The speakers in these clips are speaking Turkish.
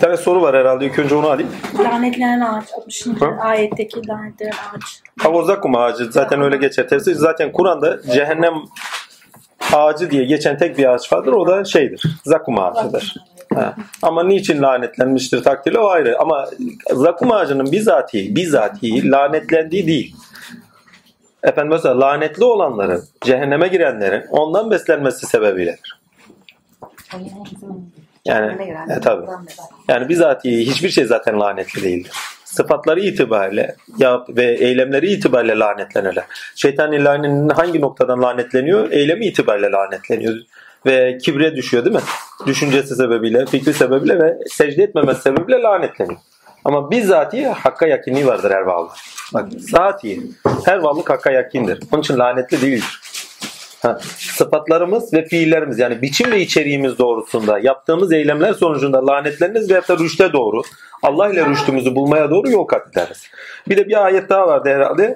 tane soru var herhalde. İlk önce onu alayım. Lanetlenen ağaç. 60. ayetteki lanetlenen ağaç. Havozakum ağacı. Zaten öyle geçer. Tefsir. Zaten Kur'an'da cehennem ağacı diye geçen tek bir ağaç vardır. O da şeydir. Zakum ağacıdır. Ha. Ama niçin lanetlenmiştir takdirle o ayrı. Ama zakum ağacının bizatihi lanetlendiği değil. Efendim mesela lanetli olanların, cehenneme girenlerin ondan beslenmesi sebebiyledir. Yani tabii. Yani bizatihi hiçbir şey zaten lanetli değildir. Sıfatları itibariyle ve eylemleri itibariyle lanetlenirler. Şeytan lanenin hangi noktadan lanetleniyor? Eylemi itibariyle lanetleniyor. Ve kibre düşüyor değil mi? Düşüncesi sebebiyle, fikri sebebiyle ve secde etmemesi sebebiyle lanetleniyor. Ama bizzatihi hakka yakinliği vardır her varlık. Bak zatihi. Her varlık hakka yakindir. Onun için lanetli değildir. Sıfatlarımız ve fiillerimiz yani biçim ve içeriğimiz doğrusunda yaptığımız eylemler sonucunda lanetleniriz veyahut da rüşte doğru Allah ile rüştümüzü bulmaya doğru yol kat ederiz. Bir de bir ayet daha vardı herhalde.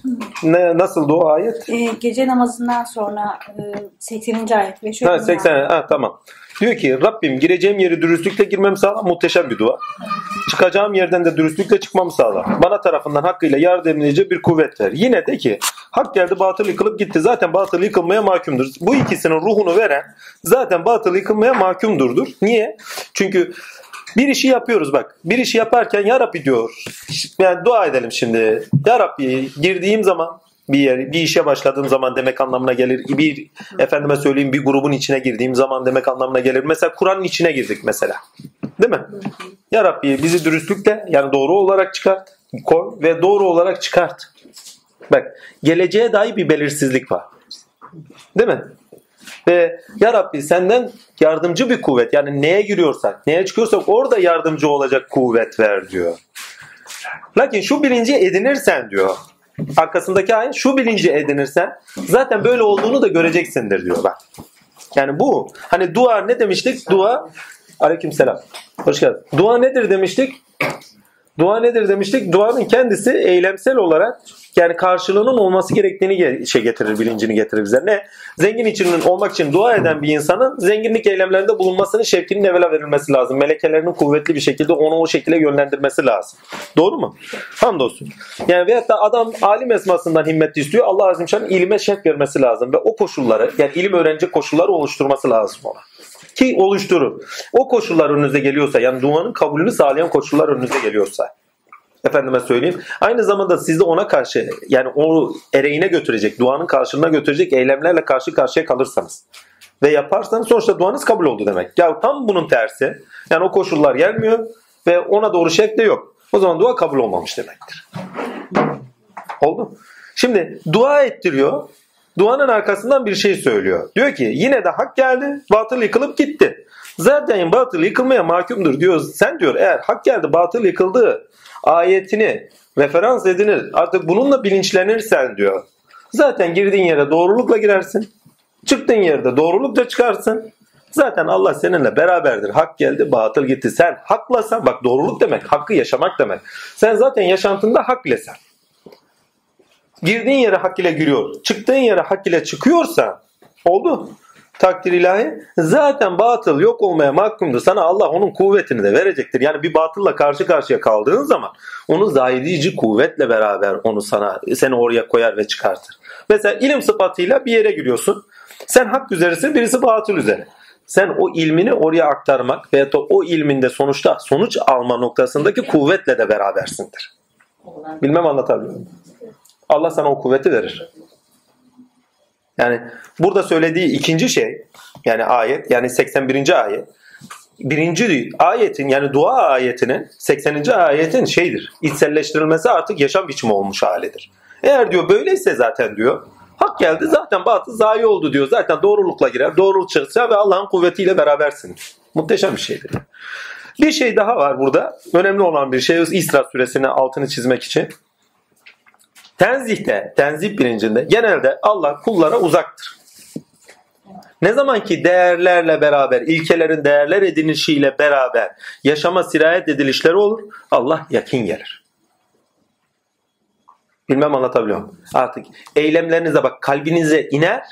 Nasıldı o ayet? Gece namazından sonra 80. ayet. Ve şöyle 80. Tamam. Diyor ki Rabbim gireceğim yeri dürüstlükle girmemi sağla. Muhteşem bir dua. Çıkacağım yerden de dürüstlükle çıkmamı sağla. Bana tarafından hakkıyla yardım edici bir kuvvet ver. Yine de ki hak geldi batıl yıkılıp gitti. Zaten batıl yıkılmaya mahkumdur. Bu ikisinin ruhunu veren zaten batıl yıkılmaya mahkumdurdur. Niye? Çünkü bir işi yapıyoruz bak. Bir işi yaparken ya Rabbi diyor. Yani dua edelim şimdi. Ya Rabbi girdiğim zaman bir işe başladığım zaman demek anlamına gelir. Efendime söyleyeyim bir grubun içine girdiğim zaman demek anlamına gelir. Mesela Kur'an'ın içine girdik mesela. Değil mi? Ya Rabbi bizi dürüstlükle yani doğru olarak çıkart. Koy ve doğru olarak çıkart. Bak geleceğe dair bir belirsizlik var. Değil mi? Ve ya Rabbi senden yardımcı bir kuvvet yani neye giriyorsak, neye çıkıyorsak orada yardımcı olacak kuvvet ver diyor. Lakin şu bilinci edinirsen diyor. Arkasındaki ayet şu bilinci edinirsen zaten böyle olduğunu da göreceksindir diyor bak. Yani bu hani dua ne demiştik? Dua aleykümselam. Hoş geldin. Dua nedir demiştik? Dua nedir demiştik? Duanın kendisi eylemsel olarak yani karşılığının olması gerektiğini getirir, bilincini getirir bize. Ne? Zengin için olmak için dua eden bir insanın zenginlik eylemlerinde bulunmasının şevkinin evvela verilmesi lazım. Melekelerinin kuvvetli bir şekilde onu o şekilde yönlendirmesi lazım. Doğru mu? Hamdolsun. Yani veyahut da adam alim esmasından himmet istiyor. Allah Azimşan'ın ilime şevk vermesi lazım ve o koşulları yani ilim öğrenecek koşulları oluşturması lazım ona. Ki oluşturur. O koşullar önünüze geliyorsa yani duanın kabulünü sağlayan koşullar önünüze geliyorsa efendime söyleyeyim. Aynı zamanda sizi ona karşı yani o ereğine götürecek, duanın karşılığına götürecek eylemlerle karşı karşıya kalırsanız ve yaparsanız sonuçta duanız kabul oldu demek. Ya tam bunun tersi. Yani o koşullar gelmiyor ve ona doğru şek de yok. O zaman dua kabul olmamış demektir. Oldu. Şimdi dua ettiriyor. Duanın arkasından bir şey söylüyor. Diyor ki yine de hak geldi, batıl yıkılıp gitti. Zaten batıl yıkılmaya mahkumdur diyor. Sen diyor eğer hak geldi, batıl yıkıldı ayetini referans edinir. Artık bununla bilinçlenirsen diyor. Zaten girdiğin yere doğrulukla girersin. Çıktığın yerde doğrulukla çıkarsın. Zaten Allah seninle beraberdir. Hak geldi, batıl gitti. Sen haklasan, bak doğruluk demek, hakkı yaşamak demek. Sen zaten yaşantında hak ilesin. Girdiğin yere hak ile giriyor. Çıktığın yere hak ile çıkıyorsa oldu. Takdir ilahi. Zaten batıl yok olmaya mahkumdur. Sana Allah onun kuvvetini de verecektir. Yani bir batılla karşı karşıya kaldığın zaman onu zahirici kuvvetle beraber onu seni oraya koyar ve çıkartır. Mesela ilim sıfatıyla bir yere giriyorsun. Sen hak üzeresin, birisi batıl üzere. Sen o ilmini oraya aktarmak veyahut da o ilminde sonuç alma noktasındaki kuvvetle de berabersindir. Bilmem anlatabiliyor muyum? Allah sana o kuvveti verir. Yani burada söylediği ikinci şey yani ayet yani 81. ayet birinci ayetin yani dua ayetinin 80. ayetin şeydir. İçselleştirilmesi artık yaşam biçimi olmuş halidir. Eğer diyor böyleyse zaten diyor hak geldi zaten batıl zayi oldu diyor. Zaten doğrulukla girer, doğruluk çıksa ve Allah'ın kuvvetiyle berabersin. Muhteşem bir şeydir. Bir şey daha var burada. Önemli olan bir şey İsra suresinin altını çizmek için. Tenzih bilincinde genelde Allah kullara uzaktır. Ne zaman ki değerlerle beraber, ilkelerin değerler edinişiyle beraber yaşama sirayet edilişleri olur, Allah yakın gelir. Bilmem anlatabiliyor muyum? Artık eylemlerinize bak, kalbinize iner,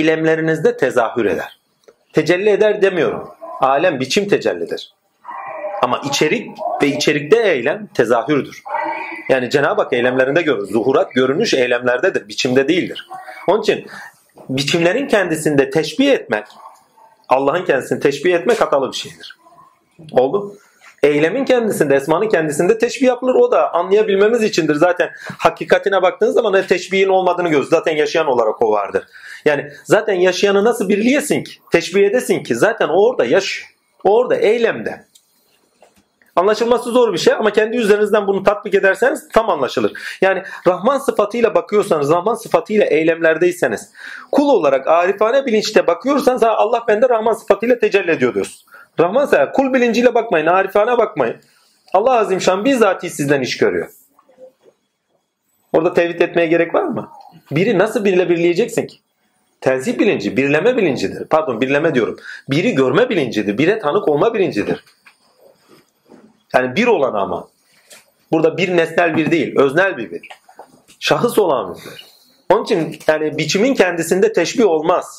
eylemlerinizde tezahür eder. Tecelli eder demiyorum. Alem biçim tecellidir. Ama içerik ve içerikte eylem tezahürdür. Yani Cenab-ı Hak eylemlerinde görür. Zuhurat, görünüş eylemlerdedir, biçimde değildir. Onun için biçimlerin kendisinde teşbih etmek, Allah'ın kendisini teşbih etmek hatalı bir şeydir. Oldu. Eylemin kendisinde, esmanın kendisinde teşbih yapılır. O da anlayabilmemiz içindir. Zaten hakikatine baktığınız zaman ne teşbihin olmadığını görürüz. Zaten yaşayan olarak o vardır. Yani zaten yaşayanı nasıl birleyesin ki? Teşbih edesin ki? Zaten o orada yaşıyor. O orada eylemde. Anlaşılması zor bir şey ama kendi üzerinizden bunu tatbik ederseniz tam anlaşılır. Yani Rahman sıfatıyla bakıyorsanız, Rahman sıfatıyla eylemlerdeyseniz, kul olarak arifane bilinçte bakıyorsanız Allah bende Rahman sıfatıyla tecelli ediyor diyorsunuz. Rahman ise kul bilinciyle bakmayın, arifane bakmayın. Allah Azimşan bizzati sizden iş görüyor. Orada tevhid etmeye gerek var mı? Biri nasıl biriyle birleyeceksin ki? Tenzih bilinci, birleme bilincidir. Pardon, birleme diyorum. Biri görme bilincidir, bire tanık olma bilincidir. Yani bir olan ama. Burada bir nesnel bir değil, öznel bir. Şahıs olan bir. Onun için yani biçimin kendisinde teşbih olmaz.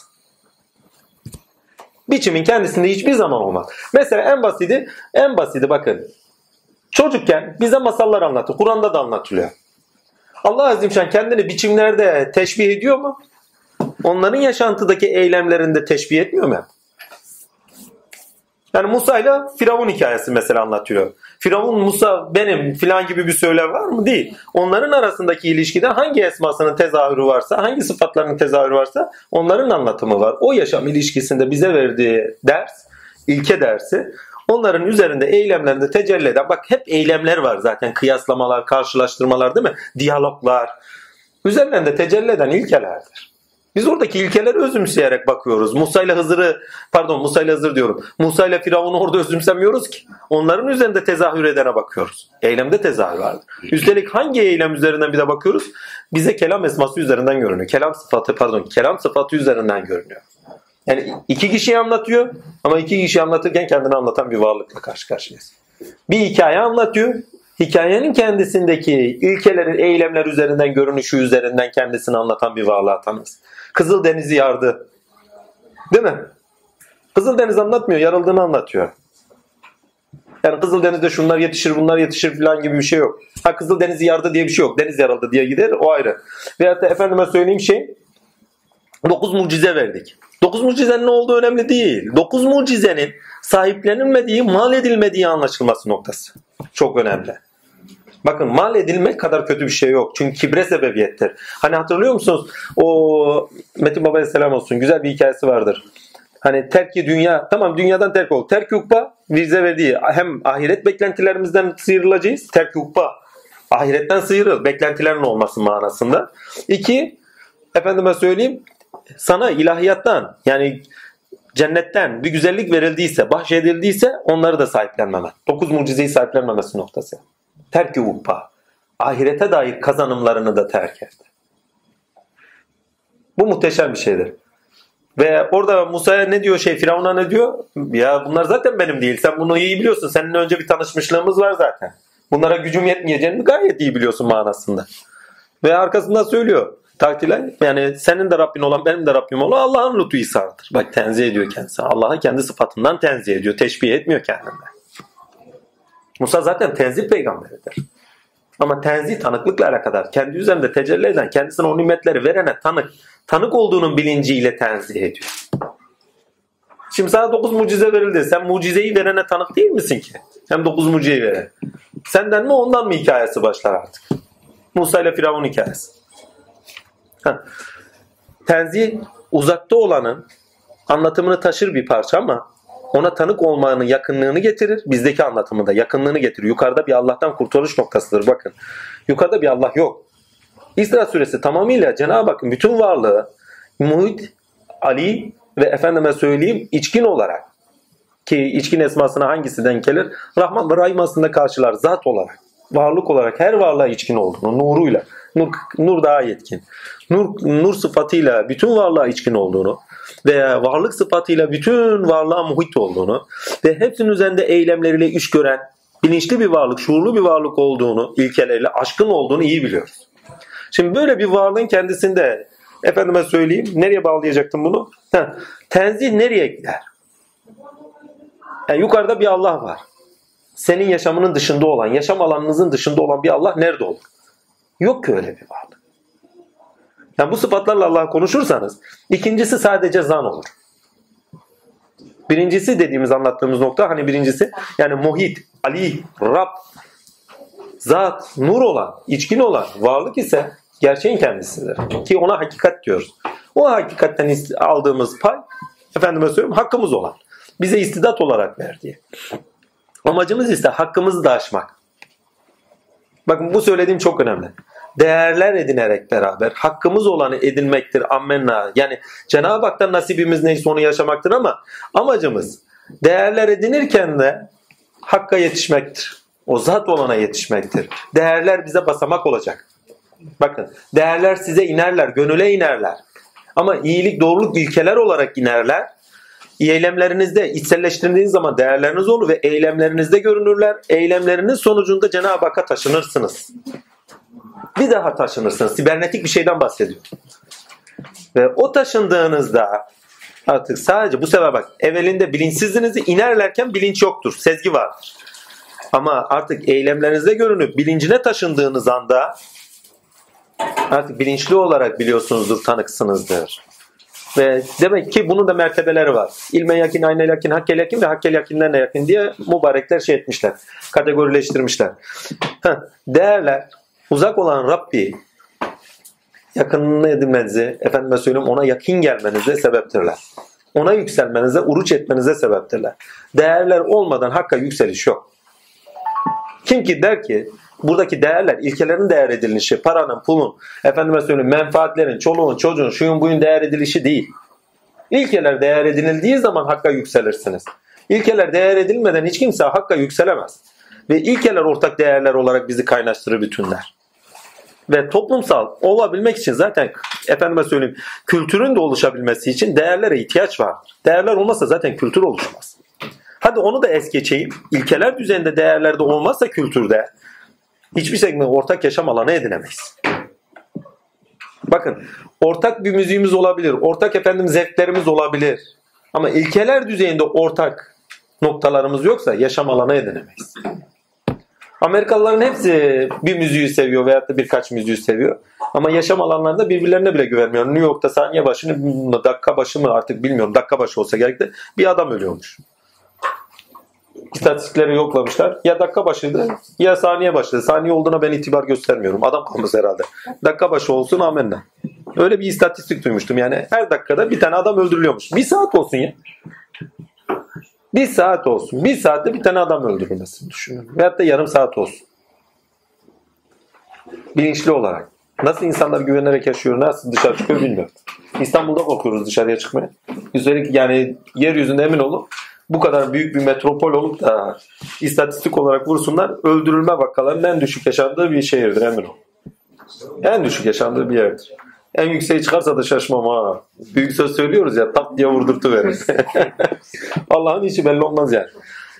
Biçimin kendisinde hiçbir zaman olmaz. Mesela en basiti bakın. Çocukken bize masallar anlatıyor. Kur'an'da da anlatılıyor. Allah Azimşan kendini biçimlerde teşbih ediyor mu? Onların yaşantıdaki eylemlerinde teşbih etmiyor mu? Yani Musa ile Firavun hikayesi mesela anlatıyor. Firavun, Musa benim filan gibi bir söylem var mı? Değil. Onların arasındaki ilişkide hangi esmasının tezahürü varsa, hangi sıfatların tezahürü varsa onların anlatımı var. O yaşam ilişkisinde bize verdiği ders, ilke dersi, onların üzerinde eylemlerinde tecelli eden, bak hep eylemler var zaten, kıyaslamalar, karşılaştırmalar değil mi? Diyaloglar. Üzerlerinde tecelli eden ilkelerdir. Biz oradaki ilkeleri özümseyerek bakıyoruz. Musa ile Hızır diyorum. Musa ile Firavun'u orada özümsemiyoruz ki. Onların üzerinde tezahür edene bakıyoruz. Eylemde tezahür vardır. Üstelik hangi eylem üzerinden bir de bakıyoruz? Bize kelam esması üzerinden görünüyor. Kelam sıfatı üzerinden görünüyor. Yani iki kişiyi anlatıyor ama iki kişi anlatırken kendini anlatan bir varlıkla karşı karşıyayız. Bir hikaye anlatıyor. Hikayenin kendisindeki ilkelerin, eylemler üzerinden, görünüşü üzerinden kendisini anlatan bir varlığa tanırız. Kızıldeniz'i yardı. Değil mi? Kızıldeniz anlatmıyor, yarıldığını anlatıyor. Yani Kızıldeniz'de şunlar yetişir, bunlar yetişir falan gibi bir şey yok. Kızıldeniz'i yardı diye bir şey yok. Deniz yarıldı diye gider, o ayrı. Veyahut da efendime söyleyeyim 9 mucize verdik. 9 mucizenin ne olduğu önemli değil. 9 mucizenin sahiplenilmediği, mal edilmediği anlaşılması noktası. Çok önemli. Bakın mal edilmek kadar kötü bir şey yok. Çünkü kibre sebebiyettir. Hani hatırlıyor musunuz? O Metin Baba'ya selam olsun. Güzel bir hikayesi vardır. Hani terki dünya, tamam dünyadan terk ol. Terk ukba bize verdiği hem ahiret beklentilerimizden sıyrılacağız. Terk ukba ahiretten sıyrıl. Beklentilerin olması manasında. 2, efendime söyleyeyim, sana ilahiyattan yani cennetten bir güzellik verildiyse, bahşedildiyse onları da sahiplenmemen. 9 mucizeyi sahiplenmemesi noktası. Terk-i ukba. Ahirete dair kazanımlarını da terk etti. Bu muhteşem bir şeydir. Ve orada Musa'ya ne diyor Firavun'a ne diyor? Ya bunlar zaten benim değil. Sen bunu iyi biliyorsun. Seninle önce bir tanışmışlığımız var zaten. Bunlara gücüm yetmeyeceğini gayet iyi biliyorsun manasında. Ve arkasından söylüyor. Takdirler, yani senin de Rabbin olan benim de Rabbim olan Allah'ın lütfu ihsanıdır. Bak tenzih ediyor kendisi. Allah'ı kendi sıfatından tenzih ediyor. Teşbih etmiyor kendinden. Musa zaten tenzih peygamberidir. Ama tenzih tanıklıkla alakadar. Kendi üzerinde tecelli eden, kendisine o nimetleri verene tanık olduğunun bilinciyle tenzih ediyor. Şimdi sana 9 mucize verildi. Sen mucizeyi verene tanık değil misin ki? Hem 9 mucizeyi veren. Senden mi ondan mı hikayesi başlar artık? Musa ile Firavun hikayesi. Tenzih uzakta olanın anlatımını taşır bir parça ama ona tanık olmanın yakınlığını getirir. Bizdeki anlatımı da yakınlığını getirir. Yukarıda bir Allah'tan kurtuluş noktasıdır bakın. Yukarıda bir Allah yok. İsra suresi tamamıyla Cenab-ı Hakk'ın bütün varlığı muhit, ali ve efendime söyleyeyim içkin olarak, ki içkin esmasına hangisi denk gelir? Rahman ve Rahim aslında karşılar zat olarak, varlık olarak her varlığa içkin olduğunu, nuruyla. Nur daha yetkin. Nur sıfatıyla bütün varlığa içkin olduğunu veya varlık sıfatıyla bütün varlığa muhit olduğunu ve hepsinin üzerinde eylemleriyle iş gören bilinçli bir varlık, şuurlu bir varlık olduğunu, ilkeleriyle aşkın olduğunu iyi biliyoruz. Şimdi böyle bir varlığın kendisinde efendime söyleyeyim, nereye bağlayacaktım bunu? Tenzih nereye gider? Yani yukarıda bir Allah var. senin yaşamının dışında olan, yaşam alanınızın dışında olan bir Allah nerede olur? Yok ki öyle bir varlık. Yani bu sıfatlarla Allah konuşursanız ikincisi sadece zan olur. Birincisi dediğimiz anlattığımız nokta hani birincisi yani muhit, Ali, Rab, zat, nur olan, içkin olan varlık ise gerçeğin kendisidir. Ki ona hakikat diyoruz. O hakikatten aldığımız pay efendime söyleyeyim hakkımız olan. Bize istidat olarak verdiği. Amacımız ise hakkımızı da aşmak. Bakın bu söylediğim çok önemli. Değerler edinerek beraber hakkımız olanı edinmektir. Ammenna. Yani Cenab-ı Hak'tan nasibimiz neyse onu yaşamaktır ama amacımız değerler edinirken de hakka yetişmektir. O zat olana yetişmektir. Değerler bize basamak olacak. Bakın değerler size inerler, gönüle inerler. Ama iyilik, doğruluk ilkeler olarak inerler. Eylemlerinizde içselleştirdiğiniz zaman değerleriniz olur ve eylemlerinizde görünürler. Eylemleriniz sonucunda Cenab-ı Hakk'a taşınırsınız. Bir daha taşınırsınız. Sibernetik bir şeyden bahsediyorum. Ve o taşındığınızda artık sadece bu sefer bak evvelinde bilinçsizdiniz, inerlerken bilinç yoktur. Sezgi vardır. Ama artık eylemlerinizde görünüp bilincine taşındığınız anda artık bilinçli olarak biliyorsunuzdur, tanıksınızdır. Ve demek ki bunun da mertebeleri var. İlme yakin, ayne yakin, hakkel yakin ve hakkel yakinlerine yakın diye mübarekler şey etmişler. Kategorileştirmişler. Değerler uzak olan Rabbi yakınını edinmenizi, efendime söyleyeyim ona yakın gelmenize sebeptirler. Ona yükselmenize, uruç etmenize sebeptirler. Değerler olmadan hakka yükseliş yok. Kim ki der ki buradaki değerler, ilkelerin değer edilişi, paranın, pulun, efendime söyleyeyim menfaatlerin, çoluğun, çocuğun, şuyun buyun değer edilişi değil. İlkeler değer edildiği zaman hakka yükselirsiniz. İlkeler değer edilmeden hiç kimse hakka yükselemez. Ve ilkeler ortak değerler olarak bizi kaynaştırır bütünler. Ve toplumsal olabilmek için zaten efendime söyleyeyim kültürün de oluşabilmesi için değerlere ihtiyaç vardır. Değerler olmazsa zaten kültür oluşmaz. Hadi onu da es geçeyim. İlkeler düzeyinde değerlerde olmazsa kültürde hiçbir şekilde ortak yaşam alanı edinemeyiz. Bakın ortak bir müziğimiz olabilir. Ortak zevklerimiz olabilir. Ama ilkeler düzeyinde ortak noktalarımız yoksa yaşam alanı edinemeyiz. Amerikalıların hepsi bir müziği seviyor veyahut da birkaç müziği seviyor. Ama yaşam alanlarında birbirlerine bile güvenmiyor. New York'ta saniye başını dakika başı mı artık bilmiyorum. Dakika başı olsa gerek de bir adam ölüyormuş. İstatistikleri yoklamışlar. Ya dakika başıydı ya saniye başıydı. Saniye olduğuna ben itibar göstermiyorum. Adam kalmış herhalde. Dakika başı olsun amenna. Öyle bir istatistik duymuştum. Yani her dakikada bir tane adam öldürülüyormuş. Bir saat olsun ya. Bir saat olsun. Bir saatte bir tane adam öldürülmesini düşünüyorum. Veyahut da yarım saat olsun. Bilinçli olarak. Nasıl insanlar güvenerek yaşıyor, nasıl dışarı çıkıyor bilmiyorum. İstanbul'da korkuyoruz dışarıya çıkmaya. Üstelik yani yeryüzünde emin olun bu kadar büyük bir metropol olup da istatistik olarak vursunlar öldürülme vakalarının en düşük yaşandığı bir şehirdir emin olun. En düşük yaşandığı bir yerdir. En yükseği çıkarsa da şaşmam ha. Büyük söz söylüyoruz ya tap diye vurdurtuverir. Allah'ın işi belli olmaz yani.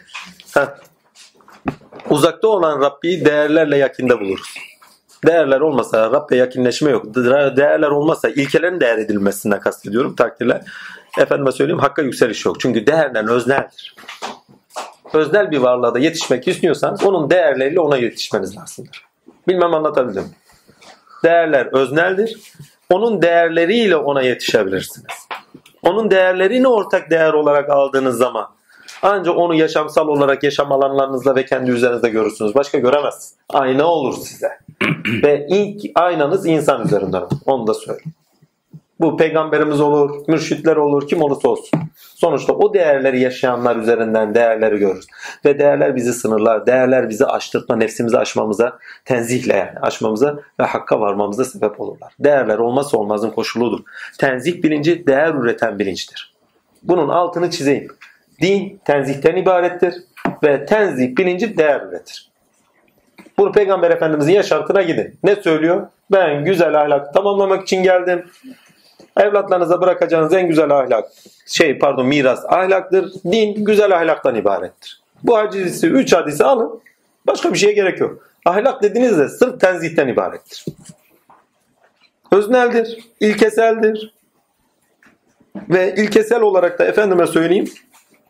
Uzakta olan Rabbi'yi değerlerle yakinde buluruz. Değerler olmasa Rab'le yakınleşme yok. Değerler olmasa ilkelerin değer edilmesinden kastediyorum takdirle. Efendime söyleyeyim hakka yükseliş yok. Çünkü değerler özneldir. Öznel bir varlığa da yetişmek istiyorsan onun değerleriyle ona yetişmeniz lazımdır. Bilmem anlatabildim. Değerler özneldir. Onun değerleriyle ona yetişebilirsiniz. Onun değerlerini ortak değer olarak aldığınız zaman ancak onu yaşamsal olarak yaşam alanlarınızda ve kendi üzerinizde görürsünüz. Başka göremezsiniz. Ayna olur size. Ve ilk aynanız insan üzerinden. Onu da söyleyeyim. Bu peygamberimiz olur, mürşitler olur, kim olursa olsun. Sonuçta o değerleri yaşayanlar üzerinden değerleri görürüz. Ve değerler bizi sınırlar, değerler bizi aştırtma, nefsimizi aşmamıza, tenzihle yani aşmamıza ve hakka varmamıza sebep olurlar. Değerler olmazsa olmazın koşuludur. Tenzih bilinci değer üreten bilinçtir. Bunun altını çizeyim. Din tenzihten ibarettir ve tenzih bilinci değer üretir. Bunu Peygamber Efendimizin yaşantına gidin. Ne söylüyor? Ben güzel ahlak tamamlamak için geldim. Evlatlarınıza bırakacağınız en güzel ahlak, miras ahlaktır. Din güzel ahlaktan ibarettir. Bu hadisi, 3 hadisi alın. Başka bir şeye gerek yok. Ahlak dediğinizde sırf tenzihten ibarettir. Özneldir, ilkeseldir. Ve ilkesel olarak da efendime söyleyeyim,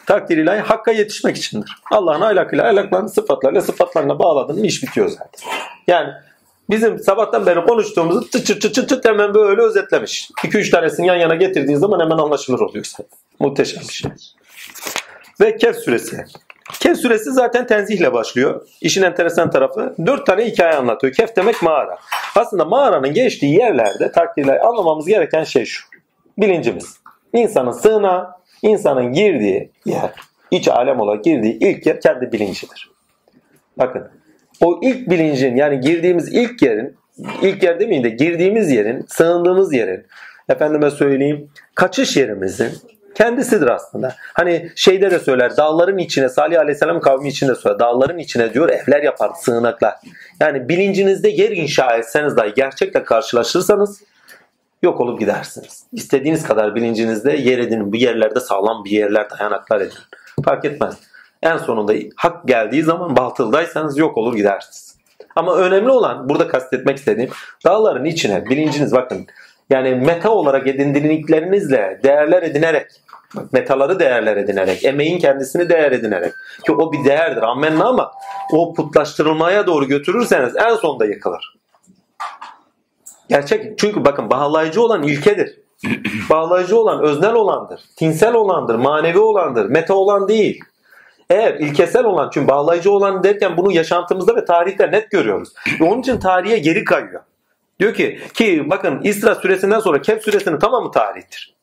Takdir ilahi hakka yetişmek içindir. Allah'ın ahlakıyla, ahlaklarını sıfatlarına bağladığın iş bitiyor zaten. Yani bizim sabahtan beri konuştuğumuzu çıt hemen böyle özetlemiş. 2-3 tanesini yan yana getirdiğin zaman hemen anlaşılır oluyor zaten. Muhteşem bir şey. Ve Kehf suresi. Kehf suresi zaten tenzihle başlıyor. İşin enteresan tarafı 4 tane hikaye anlatıyor. Kehf demek mağara. Aslında mağaranın geçtiği yerlerde takdirle anlamamız gereken şey şu. Bilincimiz. İnsanın sığınağı, insanın girdiği yer, iç alem olarak girdiği ilk yer kendi bilincidir. Bakın o ilk bilincin yani girdiğimiz ilk yer demeyeyim de girdiğimiz yerin, sığındığımız yerin, efendime söyleyeyim kaçış yerimizin kendisidir aslında. Hani şeyde de söyler dağların içine Salih Aleyhisselam kavmi içinde söyler. Dağların içine diyor evler yapar, sığınaklar. Yani bilincinizde yer inşa etseniz dahi gerçekle karşılaşırsanız yok olup gidersiniz. İstediğiniz kadar bilincinizde yer edinin. Bu yerlerde sağlam bir yerler, dayanaklar edin. Fark etmez. En sonunda hak geldiği zaman batıldaysanız yok olur gidersiniz. Ama önemli olan burada kastetmek istediğim dağların içine bilinciniz bakın. Yani meta olarak edindiklerinizle değerler edinerek, metaları değerler edinerek, emeğin kendisini değer edinerek ki o bir değerdir ammenna ama o putlaştırılmaya doğru götürürseniz en sonunda yıkılır. Gerçek çünkü bakın bağlayıcı olan ilkedir. Bağlayıcı olan öznel olandır. Tinsel olandır, manevi olandır, meta olan değil. Eğer ilkesel olan çünkü bağlayıcı olan derken bunu yaşantımızda ve tarihte net görüyoruz. Ve onun için tarihe geri kayıyor. Diyor ki bakın İsra suresinden sonra Kehf suresinin tamamı tarihtir.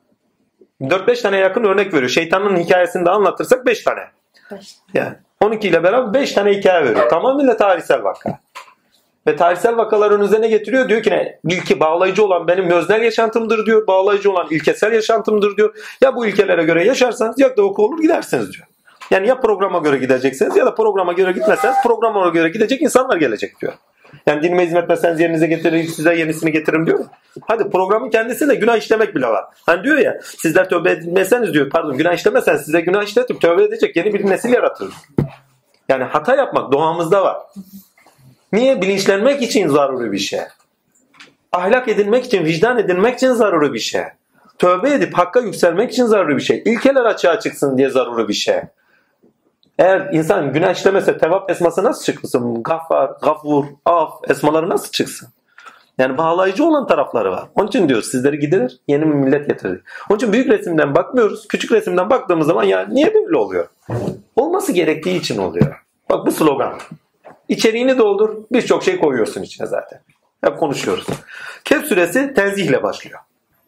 4-5 tane yakın örnek veriyor. Şeytanın hikayesini de anlatırsak 5 tane. Yani 12 ile beraber 5 tane hikaye veriyor. Tamamıyla tarihsel vaka. Ve tarihsel vakaların üzerine getiriyor. Diyor ki ne? İlki bağlayıcı olan benim öznel yaşantımdır diyor. Bağlayıcı olan ilkesel yaşantımdır diyor. Ya bu ilkelere göre yaşarsanız ya da oku olur gidersiniz diyor. Yani ya programa göre gideceksiniz ya da programa göre gitmezseniz programa göre gidecek insanlar gelecek diyor. Yani dinime hizmet etmezseniz yerinize getirir, size yenisini getiririm diyor. Hadi programın kendisinde günah işlemek bile var. Hani diyor ya sizler tövbe etmezseniz diyor günah işlemezseniz size günah işletip tövbe edecek yeni bir nesil yaratır. Yani hata yapmak doğamızda var. Niye? Bilinçlenmek için zaruri bir şey. Ahlak edinmek için, vicdan edinmek için zaruri bir şey. Tövbe edip hakka yükselmek için zaruri bir şey. İlkeler açığa çıksın diye zaruri bir şey. Eğer insan günah işlemese tevap esması nasıl çıksın? Gaffar, gafur, af esmaları nasıl çıksın? Yani bağlayıcı olan tarafları var. Onun için diyor sizleri gidirir, yeni bir millet getirir. Onun için büyük resimden bakmıyoruz. Küçük resimden baktığımız zaman ya niye böyle oluyor? Olması gerektiği için oluyor. Bak bu slogan. İçeriğini doldur. Birçok şey koyuyorsun içine zaten. Hep konuşuyoruz. Kehf suresi tenzihle başlıyor.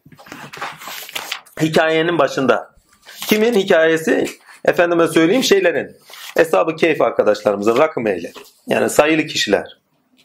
Hikayenin başında. Kimin hikayesi? Efendime söyleyeyim şeylerin. Eshab-ı Kehf arkadaşlarımızın rakım ehli. Yani sayılı kişiler.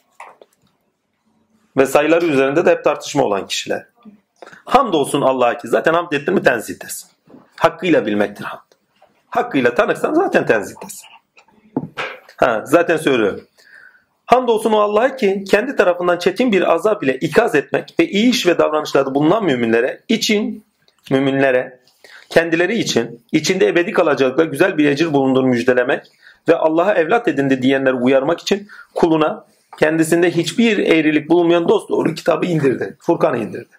Ve sayıları üzerinde de hep tartışma olan kişiler. Hamdolsun Allah'a ki zaten hamd ettin mi tenzihdesin. Hakkıyla bilmektir hamd. Hakkıyla tanırsan zaten tenzihdesin. Zaten söylüyorum. Hamdolsun o Allah'a ki kendi tarafından çetin bir azap ile ikaz etmek ve iyi iş ve davranışlarda bulunan müminlere kendileri için içinde ebedi kalacaklar güzel bir ecir bulunduğunu müjdelemek ve Allah'a evlat edindi diyenleri uyarmak için kuluna kendisinde hiçbir eğrilik bulunmayan dosdoğru kitabı indirdi. Furkan'ı indirdi.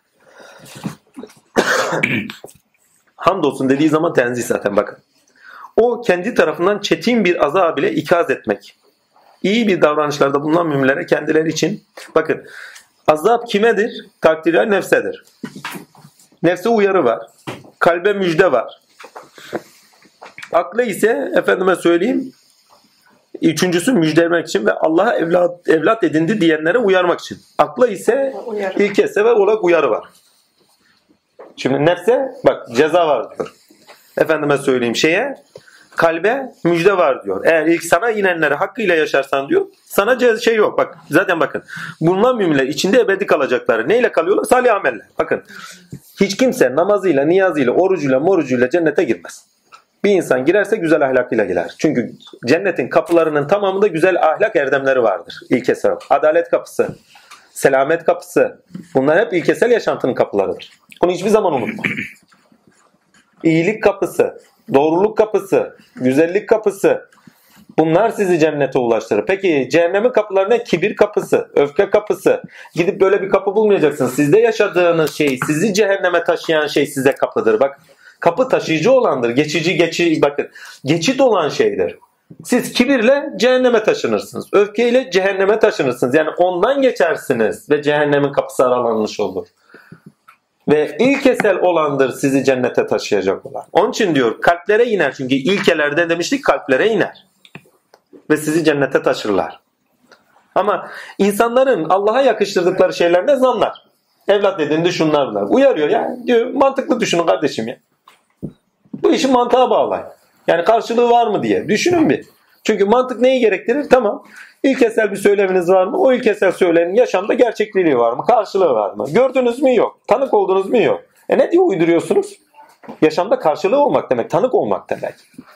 Hamdolsun dediği zaman tenzih zaten bakın. O kendi tarafından çetin bir azab ile ikaz etmek. İyi bir davranışlarda bulunan müminlere kendileri için bakın azap kimedir? Takdirler nefsedir. Nefse uyarı var. Kalbe müjde var. Akla ise efendime söyleyeyim üçüncüsü müjdelemek için ve Allah'a evlat edindi diyenlere uyarmak için. Akla ise ilkese ve olarak uyarı var. Şimdi nefse bak ceza var diyor. Efendime söyleyeyim kalbe müjde var diyor. Eğer ilk sana inenleri hakkıyla yaşarsan diyor sana şey yok. Bak zaten bakın bulunan müminler içinde ebedi kalacakları. Neyle kalıyorlar? Salih ameller. Bakın hiç kimse namazıyla, niyazıyla, orucuyla cennete girmez. Bir insan girerse güzel ahlakıyla girer. Çünkü cennetin kapılarının tamamında güzel ahlak erdemleri vardır. İlkesel. Adalet kapısı, selamet kapısı. Bunlar hep ilkesel yaşantının kapılarıdır. Bunu hiçbir zaman unutma. İyilik kapısı, doğruluk kapısı, güzellik kapısı. Bunlar sizi cennete ulaştırır. Peki cehennemin kapıları ne? Kibir kapısı, öfke kapısı. Gidip böyle bir kapı bulmayacaksınız. Sizde yaşadığınız şey, sizi cehenneme taşıyan şey size kapıdır. Bak Kapı taşıyıcı olandır. Bakın, geçit olan şeydir. Siz kibirle cehenneme taşınırsınız. Öfkeyle cehenneme taşınırsınız. Yani ondan geçersiniz ve cehennemin kapısı aralanmış olur. Ve ilkesel olandır sizi cennete taşıyacak olan. Onun için diyor kalplere iner. Çünkü ilkelerde demiştik kalplere iner. Ve sizi cennete taşırlar. Ama insanların Allah'a yakıştırdıkları şeyler ne? Zanlar. Evlat dediğinde şunlarlar. Uyarıyor ya. Diyor mantıklı düşünün kardeşim ya. Bu işi mantığa bağlayın. Yani karşılığı var mı diye. Düşünün bir. Çünkü mantık neyi gerektirir? Tamam. İlkesel bir söyleminiz var mı? O ilkesel söylemin yaşamda gerçekliği var mı? Karşılığı var mı? Gördünüz mü? Yok. Tanık oldunuz mu? Yok. Ne diye uyduruyorsunuz? Yaşamda karşılığı olmak demek. Tanık olmak demek.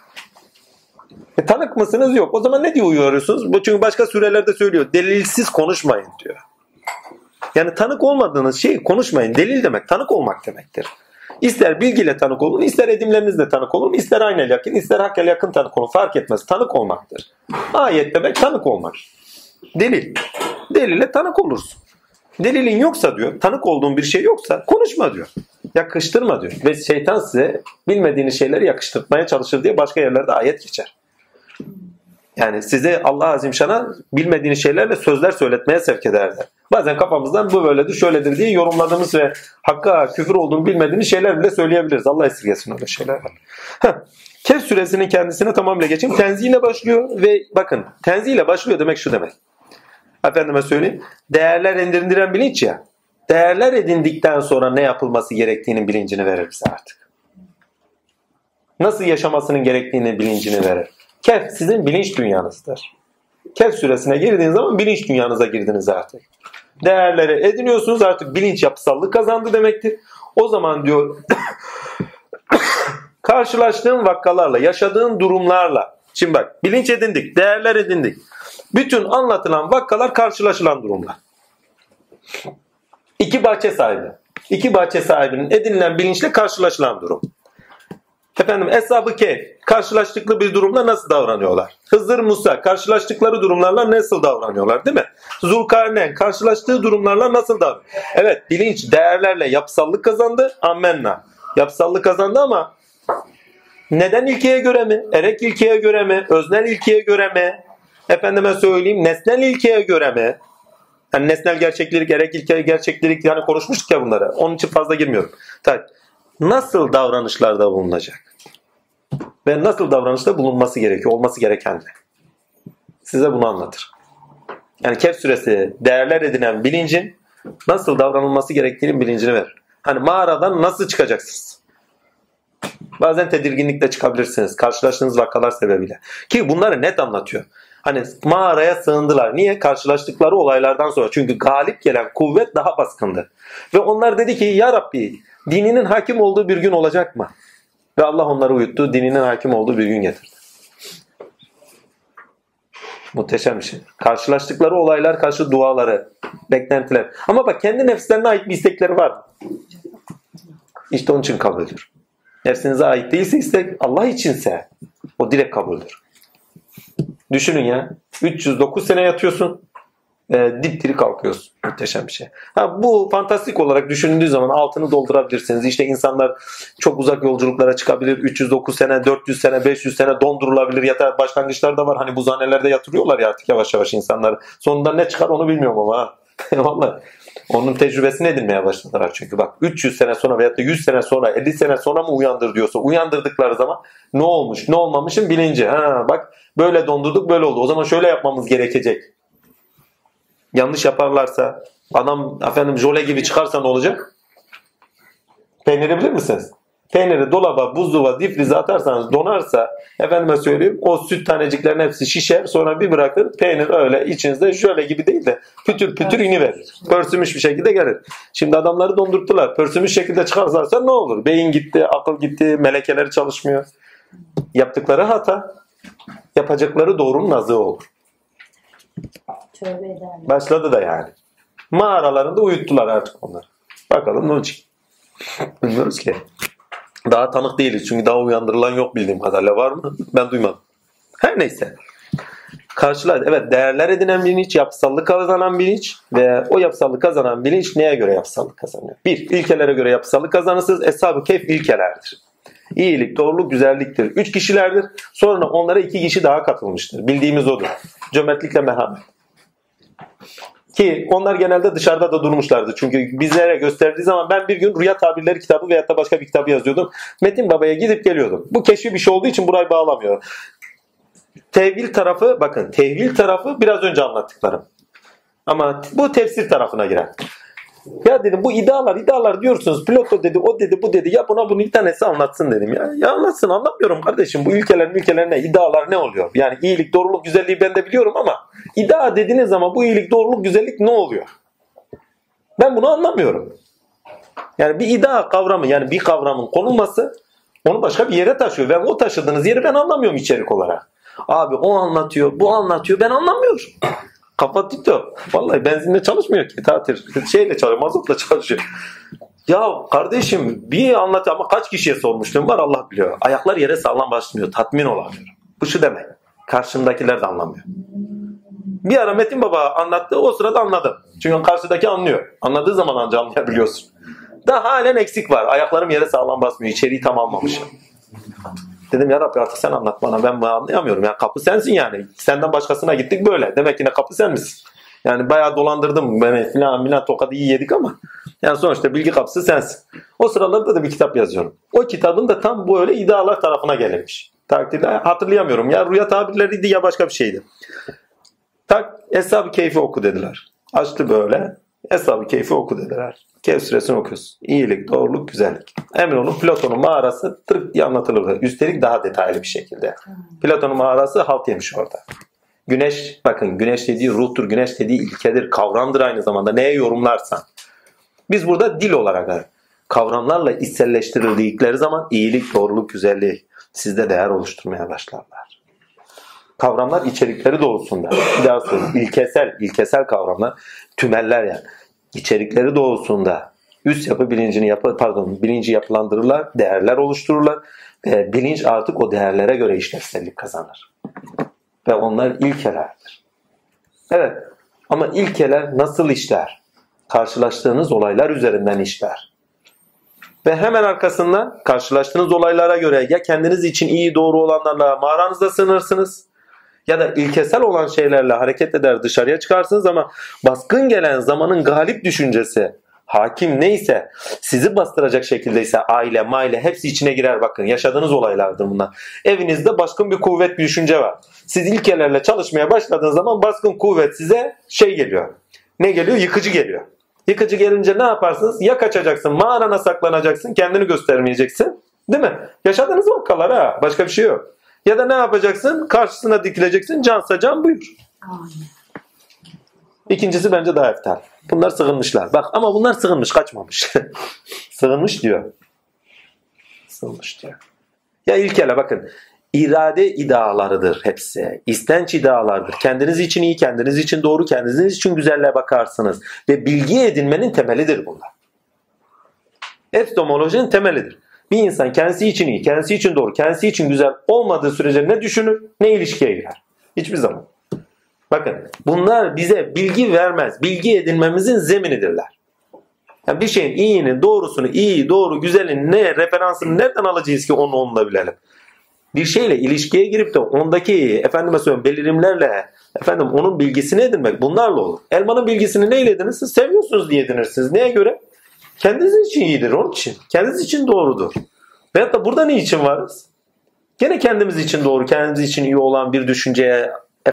Tanık mısınız? Yok. O zaman ne diye uyarıyorsunuz? Bu çünkü başka surelerde söylüyor. Delilsiz konuşmayın diyor. Yani tanık olmadığınız şeyi konuşmayın. Delil demek tanık olmak demektir. İster bilgiyle tanık olun, ister edimlerinizle tanık olun, ister aynel yakın, ister hakkel yakın tanık olun. Fark etmez. Tanık olmaktır. Ayet demek tanık olmak. Delil. Delille tanık olursun. Delilin yoksa diyor, tanık olduğun bir şey yoksa konuşma diyor. Yakıştırma diyor. Ve şeytan size bilmediğiniz şeyleri yakıştırmaya çalışır diye başka yerlerde ayet geçer. Yani size Allah Azimşan'a bilmediğiniz şeylerle sözler söyletmeye sevk ederler. Bazen kafamızdan bu böyledir, şöyledir diye yorumladığımız ve hakka küfür olduğunu bilmediğimiz şeyler bile söyleyebiliriz. Allah esirgesin öyle şeyler var. Kehf suresinin kendisine tamamıyla geçeyim. Tenzih ile başlıyor ve bakın tenzih ile başlıyor demek şu demek. Efendime söyleyeyim. Değerler edindiren bilinç ya. Değerler edindikten sonra ne yapılması gerektiğinin bilincini verir bize artık. Nasıl yaşamasının gerektiğinin bilincini verir. Kehf sizin bilinç dünyanızdır. Kehf suresine girdiğiniz zaman bilinç dünyanıza girdiniz artık. Değerleri ediniyorsunuz artık bilinç yapısallık kazandı demektir. O zaman diyor karşılaştığın vakkalarla, yaşadığın durumlarla. Şimdi bak bilinç edindik, değerler edindik. Bütün anlatılan vakkalar karşılaşılan durumlar. İki bahçe sahibi. İki bahçe sahibinin edinilen bilinçle karşılaşılan durum. Efendim Eshab-ı Kehf karşılaştıkları bir durumla nasıl davranıyorlar? Hızır Musa karşılaştıkları durumlarla nasıl davranıyorlar değil mi? Zulkarneyn karşılaştığı durumlarla nasıl davranıyor? Evet bilinç değerlerle yapısallık kazandı. Ammenna. Yapısallık kazandı ama neden ilkeye göre mi? Erek ilkeye göre mi? Öznel ilkeye göre mi? Efendime söyleyeyim nesnel ilkeye göre mi? Yani nesnel gerçeklik, erek ilkeye gerçeklik yani konuşmuştuk ya bunları. Onun için fazla girmiyorum. Tabii. Nasıl davranışlarda bulunacak? Ve nasıl davranışta bulunması gerekiyor? Olması gereken ne? Size bunu anlatır. Yani Kehf suresi değerler edinen bilincin nasıl davranılması gerektiğinin bilincini verir. Hani mağaradan nasıl çıkacaksınız? Bazen tedirginlikle çıkabilirsiniz. Karşılaştığınız vakalar sebebiyle. Ki bunları net anlatıyor. Hani mağaraya sığındılar. Niye? Karşılaştıkları olaylardan sonra. Çünkü galip gelen kuvvet daha baskındı. Ve onlar dedi ki ya Rabbi dininin hakim olduğu bir gün olacak mı? Ve Allah onları uyuttu. Dininin hakim olduğu bir gün getirdi. Muhteşem bir şey. Karşılaştıkları olaylar karşı duaları, beklentiler. Ama bak kendi nefislerine ait bir istekleri var mı? İşte onun için kabuldür. Nefsinize ait değilse istek Allah içinse o direkt kabuldür. Düşünün ya. 309 sene yatıyorsun. Dipdiri kalkıyorsun. Muhteşem bir şey. Bu fantastik olarak düşündüğü zaman altını doldurabilirsiniz. İşte insanlar çok uzak yolculuklara çıkabilir. 309 sene, 400 sene, 500 sene dondurulabilir. Ya da başlangıçlar da var. Hani buzhanelerde yatırıyorlar ya artık yavaş yavaş insanları. Sonunda ne çıkar onu bilmiyorum ama. Vallahi. Onun tecrübesini edinmeye başladılar çünkü. Bak 300 sene sonra veyahut da 100 sene sonra 50 sene sonra mı uyandır diyorsa uyandırdıkları zaman ne olmuş ne olmamışın bilinci. Bak böyle dondurduk böyle oldu. O zaman şöyle yapmamız gerekecek. Yanlış yaparlarsa adam efendim jöle gibi çıkarsa ne olacak? Peyniri bilir misiniz? Peyniri dolaba, buzluğa, difrize atarsanız donarsa efendime söyleyeyim o süt taneciklerin hepsi şişer sonra bir bırakır peynir öyle içinizde jöle gibi değil de pütür pütür iniverir. Pörsümüş bir şekilde gelir. Şimdi adamları dondurttular. Pörsümüş şekilde çıkarsa ne olur? Beyin gitti, akıl gitti, melekeleri çalışmıyor. Yaptıkları hata, yapacakları doğrunun azığı olur. Başladı da yani. Mağaralarında uyuttular artık onları. Bakalım ne olacak? Bilmiyoruz ki. Daha tanık değiliz. Çünkü daha uyandırılan yok bildiğim kadarıyla. Var mı? Ben duymadım. Her neyse. Karşılar. Evet değerler edinen bilinç, yapısallık kazanan bilinç ve o yapısallık kazanan bilinç neye göre yapısallık kazanıyor? Bir, ilkelere göre yapısallık kazanırsınız. Eshab-ı Kehf ilkelerdir. İyilik, doğruluk, güzelliktir. 3 kişilerdir. Sonra onlara 2 kişi daha katılmıştır. Bildiğimiz odur. Cömertlikle merhamet. Ki onlar genelde dışarıda da durmuşlardı. Çünkü bizlere gösterdiği zaman ben bir gün Rüya Tabirleri kitabı veyahut da başka bir kitabı yazıyordum. Metin Baba'ya gidip geliyordum. Bu keşfi bir şey olduğu için burayı bağlamıyor. Tevil tarafı, bakın tevil tarafı biraz önce anlattıklarım. Ama bu tefsir tarafına girer. Ya dedim bu iddialar diyorsunuz. Plato dedi, o dedi, bu dedi. Ya bunu bir tanesi anlatsın dedim. Ya anlatsın, anlamıyorum kardeşim. Bu ülkelerin ne? İddialar ne oluyor? Yani iyilik, doğruluk, güzelliği ben de biliyorum ama iddia dediğiniz zaman bu iyilik, doğruluk, güzellik ne oluyor? Ben bunu anlamıyorum. Yani bir iddia kavramı, yani bir kavramın konulması onu başka bir yere taşıyor. Ve o taşıdığınız yeri ben anlamıyorum içerik olarak. Abi o anlatıyor, bu anlatıyor, ben anlamıyorum. Kafa TikTok. Vallahi benzinle çalışmıyor ki. Şeyle çalışıyor, mazotla çalışıyor. Ya kardeşim bir anlat ama kaç kişiye sormuşluğum var Allah biliyor. Ayaklar yere sağlam basmıyor. Tatmin olamıyorum. Bu şu demek. Karşımdakiler de anlamıyor. Bir ara Metin Baba anlattı. O sırada anladım. Çünkü karşıdaki anlıyor. Anladığı zaman ancak anlayabiliyorsun. Daha halen eksik var. Ayaklarım yere sağlam basmıyor. İçeriği tam almamışım. Dedim ya Rabbi artık sen anlat bana, ben bunu anlayamıyorum. Yani kapı sensin yani. Senden başkasına gittik böyle. Demek ki ne kapı sen misin? Yani bayağı dolandırdım beni filan tokadı iyi yedik ama yani sonuçta bilgi kapısı sensin. O sıralarda da bir kitap yazıyorum. O kitabın da tam böyle iddialar tarafına gelmiş. Takdirde hatırlayamıyorum. Ya Rüya Tabirleriydi ya başka bir şeydi. Eshab-ı Keyf'i oku dediler. Açtı böyle. Eshab-ı Keyf'i oku dediler. Kehf suresini okuyorsun. İyilik, doğruluk, güzellik. Emin olun Platon'un mağarası tırk diye anlatılırdı. Üstelik daha detaylı bir şekilde. Platon'un mağarası halt yemiş orada. Güneş, bakın güneş dediği ruhtur, güneş dediği ilkedir, kavramdır aynı zamanda. Neye yorumlarsan. Biz burada dil olarak kavramlarla içselleştirildikleri zaman iyilik, doğruluk, güzellik sizde değer oluşturmaya başlarlar. Kavramlar içerikleri doğrultusunda. Bir daha söyleyeyim. İlkesel kavramlar, tümeller yani. İçerikleri doğrultusunda üst yapı bilinci yapılandırırlar, değerler oluştururlar. Bilinç artık o değerlere göre işlevsellik kazanır. Ve onlar ilkelerdir. Evet ama ilkeler nasıl işler? Karşılaştığınız olaylar üzerinden işler. Ve hemen arkasından karşılaştığınız olaylara göre ya kendiniz için iyi doğru olanlarla mağaranızda sınırsınız ya da ilkesel olan şeylerle hareket eder dışarıya çıkarsınız ama baskın gelen zamanın galip düşüncesi hakim neyse sizi bastıracak şekildeyse aile, maile hepsi içine girer bakın. Yaşadığınız olaylardır bunlar. Evinizde baskın bir kuvvet bir düşünce var. Siz ilkelerle çalışmaya başladığınız zaman baskın kuvvet size geliyor. Ne geliyor? Yıkıcı geliyor. Yıkıcı gelince ne yaparsınız? Ya kaçacaksın, mağarana saklanacaksın, kendini göstermeyeceksin. Değil mi? Yaşadığınız vakalar ha. Başka bir şey yok. Ya da ne yapacaksın? Karşısına dikileceksin. Cansa can buyur. İkincisi bence daha eftal. Bunlar sığınmışlar. Bak ama bunlar sığınmış, kaçmamış. Sığınmış diyor. Sığınmış diyor. Ya ilkele bakın. İrade iddialarıdır hepsi. İstenç iddialardır. Kendiniz için iyi, kendiniz için doğru, kendiniz için güzelliğe bakarsınız. Ve bilgi edinmenin temelidir bunlar. Epistemolojinin temelidir. Bir insan kendisi için iyi, kendisi için doğru, kendisi için güzel olmadığı sürece ne düşünür, ne ilişkiye girer. Hiçbir zaman. Bakın bunlar bize bilgi vermez. Bilgi edinmemizin zeminidirler. Yani bir şeyin iyinin, doğrusunu, iyi, doğru, güzelin ne referansını nereden alacağız ki onu onunla bilelim. Bir şeyle ilişkiye girip de ondaki belirimlerle onun bilgisini edinmek bunlarla olur. Elmanın bilgisini neyle edinirsiniz? Seviyorsunuz diye edinirsiniz. Neye göre? Kendiniz için iyidir onun için. Kendiniz için doğrudur. Veyahut da burada ne için varız? Gene kendimiz için doğru, kendimiz için iyi olan bir düşünceye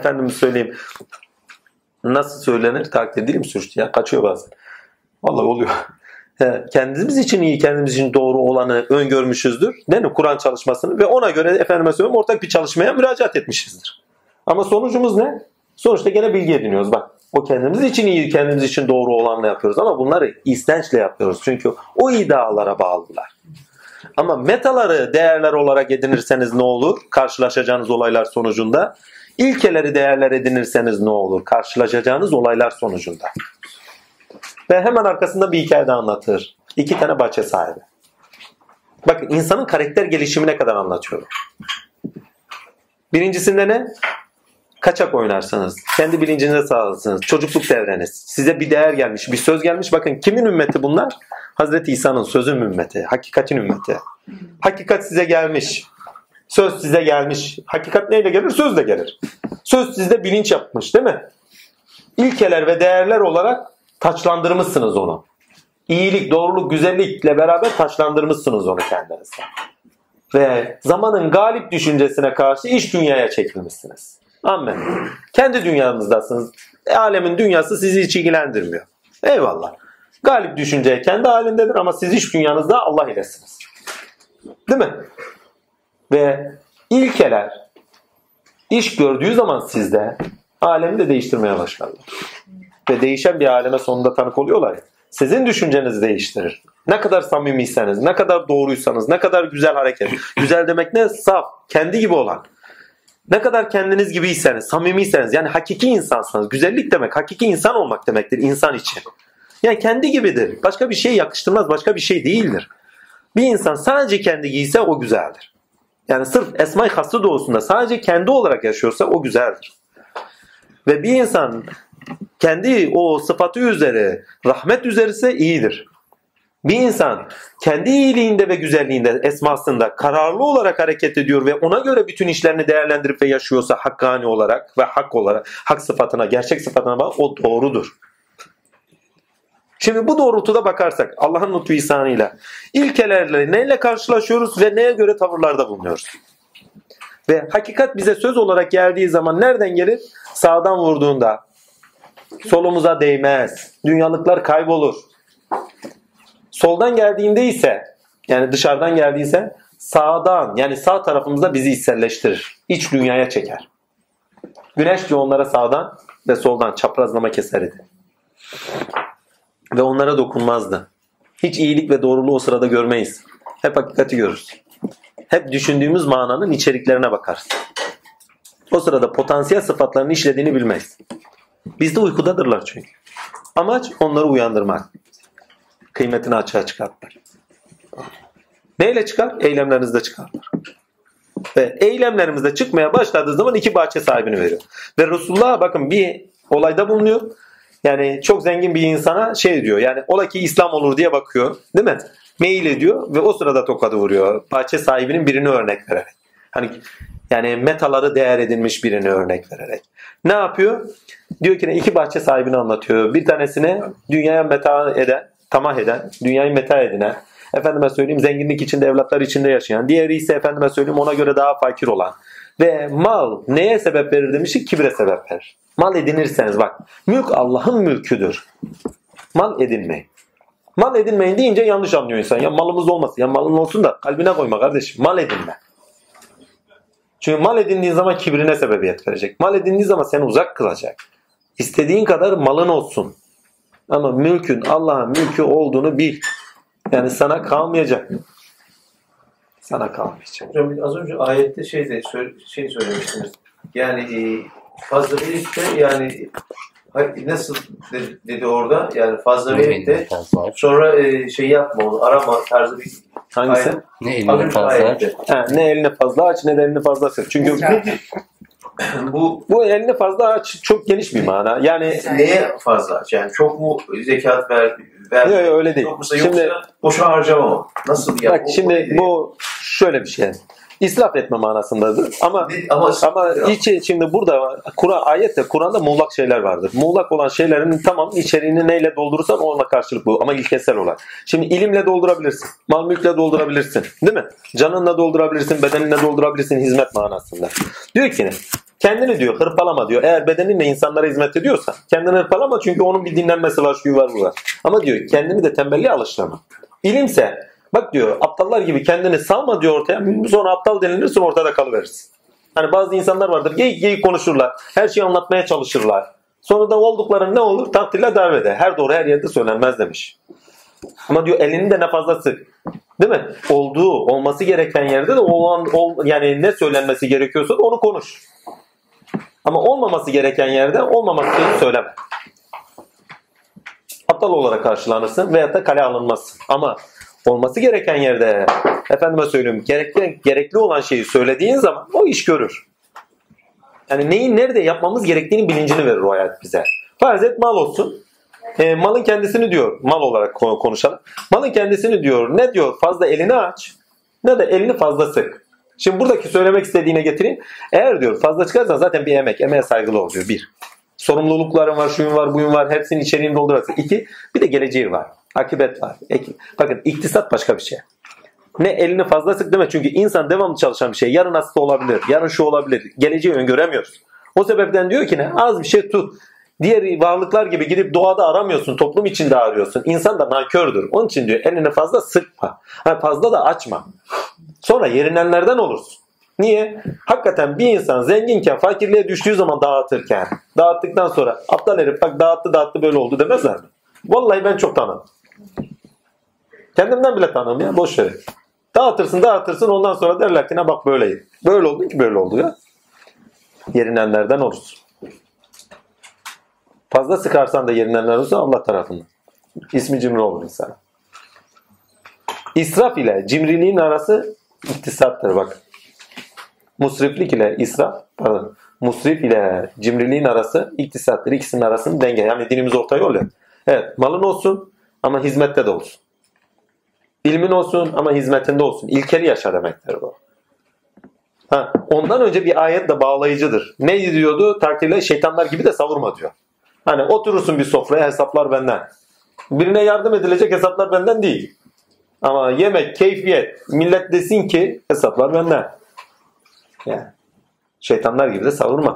nasıl söylenir? Takdir dilim sürçtü ya. Kaçıyor bazen. Vallahi oluyor. Kendimiz için iyi, kendimiz için doğru olanı öngörmüşüzdür. Değil mi? Kur'an çalışmasını ve ona göre ortak bir çalışmaya müracaat etmişizdir. Ama sonucumuz ne? Sonuçta gene bilgi ediniyoruz. Bak o kendimiz için iyi, kendimiz için doğru olanla yapıyoruz ama bunları istençle yapıyoruz. Çünkü o iddialara bağlılar. Ama metaları değerler olarak edinirseniz ne olur? Karşılaşacağınız olaylar sonucunda. İlkeleri değerler edinirseniz ne olur? Karşılaşacağınız olaylar sonucunda. Ve hemen arkasında bir hikaye de anlatır. 2 tane bahçe sahibi. Bakın insanın karakter gelişimine kadar anlatıyorum. Birincisinde ne? Kaçak oynarsanız, kendi bilincinize sağlarsınız, çocukluk devreniz, size bir değer gelmiş, bir söz gelmiş. Bakın kimin ümmeti bunlar? Hazreti İsa'nın sözün ümmeti, hakikatin ümmeti. Hakikat size gelmiş. Söz size gelmiş. Hakikat neyle gelir? Sözle gelir. Söz sizde bilinç yapmış değil mi? İlkeler ve değerler olarak taçlandırmışsınız onu. İyilik, doğruluk, güzellikle beraber taçlandırmışsınız onu kendinize. Ve zamanın galip düşüncesine karşı iç dünyaya çekilmişsiniz. Amin. Kendi dünyanızdasınız. Alemin dünyası sizi hiç ilgilendirmiyor. Eyvallah. Galip düşünce kendi halindedir ama siz iç dünyanızda Allah ilesiniz. Değil mi? Ve ilkeler iş gördüğü zaman sizde alemi de değiştirmeye başlarlar. Ve değişen bir aleme sonunda tanık oluyorlar ya. Sizin düşüncenizi değiştirir. Ne kadar samimiyseniz, ne kadar doğruysanız, ne kadar güzel hareket. Güzel demek ne? Saf, kendi gibi olan. Ne kadar kendiniz gibiyseniz, samimiyseniz, yani hakiki insansınız. Güzellik demek, hakiki insan olmak demektir insan için. Yani kendi gibidir. Başka bir şey yakıştırmaz, başka bir şey değildir. Bir insan sadece kendi giyse o güzeldir. Yani sırf esma-i hassı doğusunda sadece kendi olarak yaşıyorsa o güzeldir. Ve bir insan kendi o sıfatı üzere, rahmet üzere ise iyidir. Bir insan kendi iyiliğinde ve güzelliğinde, esmasında kararlı olarak hareket ediyor ve ona göre bütün işlerini değerlendirip ve yaşıyorsa hakkani olarak ve hak olarak, hak sıfatına, gerçek sıfatına bak, o doğrudur. Şimdi bu doğrultuda bakarsak Allah'ın lütfu ihsanıyla ilkelerle neyle karşılaşıyoruz ve neye göre tavırlarda bulunuyoruz? Ve hakikat bize söz olarak geldiği zaman nereden gelir? Sağdan vurduğunda solumuza değmez. Dünyalıklar kaybolur. Soldan geldiğinde ise, yani dışarıdan geldiyse sağdan, yani sağ tarafımızda bizi içselleştirir. İç dünyaya çeker. Güneş de onlara sağdan ve soldan çaprazlama keserdi. Ve onlara dokunmazdı. Hiç iyilik ve doğruluğu o sırada görmeyiz. Hep hakikati görürüz. Hep düşündüğümüz mananın içeriklerine bakarız. O sırada potansiyel sıfatlarını işlediğini bilmeyiz. Bizde uykudadırlar çünkü. Amaç onları uyandırmak. Kıymetini açığa çıkartmak. Neyle çıkar? Eylemlerinizde çıkarlar. Ve eylemlerimizde çıkmaya başladığı zaman iki bahçe sahibini veriyor. Ve Resulullah bakın bir olayda bulunuyor. Yani çok zengin bir insana şey diyor. Yani ola ki İslam olur diye bakıyor. Değil mi? Meyil ediyor ve o sırada tokadı vuruyor. Bahçe sahibinin birini örnek vererek. Hani yani metaları değer edinmiş birini örnek vererek. Ne yapıyor? Diyor ki iki bahçe sahibini anlatıyor. Bir tanesine dünyaya meta eden, tamah eden, dünyayı meta edinen, efendime söyleyeyim zenginlik içinde, evlatlar içinde yaşayan. Diğeri ise efendime söyleyeyim ona göre daha fakir olan. Ve mal neye sebep verir demiştik? Kibre sebep verir. Mal edinirseniz bak, mülk Allah'ın mülküdür. Mal edinmeyin. Mal edinmeyin deyince yanlış anlıyor insan. Ya malımız olmasın, ya malın olsun da kalbine koyma kardeşim. Mal edinme. Çünkü mal edindiğin zaman kibrine sebebiyet verecek. Mal edindiğin zaman seni uzak kılacak. İstediğin kadar malın olsun. Ama mülkün Allah'ın mülkü olduğunu bil. Yani sana kalmayacak. Sana kalmayacak. Hocam az önce ayette şey söylemiştiniz. Yani fazla verip de yani nasıl dedi orada? Yani fazla verip de sonra şey yapma onu arama tarzı bir hangisi? ayet. Ne eline fazla aç. Ne eline fazla aç ne de elini fazla sık. Çünkü bu elini fazla aç çok geniş bir mana. Yani neye fazla aç? Yani çok mu zekat ver? Yok öyle değil. Yoksa Şimdi boşa harcama. Nasıl bir bak şimdi bu şöyle bir şey. İsraf etme manasındadır. Ama şimdi burada ayette Kur'an'da muğlak şeyler vardır. Muğlak olan şeylerin tamam içeriğini neyle doldurursan onunla karşılık bu. Ama ilkesel olarak. Şimdi ilimle doldurabilirsin. Mal mülkle doldurabilirsin. Değil mi? Canınla doldurabilirsin. Bedeninle doldurabilirsin hizmet manasında. Diyor ki kendini diyor hırpalama diyor. Eğer bedeninle insanlara hizmet ediyorsa kendini hırpalama çünkü onun bir dinlenmesi var, şuyu var, bu var. Ama diyor kendini de tembelliğe alıştırma. İlimse bak diyor aptallar gibi kendini salma diyor ortaya. Sonra aptal denilirsin ortada kalıverirsin. Hani bazı insanlar vardır geyik konuşurlar. Her şeyi anlatmaya çalışırlar. Sonra da oldukları ne olur? Takdirle darvede. Her doğru her yerde söylenmez demiş. Ama diyor elini de ne fazla sık. Değil mi? Olması gereken yerde de yani ne söylenmesi gerekiyorsa da onu konuş. Ama olmaması gereken yerde olmaması gerektiğini söyleme. Aptal olarak karşılanırsın veyahut da kale alınmazsın. Ama olması gereken yerde efendime söyleyeyim gerekli olan şeyi söylediğin zaman o iş görür. Yani neyi nerede yapmamız gerektiğini bilincini verir o ayet bize. Farz et mal olsun. malın kendisini diyor, mal olarak konuşalım. Malın kendisini diyor, ne diyor? Fazla elini aç, ne de elini fazla sık. Şimdi buradaki söylemek istediğine getireyim. Eğer diyor fazla çıkarsan zaten bir emeğe saygılı oluyor. Bir. Sorumlulukların var, şuyun var, buyun var. Hepsinin içeriğini dolduracaksın. İki, bir de geleceği var. Akıbet var. Bakın iktisat başka bir şey. Ne elini fazla sık deme. Çünkü insan devamlı çalışan bir şey. Yarın hasta olabilir. Yarın şu olabilir. Geleceği öngöremiyoruz. O sebepten diyor ki ne? Az bir şey tut. Diğer varlıklar gibi gidip doğada aramıyorsun. Toplum içinde arıyorsun. İnsan da nankördür. Onun için diyor elini fazla sıkma. Fazla da açma. Sonra yerinenlerden olursun. Niye? Hakikaten bir insan zenginken fakirliğe düştüğü zaman dağıtırken, dağıttıktan sonra aptal herif bak dağıttı böyle oldu demezler mi? Vallahi ben çok tanırım. Kendimden bile tanırım ya, boş ver. Dağıtırsın ondan sonra derler ki ne bak böyleydi. Böyle oldu ki böyle oldu ya. Yerinenlerden olursun. Fazla sıkarsan da yerinenler olursa Allah tarafından. İsmi cimri olur insana. İsraf ile cimriliğin arası iktisattır bak. Musriflik ile musrif ile cimriliğin arası iktisattır. İkisinin arasının denge. Yani dinimiz orta yol ya. Evet, malın olsun ama hizmette de olsun. İlmin olsun ama hizmetinde olsun. İlkeli yaşa demektir bu. Ondan önce bir ayet de bağlayıcıdır. Ne diyordu? Takdirle şeytanlar gibi de savurma diyor. Hani oturursun bir sofraya hesaplar benden. Birine yardım edilecek hesaplar benden değil. Ama yemek, keyfiyet, millet desin ki hesaplar benden. Yani şeytanlar gibi de savurma.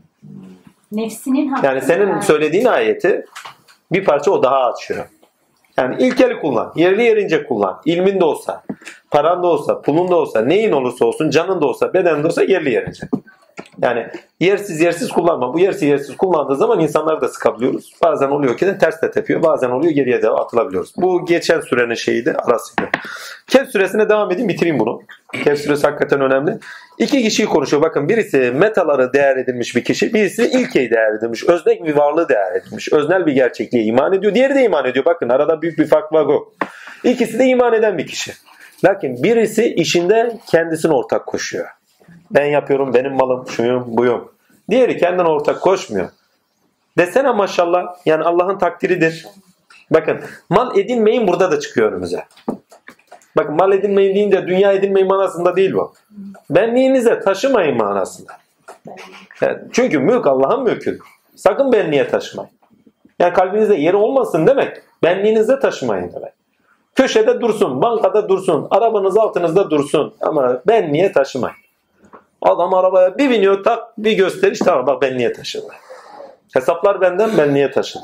Nefsinin hakkı. Yani senin söylediğin ayeti bir parça o daha açıyor. Yani ilkeli kullan, yerli yerince kullan. İlmin de olsa, paran da olsa, pulun da olsa, neyin olursa olsun, canın da olsa, beden de olsa yerli yerince. Yani yersiz kullanma. Bu yersiz kullandığı zaman insanları da sıkabiliyoruz. Bazen oluyor ki de ters de tepiyor. Bazen oluyor geriye de atılabiliyoruz. Bu geçen sürenin şeyiydi, arasıydı. Kehf suresine devam edeyim, bitireyim bunu. Kehf suresi hakikaten önemli. İki kişiyi konuşuyor. Bakın birisi metaları değer edilmiş bir kişi. Birisi ilkeyi değer edilmiş. Öznel bir varlığı değer edilmiş. Öznel bir gerçekliğe iman ediyor. Diğeri de iman ediyor. Bakın arada büyük bir fark var o. İkisi de iman eden bir kişi. Lakin birisi işinde kendisine ortak koşuyor. Ben yapıyorum, benim malım, şuyum, buyum. Diğeri kendine ortak koşmuyor. Desene maşallah, yani Allah'ın takdiridir. Bakın, mal edinmeyin burada da çıkıyor önümüze. Bakın mal edinmeyin deyince dünya edinmeyin manasında değil bu. Benliğinize taşımayın manasında. Yani çünkü mülk Allah'ın mülküdür. Sakın benliğe taşımayın. Yani kalbinizde yeri olmasın demek, benliğinizde taşımayın demek. Köşede dursun, bankada dursun, arabanız altınızda dursun ama benliğe taşımayın. Adam arabaya bir biniyor, tak bir gösteriş, tamam bak ben niye taşıdı. Hesaplar benden, ben niye taşıdı.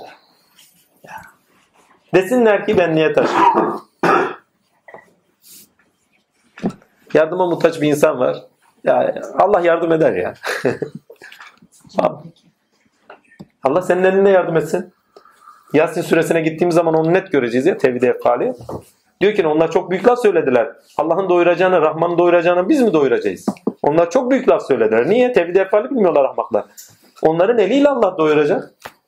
Desinler ki ben niye taşıdı. Yardıma muhtaç bir insan var. Ya Allah yardım eder ya. Allah senin eline yardım etsin. Yasin suresine gittiğimiz zaman onu net göreceğiz ya, tevhid efali. Diyor ki onlar çok büyük laf söylediler. Allah'ın doyuracağını, Rahman'ın doyuracağını biz mi doyuracağız? Onlar çok büyük laf söylediler. Niye? Tevhid efali bilmiyorlar ahmaklar. Onların eliyle Allah doyuracak.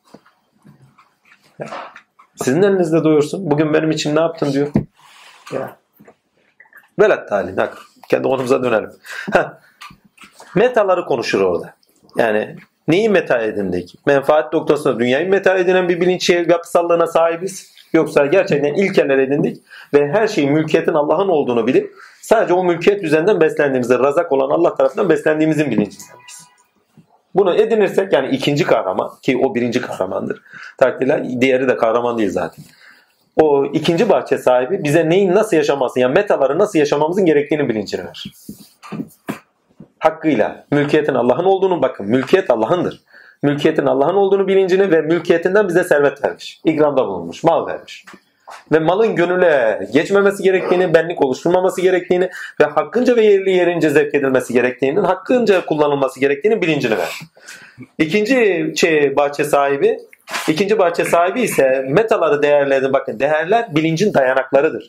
Sizin elinizde doyursun. Bugün benim için ne yaptın diyor. Ya. Velet talin. Kendi konumuza dönelim. Metaları konuşur orada. Yani neyi meta edindik? Menfaat noktasında dünyayı meta edinen bir bilinç yapısallığına sahibiz. Yoksa gerçekten ilkeler edindik ve her şeyin mülkiyetin Allah'ın olduğunu bilip sadece o mülkiyet üzerinden beslendiğimizde, razak olan Allah tarafından beslendiğimizin bilincindeyiz. Bunu edinirsek yani ikinci kahraman ki o birinci kahramandır. Takdirler diğeri de kahraman değil zaten. O ikinci bahçe sahibi bize neyin nasıl yaşaması yani metaları nasıl yaşamamızın gerektiğini bilincini verir. Hakkıyla mülkiyetin Allah'ın olduğunu bakın mülkiyet Allah'ındır. Mülkiyetin Allah'ın olduğunu bilincini ve mülkiyetinden bize servet vermiş. İkramda bulunmuş, mal vermiş. Ve malın gönüle geçmemesi gerektiğini, benlik oluşturmaması gerektiğini ve hakkınca ve yerli yerince zevk edilmesi gerektiğinin, hakkınca kullanılması gerektiğini bilincini ver. İkinci bahçe sahibi ise metaları değerlerdir. Bakın değerler bilincin dayanaklarıdır.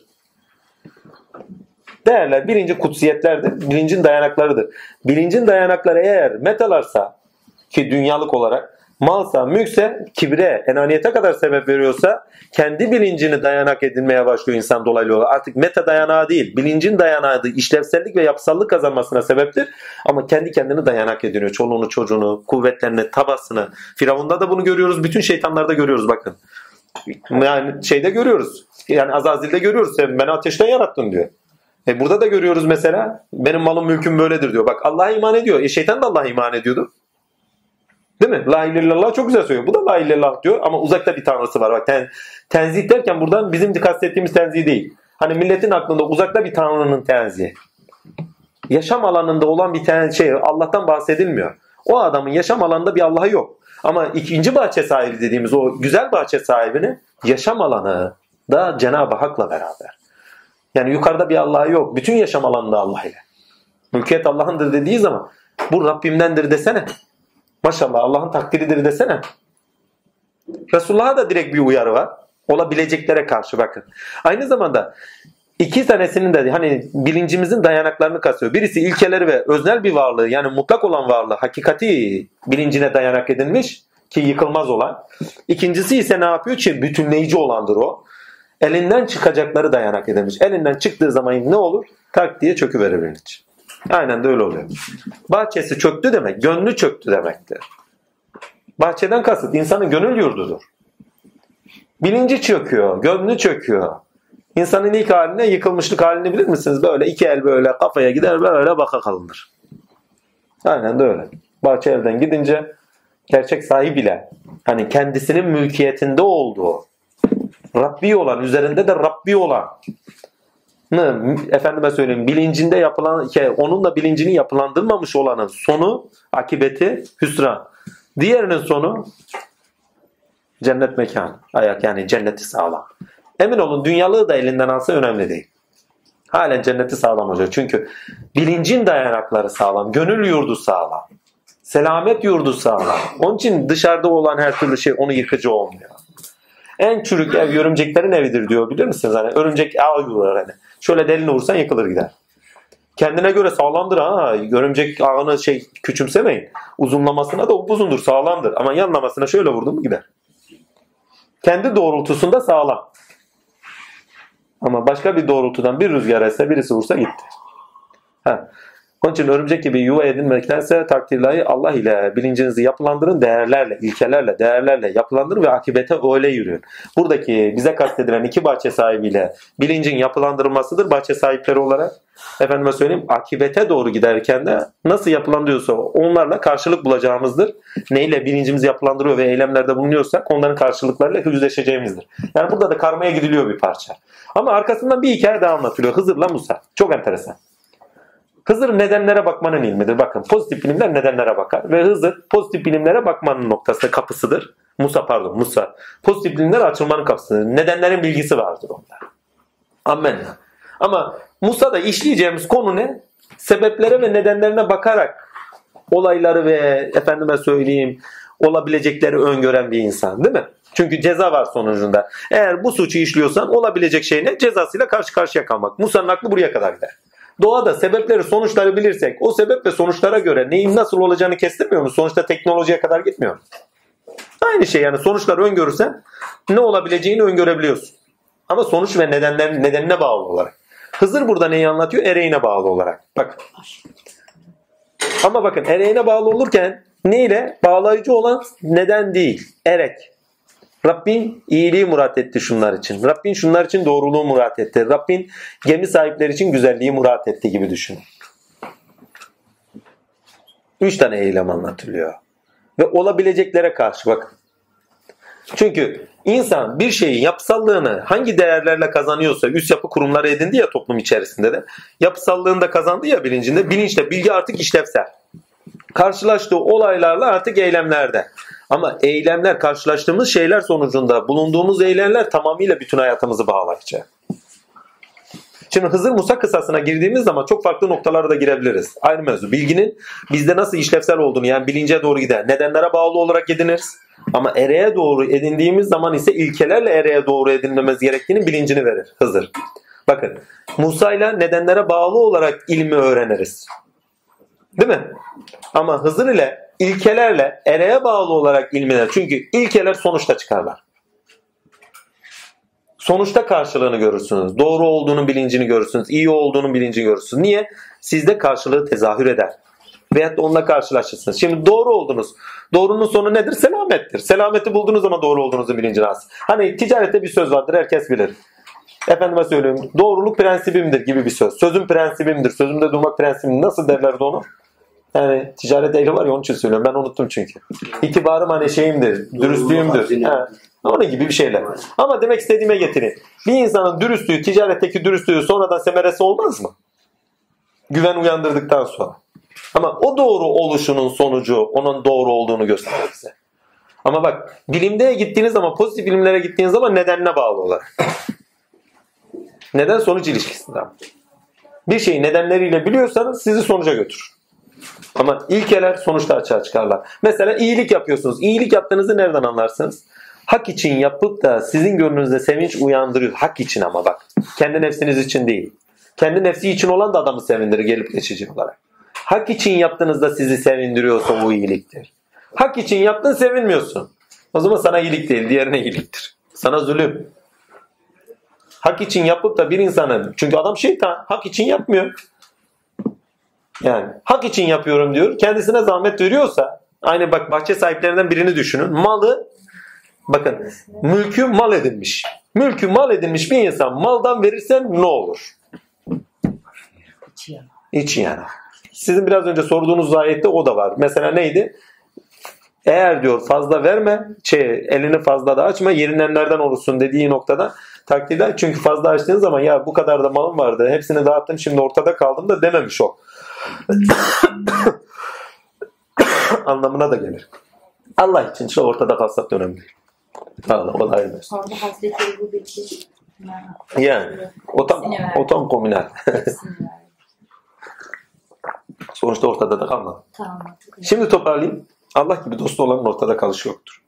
Değerler birinci kutsiyetlerdir, bilincin dayanaklarıdır. Bilincin dayanakları eğer metalarsa ki dünyalık olarak malsa, mülkse, kibre, enaniyete kadar sebep veriyorsa kendi bilincini dayanak edinmeye başlıyor insan dolaylı olarak. Artık meta dayanağı değil, bilincin dayanağı işlevsellik ve yapısallık kazanmasına sebeptir. Ama kendi kendini dayanak ediniyor. Çoluğunu, çocuğunu, kuvvetlerini, tabasını. Firavun'da da bunu görüyoruz. Bütün şeytanlarda görüyoruz bakın. Yani şeyde görüyoruz. Yani Azazil'de görüyoruz. Sen beni ateşten yarattın diyor. Burada da görüyoruz mesela. Benim malım mülküm böyledir diyor. Bak Allah'a iman ediyor. Şeytan da Allah'a iman ediyordu. Değil mi? La ilahe illallah çok güzel söylüyor. Bu da la ilahe illallah diyor ama uzakta bir tanrısı var. Bak tenzih derken buradan bizim kastettiğimiz tenzih değil. Hani milletin aklında uzakta bir tanrının tenzihi. Yaşam alanında olan bir tane şey Allah'tan bahsedilmiyor. O adamın yaşam alanında bir Allah'ı yok. Ama ikinci bahçe sahibi dediğimiz o güzel bahçe sahibinin yaşam alanı da Cenab-ı Hak'la beraber. Yani yukarıda bir Allah'ı yok. Bütün yaşam alanında Allah ile. Mülkiyet Allah'ındır dediği zaman bu Rabbimdendir desene. Maşallah Allah'ın takdiridir desene. Resulullah'a da direkt bir uyarı var. Olabileceklere karşı bakın. Aynı zamanda iki tanesinin de hani bilincimizin dayanaklarını kasıyor. Birisi ilkeleri ve öznel bir varlığı yani mutlak olan varlığı hakikati bilincine dayanak edilmiş ki yıkılmaz olan. İkincisi ise ne yapıyor ki bütünleyici olandır o. Elinden çıkacakları dayanak edilmiş. Elinden çıktığı zaman ne olur? Tak diye çöküverir bilinç. Aynen de öyle oluyor. Bahçesi çöktü demek, gönlü çöktü demektir. Bahçeden kasıt insanın gönül yurdudur. Bilinci çöküyor, gönlü çöküyor. İnsanın ilk haline yıkılmışlık halini bilir misiniz? Böyle iki el böyle kafaya gider böyle baka kalınır. Aynen de öyle. Bahçe elden gidince gerçek sahibiyle hani kendisinin mülkiyetinde olduğu Rabbi olan, üzerinde de Rabbi olan efendime söyleyeyim bilincinde yapılan onunla bilincini yapılandırmamış olanın sonu akibeti hüsran. Diğerinin sonu cennet mekanı. Ayak yani cenneti sağlam. Emin olun dünyalığı da elinden alsa önemli değil. Halen cenneti sağlam olacak. Çünkü bilincin dayanakları sağlam. Gönül yurdu sağlam. Selamet yurdu sağlam. Onun için dışarıda olan her türlü şey onu yıkıcı olmuyor. En çürük ev örümceklerin evidir diyor bilir misiniz? Hani örümcek ağ yuvar hani. Şöyle delini vursan yıkılır gider. Kendine göre sağlamdır ha. Örümcek ağını küçümsemeyin. Uzunlamasına da upuzundur, sağlamdır. Ama yanlamasına şöyle vurdun mu gider. Kendi doğrultusunda sağlam. Ama başka bir doğrultudan bir rüzgar esse birisi vursa gitti. Onun için örümcek gibi yuva edinmektense takdirlahi Allah ile bilincinizi yapılandırın, değerlerle, değerlerle yapılandırın ve akibete öyle yürüyün. Buradaki bize kastedilen iki bahçe sahibiyle bilincin yapılandırılmasıdır bahçe sahipleri olarak. Efendime söyleyeyim akibete doğru giderken de nasıl yapılandırıyorsa onlarla karşılık bulacağımızdır. Neyle bilincimizi yapılandırıyor ve eylemlerde bulunuyorsak onların karşılıklarıyla yüzleşeceğimizdir. Yani burada da karmaya gidiliyor bir parça. Ama arkasından bir hikaye daha anlatılıyor. Hızır'la Musa. Çok enteresan. Hızır nedenlere bakmanın ilmidir. Bakın pozitif bilimler nedenlere bakar. Ve Hızır pozitif bilimlere bakmanın noktası, kapısıdır. Musa. Pozitif bilimler açılmanın kapısıdır. Nedenlerin bilgisi vardır onda. Amenna. Ama Musa'da işleyeceğimiz konu ne? Sebeplere ve nedenlerine bakarak olayları ve efendime söyleyeyim olabilecekleri öngören bir insan değil mi? Çünkü ceza var sonucunda. Eğer bu suçu işliyorsan olabilecek şey ne? Cezasıyla karşı karşıya kalmak. Musa'nın aklı buraya kadar gider. Doğada sebepleri, sonuçları bilirsek o sebep ve sonuçlara göre neyin nasıl olacağını kestirmiyor mu? Sonuçta teknolojiye kadar gitmiyor mu? Aynı şey yani sonuçları öngörürsen ne olabileceğini öngörebiliyorsun. Ama sonuç ve nedenine bağlı olarak. Hızır burada neyi anlatıyor? Ereğine bağlı olarak. Bakın. Ama bakın ereğine bağlı olurken neyle? Bağlayıcı olan neden değil. Erek. Rabbin iyiliği murat etti şunlar için. Rabbin şunlar için doğruluğu murat etti. Rabbin gemi sahipleri için güzelliği murat etti gibi düşünün. 3 tane eylem anlatılıyor. Ve olabileceklere karşı bakın. Çünkü insan bir şeyin yapısallığını hangi değerlerle kazanıyorsa üst yapı kurumları edindi ya toplum içerisinde de yapısallığını da kazandı ya bilincinde. Bilinçle bilgi artık işlevsel. Karşılaştığı olaylarla artık eylemlerde. Ama eylemler karşılaştığımız şeyler sonucunda bulunduğumuz eylemler tamamıyla bütün hayatımızı bağlayacak. Şimdi Hızır Musa kıssasına girdiğimiz zaman çok farklı noktalara da girebiliriz. Aynı mevzu. Bilginin bizde nasıl işlevsel olduğunu yani bilince doğru gider. Nedenlere bağlı olarak ediniriz. Ama ereğe doğru edindiğimiz zaman ise ilkelerle ereğe doğru edinmemiz gerektiğinin bilincini verir Hızır. Bakın Musa ile nedenlere bağlı olarak ilmi öğreniriz. Değil mi? Ama Hızır ile ilkelerle ereğe bağlı olarak ilmiler. Çünkü ilkeler sonuçta çıkarlar. Sonuçta karşılığını görürsünüz. Doğru olduğunun bilincini görürsünüz. İyi olduğunun bilincini görürsünüz. Niye? Sizde karşılığı tezahür eder. Veyahut da onunla karşılaşırsınız. Şimdi doğru oldunuz. Doğrunun sonu nedir? Selamettir. Selameti bulduğunuz zaman doğru olduğunuzu bilincine alsın. Hani ticarette bir söz vardır, herkes bilir. Efendime söyleyeyim, doğruluk prensibimdir gibi bir söz. Sözüm prensibimdir. Sözümde durmak prensibim. Nasıl derlerdi onu? Yani ticaret ehli var ya, onun için söylüyorum. Ben unuttum çünkü. İtibarım hani şeyimdir, dürüstlüğümdür. Onun gibi bir şeyler. Ama demek istediğime getireyim. Bir insanın dürüstlüğü, ticaretteki dürüstlüğü sonradan semeresi olmaz mı? Güven uyandırdıktan sonra. Ama o doğru oluşunun sonucu onun doğru olduğunu gösterir bize. Ama bak, bilimde gittiğiniz zaman, pozitif bilimlere gittiğiniz zaman nedenine bağlı olarak. Neden sonuç ilişkisinden. Bir şeyi nedenleriyle biliyorsanız sizi sonuca götürür. Ama ilkeler sonuçta açığa çıkarlar. Mesela iyilik yapıyorsunuz. İyilik yaptığınızı nereden anlarsınız? Hak için yapıp da sizin gönlünüzde sevinç uyandırıyor. Hak için ama bak. Kendi nefsiniz için değil. Kendi nefsi için olan da adamı sevindirir gelip geçici olarak. Hak için yaptığınızda sizi sevindiriyorsa bu iyiliktir. Hak için yaptın, sevinmiyorsun. O zaman sana iyilik değil, diğerine iyiliktir. Sana zulüm. Hak için yapıp da bir insanın, çünkü adam şeytan, hak için yapmıyor. Yani hak için yapıyorum diyor. Kendisine zahmet veriyorsa, aynı bak bahçe sahiplerinden birini düşünün. Malı, bakın, mülkü mal edilmiş. Mülkü mal edilmiş bir insan maldan verirsen ne olur? İçi yanar. Sizin biraz önce sorduğunuz ayette o da var. Mesela neydi? Eğer diyor fazla verme, elini fazla da açma, yerinenlerden olursun dediği noktada takdirde. Çünkü fazla açtığın zaman ya bu kadar da malım vardı, hepsini dağıttım, şimdi ortada kaldım da dememiş o. Anlamına da gelir. Allah için işte ortada kalsak da önemli değil. Allah o da ayrı. Orada Hazreti Ebu Bekir. Yani o tam komünel. Sonuçta ortada da kalmadı. Tamam. Şimdi toparlayayım. Allah gibi dostu olanın ortada kalışı yoktur.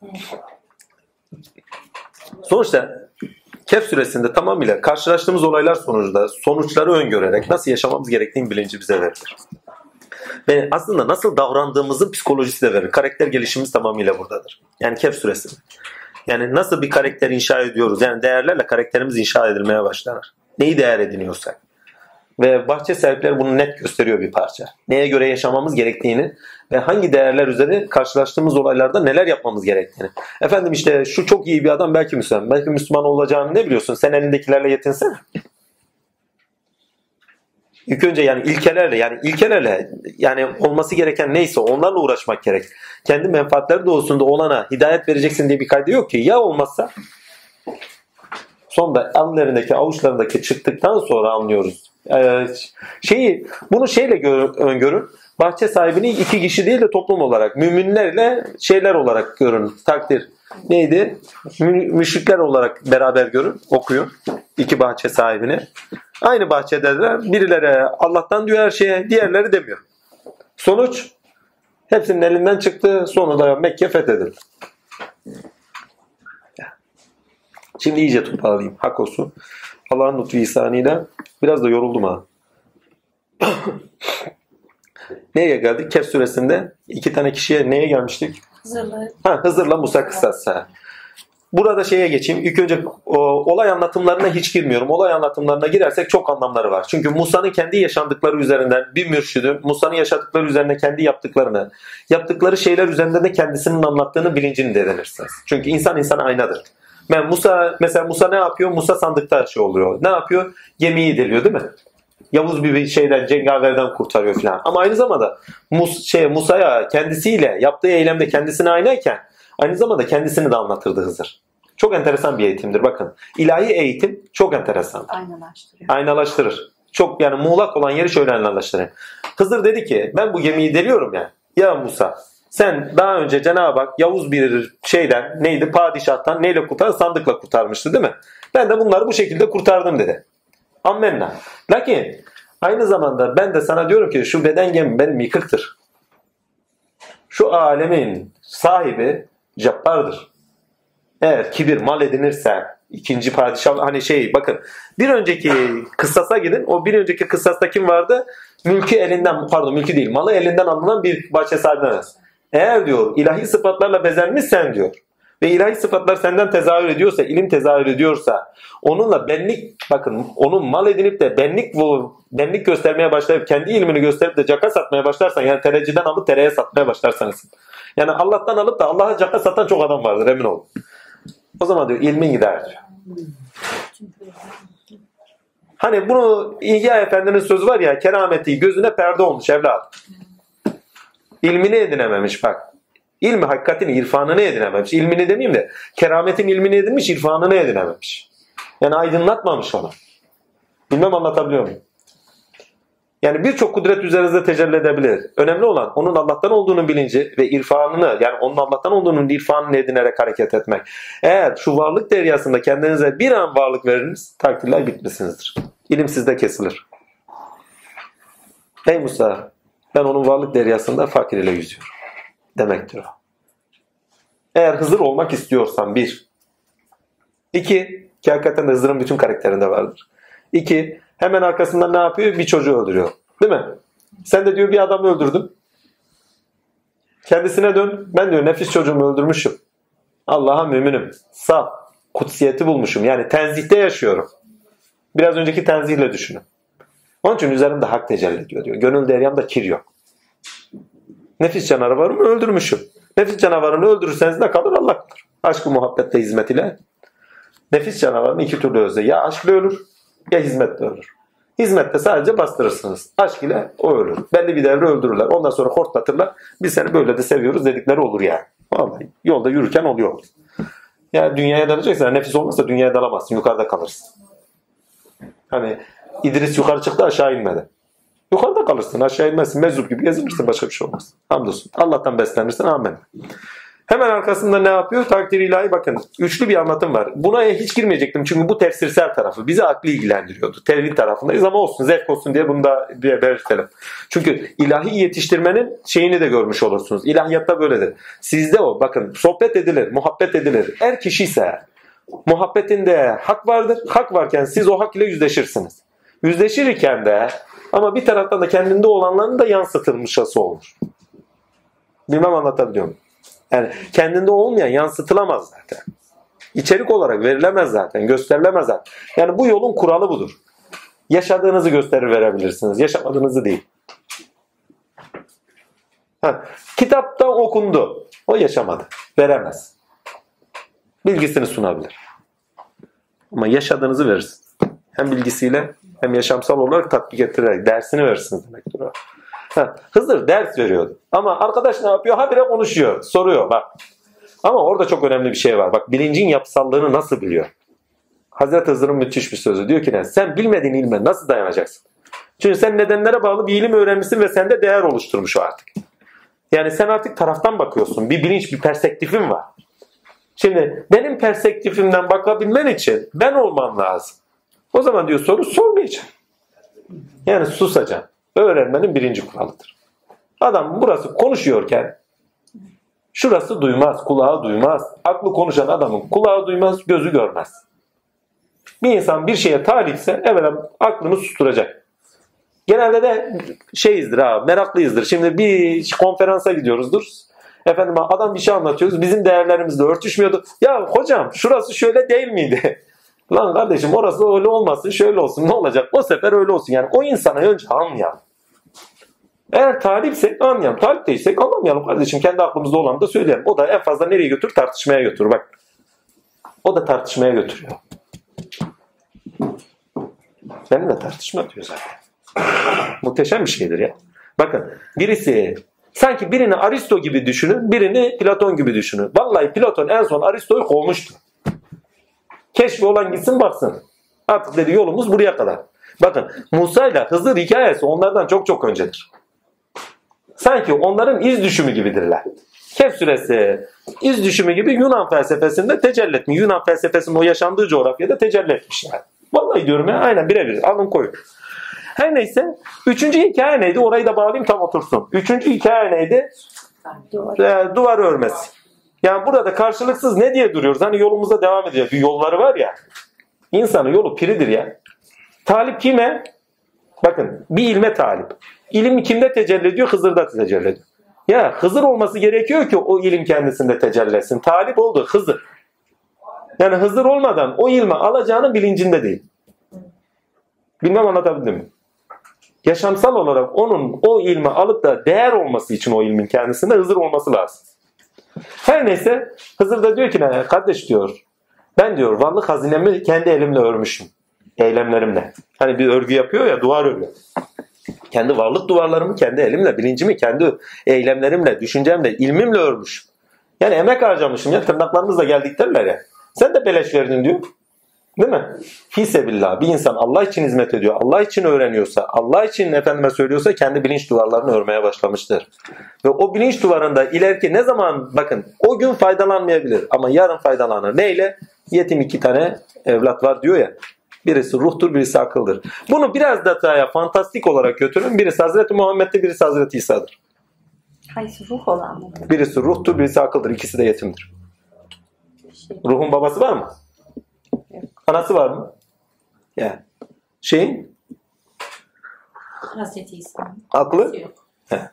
Sonuçta Kehf suresinde tamamıyla karşılaştığımız olaylar sonucunda sonuçları öngörerek nasıl yaşamamız gerektiğini bilinci bize verilir. Ve aslında nasıl davrandığımızın psikolojisi de verir. Karakter gelişimimiz tamamıyla buradadır. Yani Kehf suresinde. Yani nasıl bir karakter inşa ediyoruz? Yani değerlerle karakterimiz inşa edilmeye başlanır. Neyi değer ediniyorsak. Ve bahçe sahipleri bunu net gösteriyor bir parça. Neye göre yaşamamız gerektiğini ve hangi değerler üzerine karşılaştığımız olaylarda neler yapmamız gerektiğini. Efendim işte şu çok iyi bir adam belki Müslüman. Belki Müslüman olacağını ne biliyorsun? Sen elindekilerle yetinsene. İlk önce yani ilkelerle yani olması gereken neyse onlarla uğraşmak gerek. Kendi menfaatleri doğrultusunda olana hidayet vereceksin diye bir kaydı yok ki. Ya olmazsa sonunda ellerindeki avuçlarındaki çıktıktan sonra anlıyoruz. Bunu şeyle öngörün. Bahçe sahibini iki kişi değil de toplum olarak, müminlerle şeyler olarak görün. Takdir. Neydi? Müşrikler olarak beraber görün. Okuyun. İki bahçe sahibini. Aynı bahçedeler. Birileri Allah'tan diyor her şeye, diğerleri demiyor. Sonuç hepsinin elinden çıktı. Sonunda Mekke fethedildi. Şimdi iyice toparlayayım. Hak olsun. Allah'ın lütfu ihsanıyla biraz da yoruldum ha. Neye geldik? Kehf suresinde iki tane kişiye neye gelmiştik? Hızır'la Musa kıssası. Burada şeye geçeyim. İlk önce olay anlatımlarına hiç girmiyorum. Olay anlatımlarına girersek çok anlamları var. Çünkü Musa'nın kendi yaşandıkları üzerinden bir mürşidin Musa'nın yaşadıkları üzerine kendi yaptıklarını, yaptıkları şeyler üzerinden de kendisinin anlattığını bilincini de edinirsiniz. Çünkü insan aynadır. Mesela Musa ne yapıyor? Musa sandıkta oluyor. Ne yapıyor? Gemiyi deliyor değil mi? Yavuz bir şeyden, cengaverden kurtarıyor filan. Ama aynı zamanda Musa'ya kendisiyle yaptığı eylemde kendisine aynayken aynı zamanda kendisini de anlatırdı Hızır. Çok enteresan bir eğitimdir bakın. İlahi eğitim çok enteresan. Aynalaştırır. Çok yani muğlak olan yeri şöyle aynalaştırır. Hızır dedi ki ben bu gemiyi deliyorum ya. Ya Musa sen daha önce Cenab-ı Hak Yavuz bir şeyden neydi padişahtan neyle sandıkla kurtarmıştı değil mi? Ben de bunları bu şekilde kurtardım dedi. Ammenna. Lakin aynı zamanda ben de sana diyorum ki şu beden gemi benim yıkıktır. Şu alemin sahibi cabbardır. Eğer kibir mal edinirse ikinci padişah bakın bir önceki kıssasa gidin. O bir önceki kıssasta kim vardı? Mülkü değil malı elinden alınan bir bahçe sahibinden. Eğer diyor ilahi sıfatlarla bezenmişsen diyor ve ilahi sıfatlar senden tezahür ediyorsa, ilim tezahür ediyorsa, onunla benlik, bakın onun mal edinip de benlik göstermeye başlayıp kendi ilmini gösterip de caka satmaya başlarsan, yani tereciden alıp tereye satmaya başlarsanız, yani Allah'tan alıp da Allah'a caka satan çok adam vardır, emin olun. O zaman diyor ilmin gider diyor. Hani bunu İhya Efendi'nin sözü var ya, kerameti gözüne perde olmuş evladım. İlmini edinememiş bak. İlmi hakikatini, irfanını edinememiş. İlmini demeyeyim de kerametin ilmini edinmiş, irfanını edinememiş. Yani aydınlatmamış onu. Bilmem anlatabiliyor muyum? Yani birçok kudret üzerinizde tecelli edebilir. Önemli olan onun Allah'tan olduğunun bilinci ve irfanını, yani onun Allah'tan olduğunun irfanını edinerek hareket etmek. Eğer şu varlık deryasında kendinize bir an varlık veriniz, takdirler bitmişsinizdir. İlim sizde kesilir. Ey Musa, ben onun varlık deryasında fakir ile yüzüyorum demektir o. Eğer Hızır olmak istiyorsan bir. İki, ki hakikaten de Hızır'ın bütün karakterinde vardır. İki, hemen arkasından ne yapıyor? Bir çocuğu öldürüyor. Değil mi? Sen de diyor bir adamı öldürdün. Kendisine dön. Ben diyor nefis çocuğumu öldürmüşüm. Allah'a müminim. Saf. Kutsiyeti bulmuşum. Yani tenzihte yaşıyorum. Biraz önceki tenzihle düşünün. Onun için üzerimde hak tecelli ediyor diyor. Gönül deryamda kir yok. Nefis canavarımı öldürmüşüm. Nefis canavarını öldürürseniz ne kalır? Allah kalır. Aşkı muhabbetle hizmet ile. Nefis canavarını iki türlü özle. Ya aşkla ölür ya hizmetle ölür. Hizmette sadece bastırırsınız. Aşk ile o ölür. Belli bir devre öldürürler. Ondan sonra hortlatırlar. Biz seni böyle de seviyoruz dedikleri olur yani. Vallahi yolda yürürken oluyor. Yani dünyaya dalacaksan nefis olmazsa dünyaya dalamazsın. Yukarıda kalırsın. Hani İdris yukarı çıktı aşağı inmedi. Yukarıda kalırsın, aşağı inmezsin. Meczup gibi gezinirsin, başka bir şey olmaz. Hamdolsun. Allah'tan beslenirsin. Amin. Hemen arkasında ne yapıyor? Takdir ilahi bakın. Üçlü bir anlatım var. Buna hiç girmeyecektim çünkü bu tefsirsel tarafı. Bizi akli ilgilendiriyordu. Tevhid tarafındayız ama olsun, zevk olsun diye bunu da belirtelim. Çünkü ilahi yetiştirmenin şeyini de görmüş olursunuz. İlahiyatta böyledir. Sizde o, bakın sohbet edilir, muhabbet edilir. Eğer kişi ise muhabbetinde hak vardır. Hak varken siz o hak ile yüzleşirsiniz. Yüzleşirken de ama bir taraftan da kendinde olanların da yansıtılmışası olur. Bilmem anlatabiliyor muyum? Yani kendinde olmayan yansıtılamaz zaten. İçerik olarak verilemez zaten, gösterilemez zaten. Yani bu yolun kuralı budur. Yaşadığınızı gösterir verebilirsiniz, yaşamadığınızı değil. Kitaptan okundu, o yaşamadı, veremez. Bilgisini sunabilir. Ama yaşadığınızı verirsiniz. Hem bilgisiyle hem yaşamsal olarak tatbik ettirerek dersini verirsiniz demektir o. Hızır ders veriyordu. Ama arkadaş ne yapıyor? Habire konuşuyor, soruyor bak. Ama orada çok önemli bir şey var. Bak bilincin yapısallığını nasıl biliyor? Hazreti Hızır'ın müthiş bir sözü. Diyor ki ne? Sen bilmediğin ilme nasıl dayanacaksın? Çünkü sen nedenlere bağlı bir ilim öğrenmişsin ve sende değer oluşturmuş o artık. Yani sen artık taraftan bakıyorsun. Bir bilinç, bir perspektifin var. Şimdi benim perspektifimden bakabilmen için ben olmam lazım. O zaman diyor soru sormayacağım. Yani susacağım. Öğrenmenin birinci kuralıdır. Adam burası konuşuyorken şurası duymaz, kulağı duymaz. Aklı konuşan adamın kulağı duymaz, gözü görmez. Bir insan bir şeye talipse evvela aklını susturacak. Genelde de meraklıyızdır. Şimdi bir konferansa gidiyoruzdur. Efendim adam bir şey anlatıyoruz. Bizim değerlerimizle örtüşmüyordu. Ya hocam şurası şöyle değil miydi? Lan kardeşim orası öyle olmasın, şöyle olsun. Ne olacak? O sefer öyle olsun. Yani o insana önce anlayalım. Eğer talipsek anlayalım. Talip değilsek anlamayalım kardeşim. Kendi aklımızda olanı da söyleyelim. O da en fazla nereye götürür? Tartışmaya götürür. Bak. O da tartışmaya götürüyor. Benimle tartışma diyor zaten. Muhteşem bir şeydir ya. Bakın birisi sanki birini Aristo gibi düşünün, birini Platon gibi düşünün. Vallahi Platon en son Aristo'yu kovmuştu. Keşfi olan gitsin baksın. Artık dedi yolumuz buraya kadar. Bakın Musa ile Hızır hikayesi onlardan çok çok öncedir. Sanki onların iz düşümü gibidirler. Kehf suresi iz düşümü gibi Yunan felsefesinde tecelli etmiş. Yunan felsefesinin o yaşandığı coğrafyada tecelli etmişler. Vallahi diyorum ya aynen birebir alın koyun. Her neyse 3. hikaye neydi? Orayı da bağlayayım tam otursun. 3. hikaye neydi? Duvar örmesi. Yani burada karşılıksız ne diye duruyoruz? Hani yolumuza devam edeceğiz. Bir yolları var ya. İnsanın yolu piridir ya. Talip kime? Bakın bir ilme talip. İlim kimde tecelli ediyor? Hızır'da tecelli ediyor. Ya Hızır olması gerekiyor ki o ilim kendisinde tecelli etsin. Talip oldu Hızır. Yani Hızır olmadan o ilmi alacağının bilincinde değil. Bilmem anlatabildim mi? Yaşamsal olarak onun o ilmi alıp da değer olması için o ilmin kendisinde Hızır olması lazım. Her neyse Hızır da diyor ki ne kardeş diyor. Ben diyor varlık hazinemi kendi elimle örmüşüm. Eylemlerimle. Hani bir örgü yapıyor ya duvar örüyor. Kendi varlık duvarlarımı kendi elimle, bilincimi kendi eylemlerimle, düşüncemle, ilmimle örmüş. Yani emek harcamışım ya tırnaklarımızla geldik derler ya. Sen de beleş verdin diyor. Değil mi? Fisebillah bir insan Allah için hizmet ediyor, Allah için öğreniyorsa, Allah için efendime söylüyorsa kendi bilinç duvarlarını örmeye başlamıştır. Ve o bilinç duvarında ileriki ne zaman bakın o gün faydalanmayabilir ama yarın faydalanır. Neyle? Yetim 2 tane evlat var diyor ya. Birisi ruhtur, birisi akıldır. Bunu biraz daha fantastik olarak götürün. Birisi Hazreti Muhammed'de, birisi Hazreti İsa'dır. Hayır, ruh olan mı? Birisi ruhtur, birisi akıldır. İkisi de yetimdir. Ruhun babası var mı? Anası var mı? Yani. Şeyin? Hazreti İsa. Aklı? Yok. He.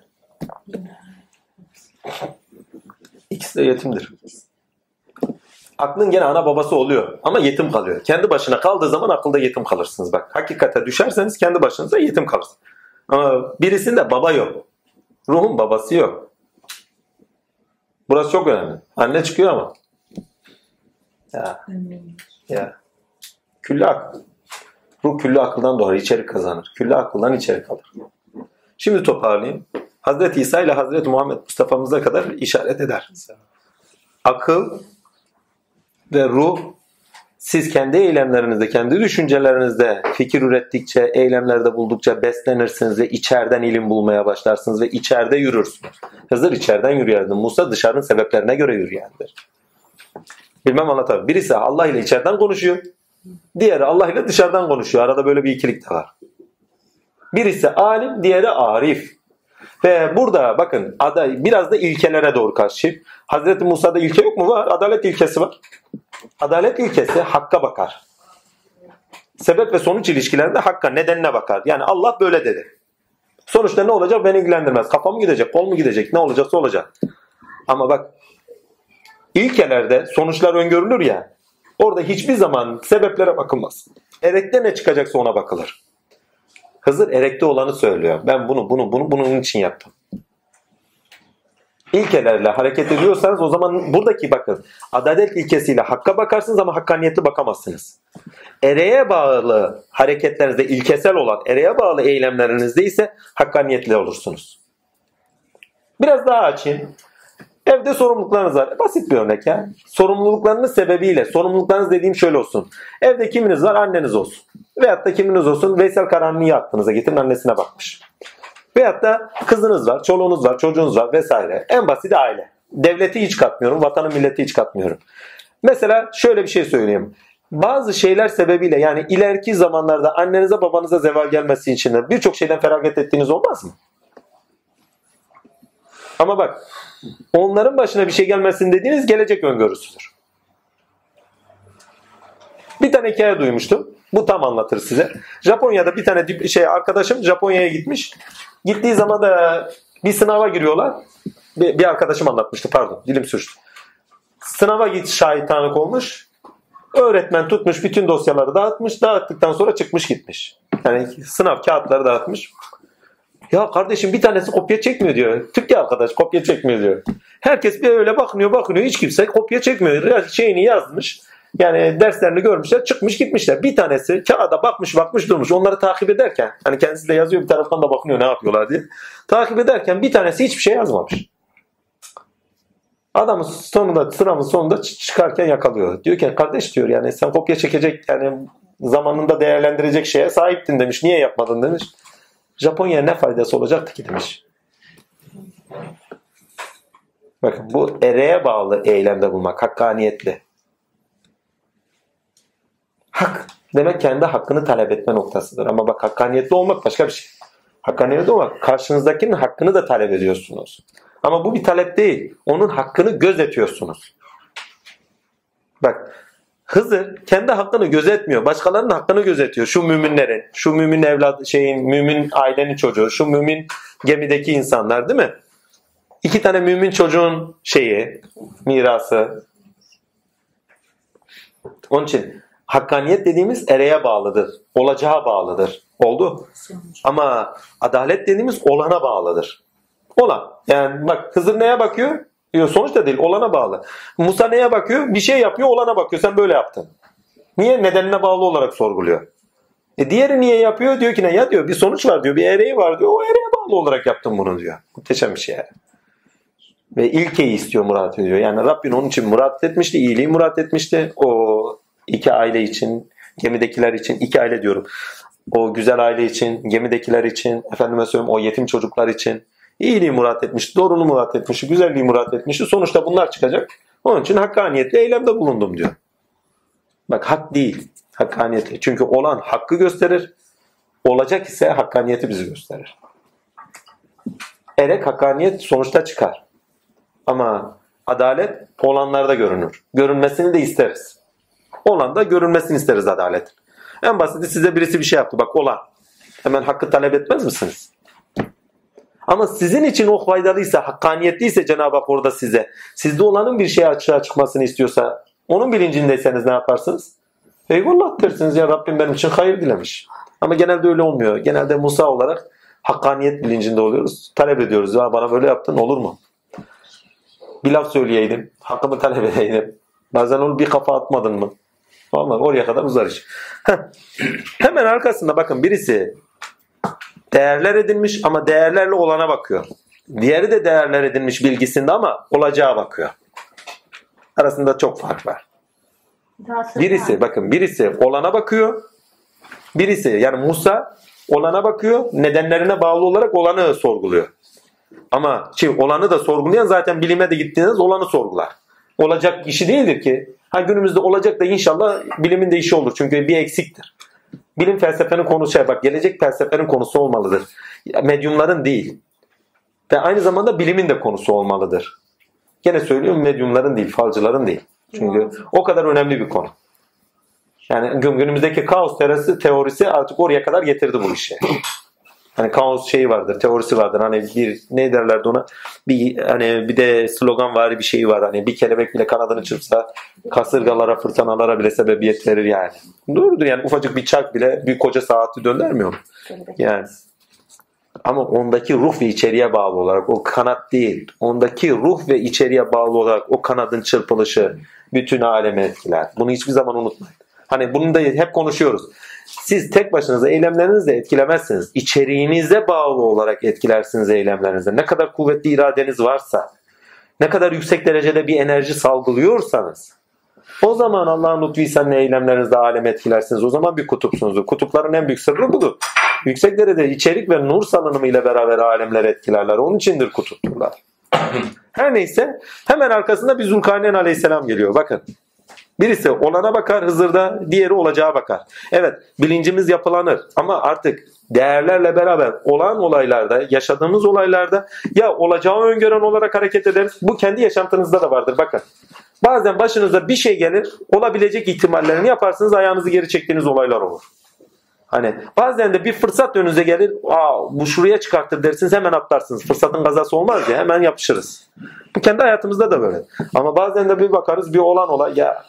İkisi de yetimdir. Aklın gene ana babası oluyor ama yetim kalıyor. Kendi başına kaldığı zaman akılda yetim kalırsınız. Bak hakikate düşerseniz kendi başınıza yetim kalırsınız. Ama birisinde baba yok. Ruhun babası yok. Burası çok önemli. Anne çıkıyor ama. Ya. Küllü akıl. Ruh küllü akıldan doğar, içerik kazanır. Küllü akıldan içerik alır. Şimdi toparlayayım. Hazreti İsa ile Hazreti Muhammed Mustafa'mıza kadar işaret eder. Akıl ve ruh siz kendi eylemlerinizde, kendi düşüncelerinizde fikir ürettikçe, eylemlerde buldukça beslenirsiniz ve içeriden ilim bulmaya başlarsınız ve içeride yürürsünüz. Hızır içeriden yürüyordu. Musa dışarının sebeplerine göre yürüyendir. Bilmem anlatabilirim. Birisi Allah ile içeriden konuşuyor. Diğeri Allah ile dışarıdan konuşuyor. Arada böyle bir ikilik de var. Birisi alim, diğeri arif. Ve burada bakın biraz da ilkelere doğru karşı. Hazreti Musa'da ilke yok mu? Var. Adalet ilkesi var. Adalet ilkesi hakka bakar. Sebep ve sonuç ilişkilerinde hakka, nedenine bakar. Yani Allah böyle dedi. Sonuçta ne olacak beni ilgilendirmez. Kafa mı gidecek, kol mu gidecek, ne olacaksa olacak. Ama bak ilkelerde sonuçlar öngörülür ya. Orada hiçbir zaman sebeplere bakılmaz. Erekte ne çıkacaksa ona bakılır. Hızır erekte olanı söylüyor. Ben bunun için yaptım. İlkelerle hareket ediyorsanız o zaman buradaki bakın adalet ilkesiyle hakka bakarsınız ama hakkaniyetli bakamazsınız. Ereğe bağlı hareketlerinizde ilkesel olan ereğe bağlı eylemlerinizde ise hakkaniyetli olursunuz. Biraz daha açayım. Evde sorumluluklarınız var. Basit bir örnek ya. Sorumluluklarınız sebebiyle. Sorumluluklarınız dediğim şöyle olsun. Evde kiminiz var? Anneniz olsun. Veyahut da kiminiz olsun? Veysel Karahan'ı niye aklınıza getirin? Annesine bakmış. Veyahut da kızınız var, çoluğunuz var, çocuğunuz var vesaire. En basit aile. Devleti hiç katmıyorum. Vatanı milleti hiç katmıyorum. Mesela şöyle bir şey söyleyeyim. Bazı şeyler sebebiyle yani ileriki zamanlarda annenize babanıza zeval gelmesi için birçok şeyden feragat ettiğiniz olmaz mı? Ama bak onların başına bir şey gelmesin dediğiniz gelecek öngörüsüdür. Bir tane hikaye duymuştum. Bu tam anlatır size. Japonya'da bir tane arkadaşım Japonya'ya gitmiş. Gittiği zaman da bir sınava giriyorlar. Bir arkadaşım anlatmıştı pardon dilim sürçtü. Sınava şahit tanık olmuş. Öğretmen tutmuş bütün dosyaları dağıtmış. Dağıttıktan sonra çıkmış gitmiş. Yani sınav kağıtları dağıtmış. Ya kardeşim bir tanesi kopya çekmiyor diyor. Türkiye arkadaş kopya çekmiyor diyor. Herkes bir öyle bakınıyor. Hiç kimse kopya çekmiyor. Şeyini yazmış. Yani derslerini görmüşler. Çıkmış gitmişler. Bir tanesi kağıda bakmış durmuş. Onları takip ederken hani kendisi de yazıyor bir taraftan da bakınıyor ne yapıyorlar diye. Takip ederken bir tanesi hiçbir şey yazmamış. Adamın sonunda sıramın sonunda çıkarken yakalıyor. Diyor ki kardeş diyor yani sen kopya çekecek yani zamanında değerlendirecek şeye sahiptin demiş. Niye yapmadın demiş. Japonya'ya ne faydası olacaktı ki demiş. Bakın bu ereğe bağlı eylemde bulmak. Hakkaniyetli. Hak demek kendi hakkını talep etme noktasıdır. Ama bak hakkaniyetli olmak başka bir şey. Hakkaniyetli olmak karşınızdakinin hakkını da talep ediyorsunuz. Ama bu bir talep değil. Onun hakkını gözetiyorsunuz. Bak Hızır kendi hakkını gözetmiyor. Başkalarının hakkını gözetiyor. Şu müminlerin, şu mümin evlat mümin ailenin çocuğu, şu mümin gemideki insanlar değil mi? 2 tane mümin çocuğun mirası. Onun için hakkaniyet dediğimiz ereğe bağlıdır. Olacağa bağlıdır. Oldu. Ama adalet dediğimiz olana bağlıdır. Olan. Yani bak Hızır neye bakıyor? Sonuçta değil. Olana bağlı. Musa neye bakıyor? Bir şey yapıyor. Olana bakıyor. Sen böyle yaptın. Niye? Nedenine bağlı olarak sorguluyor. Diğeri niye yapıyor? Diyor ki ne? Ya diyor bir sonuç var diyor. Bir ereği var diyor. O ereğe bağlı olarak yaptım bunu diyor. Muhteşem bir şey yani. Ve ilkeyi istiyor, murat ediyor. Yani Rabbin onun için murat etmişti. İyiliği murat etmişti. O 2 aile için, gemidekiler için, 2 aile diyorum. O güzel aile için, gemidekiler için, efendime söyleyeyim o yetim çocuklar için iyiliği murat etmişti, doğruluğu murat etmişti, güzelliği murat etmişti. Sonuçta bunlar çıkacak. Onun için hakkaniyetle eylemde bulundum diyor. Bak hak değil, hakkaniyetli. Çünkü olan hakkı gösterir, olacak ise hakkaniyeti bizi gösterir. Erek hakkaniyet sonuçta çıkar. Ama adalet olanlarda görünür. Görünmesini de isteriz. Olan da görünmesini isteriz adalet. En basiti size birisi bir şey yaptı. Bak olan. Hemen hakkı talep etmez misiniz? Ama sizin için o faydalıysa, hakkaniyetliyse Cenab-ı Hak orada size, sizde olanın bir şeye açığa çıkmasını istiyorsa, onun bilincindeyseniz ne yaparsınız? Eyvallah dersiniz ya Rabbim benim için hayır dilemiş. Ama genelde öyle olmuyor. Genelde Musa olarak hakkaniyet bilincinde oluyoruz. Talep ediyoruz. Ya bana böyle yaptın olur mu? Bir laf söyleyeydim. Hakkımı talep edeydim. Bazen onu bir kafa atmadın mı? Olmaz. Oraya kadar uzar iş. Hemen arkasında bakın birisi değerler edinmiş ama değerlerle olana bakıyor. Diğeri de değerler edinmiş bilgisinde ama olacağa bakıyor. Arasında çok fark var. Birisi olana bakıyor. Birisi yani Musa olana bakıyor. Nedenlerine bağlı olarak olanı sorguluyor. Ama olanı da sorgulayan zaten bilime de gittiğiniz olanı sorgular. Olacak işi değildir ki. Günümüzde olacak da inşallah bilimin de işi olur. Çünkü bir eksiktir. Bilim felsefenin konusu gelecek felsefenin konusu olmalıdır. Medyumların değil. Ve aynı zamanda bilimin de konusu olmalıdır. Gene söylüyorum medyumların değil, falcıların değil. Çünkü o kadar önemli bir konu. Yani günümüzdeki kaos teorisi artık oraya kadar getirdi bu işi. Hani kaos vardır, teorisi vardır. Hani ne derlerdi ona? Bir de slogan var, bir şey var. Hani bir kelebek bile kanadını çırpsa kasırgalara, fırtınalara bile sebebiyet verir yani. Doğrudur yani ufacık bir çark bile bir koca saati döndürmüyor mu? Yani. Ama ondaki ruh ve içeriğe bağlı olarak o kanat değil. Ondaki ruh ve içeriğe bağlı olarak o kanadın çırpılışı bütün alemi etkiler. Bunu hiçbir zaman unutmayın. Hani bunu da hep konuşuyoruz. Siz tek başınıza eylemlerinizle etkilemezsiniz. İçeriğinize bağlı olarak etkilersiniz eylemlerinizle. Ne kadar kuvvetli iradeniz varsa, ne kadar yüksek derecede bir enerji salgılıyorsanız, o zaman Allah'ın lütfuyla eylemlerinizle alemi etkilersiniz. O zaman bir kutupsunuz. Kutupların en büyük sırrı budur. Yüksek derecede içerik ve nur salınımı ile beraber alemleri etkilerler. Onun içindir kutupturlar. Her neyse hemen arkasında bir Zülkarneyn Aleyhisselam geliyor. Bakın. Birisi olana bakar Hızır'da, diğeri olacağa bakar. Evet, bilincimiz yapılanır ama artık değerlerle beraber olan olaylarda, yaşadığımız olaylarda ya olacağı öngören olarak hareket ederiz. Bu kendi yaşantınızda da vardır. Bakın. Bazen başınıza bir şey gelir, olabilecek ihtimallerini yaparsınız, ayağınızı geri çektiğiniz olaylar olur. Hani bazen de bir fırsat önünüze gelir, bu şuraya çıkartır dersiniz, hemen atlarsınız. Fırsatın kazası olmaz ya, hemen yapışırız. Bu kendi hayatımızda da böyle. Ama bazen de bir bakarız, bir olay ya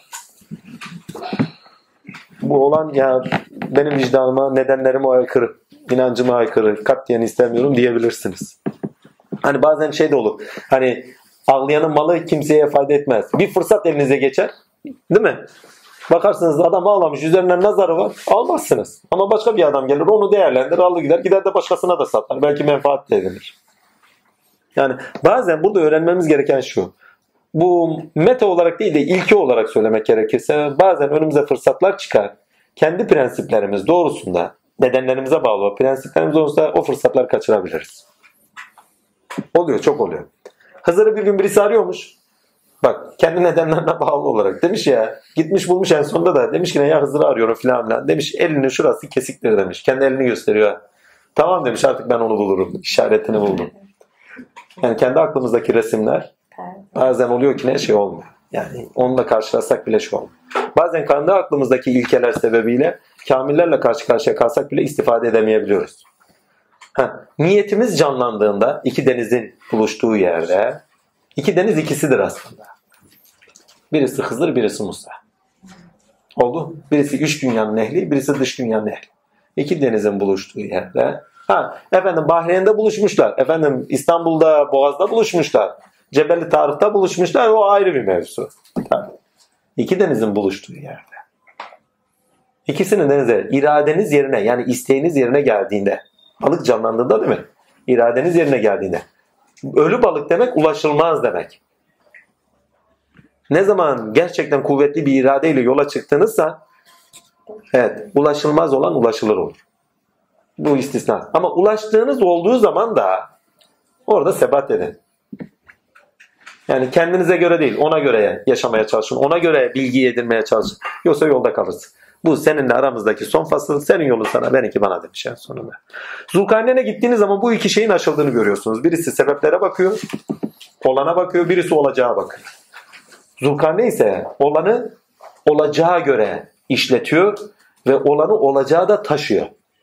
bu olan ya benim vicdanıma, nedenlerime aykırı, inancıma aykırı, katiyen istemiyorum diyebilirsiniz. Hani bazen de olur. Hani ağlayanın malı kimseye fayda etmez. Bir fırsat elinize geçer, değil mi? Bakarsınız adam ağlamış, üzerinden nazarı var, almazsınız. Ama başka bir adam gelir, onu değerlendirir, alır gider de başkasına da satar. Belki menfaat de edinir. Yani bazen burada öğrenmemiz gereken şu. Bu meta olarak değil de ilke olarak söylemek gerekirse bazen önümüze fırsatlar çıkar. Kendi prensiplerimiz doğrusunda, nedenlerimize bağlı prensiplerimiz olursa o fırsatları kaçırabiliriz. Oluyor, çok oluyor. Hızır'ı bir gün birisi arıyormuş. Bak kendi nedenlerine bağlı olarak demiş ya, gitmiş bulmuş en sonunda da demiş ki ya Hızır'ı arıyorum filan. Demiş elinin şurası kesiktir demiş. Kendi elini gösteriyor. Tamam demiş artık ben onu bulurum. İşaretini buldum. Yani kendi aklımızdaki resimler bazen oluyor ki ne olmuyor. Yani onunla karşılaşsak bile olmuyor. Bazen kendi aklımızdaki ilkeler sebebiyle kamillerle karşı karşıya kalsak bile istifade edemeyebiliyoruz. Niyetimiz canlandığında iki denizin buluştuğu yerde, iki deniz ikisidir aslında. Birisi Hızır, birisi Musa. Oldu. Birisi iç dünyanın ehli, birisi dış dünyanın ehli. İki denizin buluştuğu yerde. Efendim Bahreyn'de buluşmuşlar. Efendim İstanbul'da, Boğaz'da buluşmuşlar. Cebeli Tarık'ta buluşmuşlar. O ayrı bir mevzu. İki denizin buluştuğu yerde. İkisinin denize iradeniz yerine, yani isteğiniz yerine geldiğinde, balık canlandığında değil mi? İradeniz yerine geldiğinde. Ölü balık demek ulaşılmaz demek. Ne zaman gerçekten kuvvetli bir iradeyle yola çıktığınızsa, evet, ulaşılmaz olan ulaşılır olur. Bu istisna. Ama ulaştığınız olduğu zaman da orada sebat edin. Yani kendinize göre değil, ona göre yaşamaya çalışın. Ona göre bilgi edinmeye çalışın. Yoksa yolda kalırsın. Bu seninle aramızdaki son fasıl, senin yolun sana, benimki bana demiş en sonunda. Zulkarneyn'e gittiğiniz zaman bu iki şeyin aşıldığını görüyorsunuz. Birisi sebeplere bakıyor, olana bakıyor, birisi olacağa bakıyor. Zulkarneyn ise olanı olacağı göre işletiyor ve olanı olacağı da taşıyor.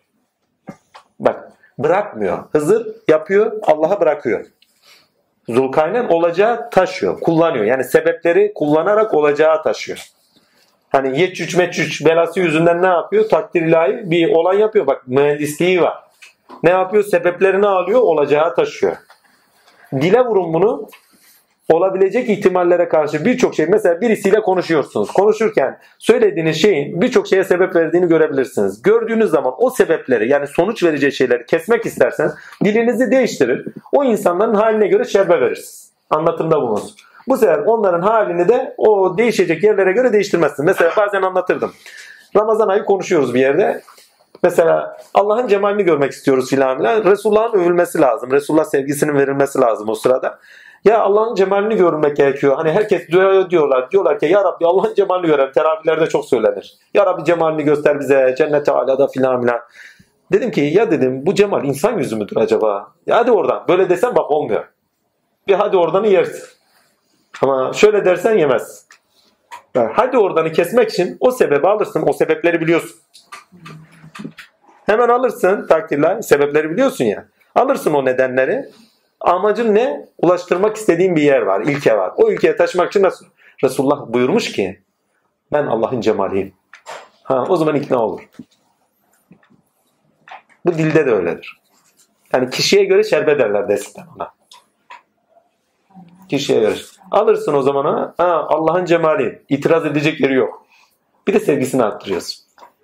Bak, bırakmıyor. Hızır yapıyor, Allah'a bırakıyor. Zulkarneyn olacağı taşıyor, kullanıyor. Yani sebepleri kullanarak olacağı taşıyor. Hani yetçüç meççüç belası yüzünden ne yapıyor? Takdir ilahi bir olay yapıyor. Bak, mühendisliği var. Ne yapıyor? Sebeplerini alıyor, olacağı taşıyor. Dile vurun bunu. Olabilecek ihtimallere karşı birçok şey. Mesela birisiyle konuşuyorsunuz. Konuşurken söylediğiniz şeyin birçok şeye sebep verdiğini görebilirsiniz. Gördüğünüz zaman o sebepleri, yani sonuç vereceği şeyleri kesmek isterseniz dilinizi değiştirin. O insanların haline göre şerbe verirsiniz. Anlatımda bulunsun. Bu sefer onların halini de o değişecek yerlere göre değiştirmezsiniz. Mesela bazen anlatırdım. Ramazan ayı konuşuyoruz bir yerde. Mesela Allah'ın cemalini görmek istiyoruz filan. Resulullah'ın övülmesi lazım. Resulullah sevgisinin verilmesi lazım o sırada. Ya Allah'ın cemalini görmek gerekiyor. Hani herkes dua ediyorlar. Diyorlar ki ya Rabbi Allah'ın cemalini görelim. Teravihlerde çok söylenir. Ya Rabbi cemalini göster bize. Cennete alada filan filan. Dedim ki ya dedim bu cemal insan yüzü müdür acaba? Ya hadi oradan. Böyle desem bak olmuyor. Bir hadi oradanı yersin. Ama şöyle dersen yemezsin. Yani hadi oradanı kesmek için o sebebi alırsın. O sebepleri biliyorsun. Hemen alırsın takdirler. Sebepleri biliyorsun ya. Alırsın o nedenleri. Amacın ne? Ulaştırmak istediğin bir yer var, ilke var. O ilkeye taşımak için nasıl? Resulullah buyurmuş ki ben Allah'ın cemaliyim. O zaman ikna olur. Bu dilde de öyledir. Yani kişiye göre şerbe derler eskiden ona. Kişiye göre. Alırsın o zaman Allah'ın cemali. İtiraz edecek yeri yok. Bir de sevgisini arttırıyorsun.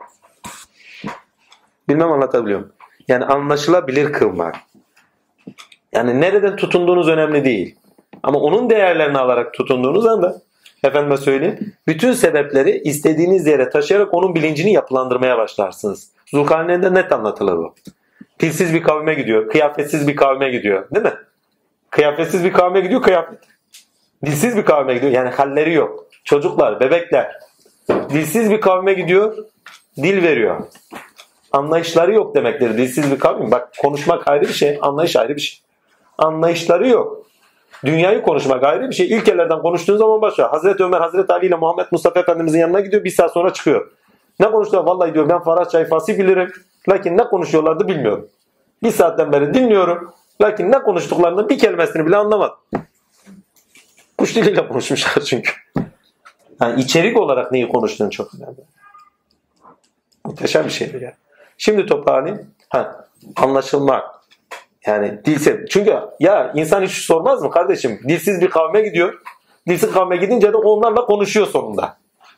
Bilmem anlatabiliyor muyum? Yani anlaşılabilir kılmak. Yani nereden tutunduğunuz önemli değil. Ama onun değerlerini alarak tutunduğunuz anda, efendime söyleyeyim, bütün sebepleri istediğiniz yere taşıyarak onun bilincini yapılandırmaya başlarsınız. Zulkarneyn'de net anlatılır bu. Dilsiz bir kavme gidiyor, kıyafetsiz bir kavme gidiyor. Değil mi? Kıyafetsiz bir kavme gidiyor, kıyafet. Dilsiz bir kavme gidiyor, yani halleri yok. Çocuklar, bebekler. Dilsiz bir kavme gidiyor, dil veriyor. Anlayışları yok demektir dilsiz bir kavim. Bak, konuşmak ayrı bir şey, anlayış ayrı bir şey. Anlayışları yok. Dünyayı konuşmak ayrı bir şey. İlkelerden konuştuğun zaman başlıyor. Hazreti Ömer, Hazreti Ali ile Muhammed Mustafa Efendimizin yanına gidiyor. Bir saat sonra çıkıyor. Ne konuştular? Vallahi diyor ben Farsça Fasih bilirim. Lakin ne konuşuyorlardı bilmiyorum. Bir saatten beri dinliyorum. Lakin ne konuştuklarını bir kelimesini bile anlamadım. Kuş diliyle konuşmuşlar çünkü. Yani içerik olarak neyi konuştuğun çok önemli. Muhteşem bir şeydir yani. Şimdi toparlayayım. Anlaşılmak. Yani dilsiz. Çünkü ya insan hiç sormaz mı kardeşim? Dilsiz bir kavme gidiyor. Dilsiz kavme gidince de onlarla konuşuyor sonunda.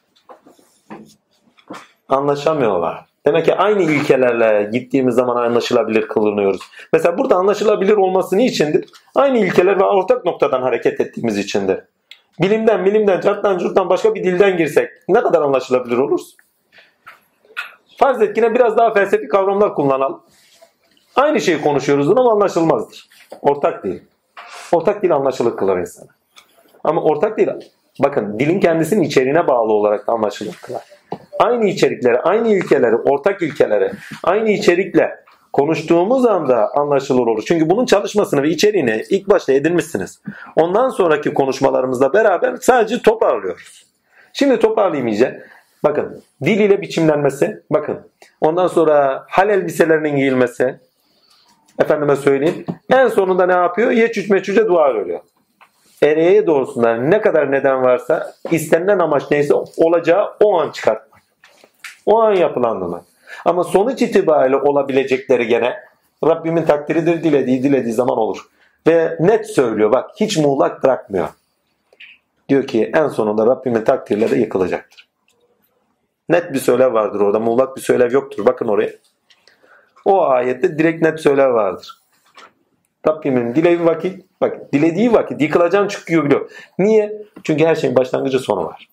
Anlaşamıyorlar. Demek ki aynı ilkelerle gittiğimiz zaman anlaşılabilir kılınıyoruz. Mesela burada anlaşılabilir olması niçindir? Aynı ilkeler ve ortak noktadan hareket ettiğimiz içindir. Bilimden, carttan, curttan başka bir dilden girsek ne kadar anlaşılabilir oluruz? Farz et yine biraz daha felsefi kavramlar kullanalım. Aynı şeyi konuşuyoruz ama anlaşılmazdır. Ortak değil. Ortak değil anlaşılır kılar insanı. Ama ortak değil. Bakın dilin kendisinin içeriğine bağlı olarak da anlaşılır kılar. Aynı içerikleri, aynı ilkeleri, ortak ilkeleri aynı içerikle konuştuğumuz anda anlaşılır olur. Çünkü bunun çalışmasını ve içeriğini ilk başta edinmişsiniz. Ondan sonraki konuşmalarımızla beraber sadece toparlıyoruz. Şimdi toparlayayım iyice. Bakın dil ile biçimlenmesi, bakın ondan sonra hal elbiselerinin giyilmesi, Efendime söyleyeyim. En sonunda ne yapıyor? Yecüc mecüce dua veriyor. Ereğe doğrusunda ne kadar neden varsa istenilen amaç neyse olacağı o an çıkartmak. O an yapılanmalar. Ama sonuç itibariyle olabilecekleri gene Rabbimin takdiridir, dilediği zaman olur. Ve net söylüyor, bak hiç muğlak bırakmıyor. Diyor ki en sonunda Rabbimin takdirleri yıkılacaktır. Net bir söylev vardır orada, muğlak bir söylev yoktur. Bakın oraya. O ayette direkt net söylev vardır. Rabbimin dilediği vakit yıkılacağını çıkıyor biliyor. Niye? Çünkü her şeyin başlangıcı sonu var.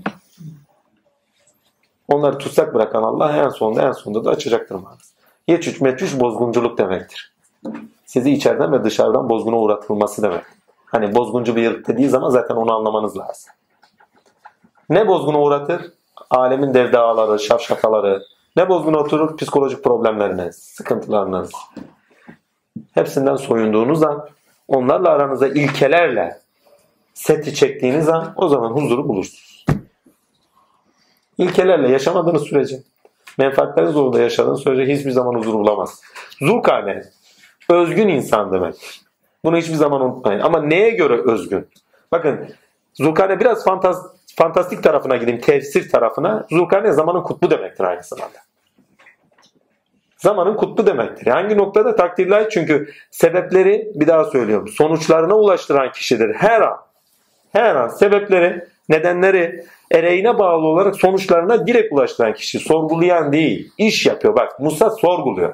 Onları tutsak bırakan Allah en sonunda da açacaktır maalesef. Yecüc mecüc bozgunculuk demektir. Sizi içeriden ve dışarıdan bozguna uğratılması demek. Hani bozguncu bir ırk dediği zaman zaten onu anlamanız lazım. Ne bozguna uğratır? Alemin devdağları, şafşakaları. Ne bozguna oturur? Psikolojik problemleriniz, sıkıntılarınız. Hepsinden soyunduğunuz an, onlarla aranıza ilkelerle seti çektiğiniz an o zaman huzuru bulursunuz. İlkelerle yaşamadığınız sürece, menfaatleriniz zorunda yaşadığınız sürece hiçbir zaman huzur bulamaz. Zulkarneyn, özgün insan demek. Bunu hiçbir zaman unutmayın. Ama neye göre özgün? Bakın, Zulkarneyn biraz fantastik tarafına gideyim, tefsir tarafına. Zulkarneyn zamanın kutbu demektir aynı zamanda. Zamanın kutbu demektir. Hangi noktada takdirler? Çünkü sebepleri, bir daha söylüyorum, sonuçlarına ulaştıran kişidir. Her an sebepleri, nedenleri ereğine bağlı olarak sonuçlarına direkt ulaştıran kişi. Sorgulayan değil, iş yapıyor. Bak Musa sorguluyor.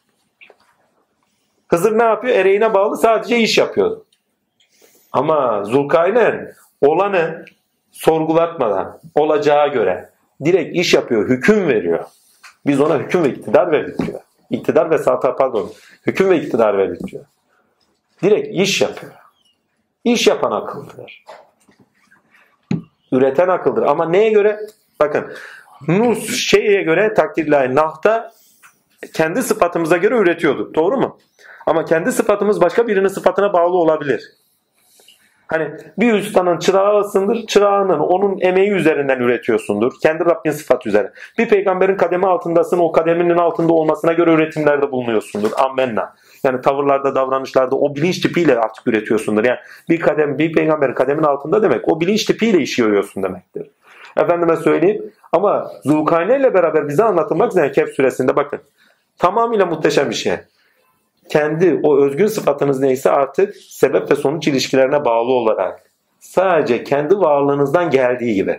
Hızır ne yapıyor? Ereğine bağlı sadece iş yapıyordu. Ama Zulkarneyn olanı sorgulatmadan, olacağı göre direkt iş yapıyor, hüküm veriyor. Biz ona hüküm ve iktidar verdik diyor. Hüküm ve iktidar verdik diyor. Direkt iş yapıyor. İş yapan akıldır. Üreten akıldır. Ama neye göre? Bakın, şeye göre takdirler, nahta kendi sıfatımıza göre üretiyorduk. Doğru mu? Ama kendi sıfatımız başka birinin sıfatına bağlı olabilir. Hani bir ustanın çırağısındır, çırağının onun emeği üzerinden üretiyorsundur. Kendi Rabbin sıfatı üzerine. Bir peygamberin kademi altındasın, o kademinin altında olmasına göre üretimlerde bulunuyorsundur. Ammenna. Yani tavırlarda, davranışlarda o bilinç tipiyle artık üretiyorsundur. Yani bir peygamberin kademin altında demek, o bilinç tipiyle işi görüyorsun demektir. Efendime söyleyeyim. Ama Zulkarneyn ile beraber bize anlatılmak üzere Kehf suresinde bakın. Tamamıyla muhteşem bir şey. Kendi o özgün sıfatınız neyse artık sebep ve sonuç ilişkilerine bağlı olarak sadece kendi varlığınızdan geldiği gibi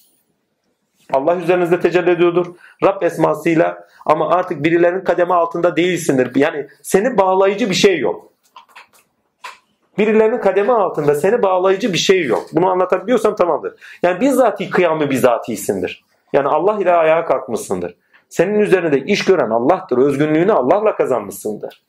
Allah üzerinizde tecelli ediyordur. Rab esmasıyla ama artık birilerinin kademi altında değilsindir. Yani seni bağlayıcı bir şey yok. Birilerinin kademi altında seni bağlayıcı bir şey yok. Bunu anlatabiliyorsam tamamdır. Yani bizzati kıyamı bizatisindir. Yani Allah ile ayağa kalkmışsındır. Senin üzerinde iş gören Allah'tır. Özgünlüğünü Allah'la kazanmışsındır.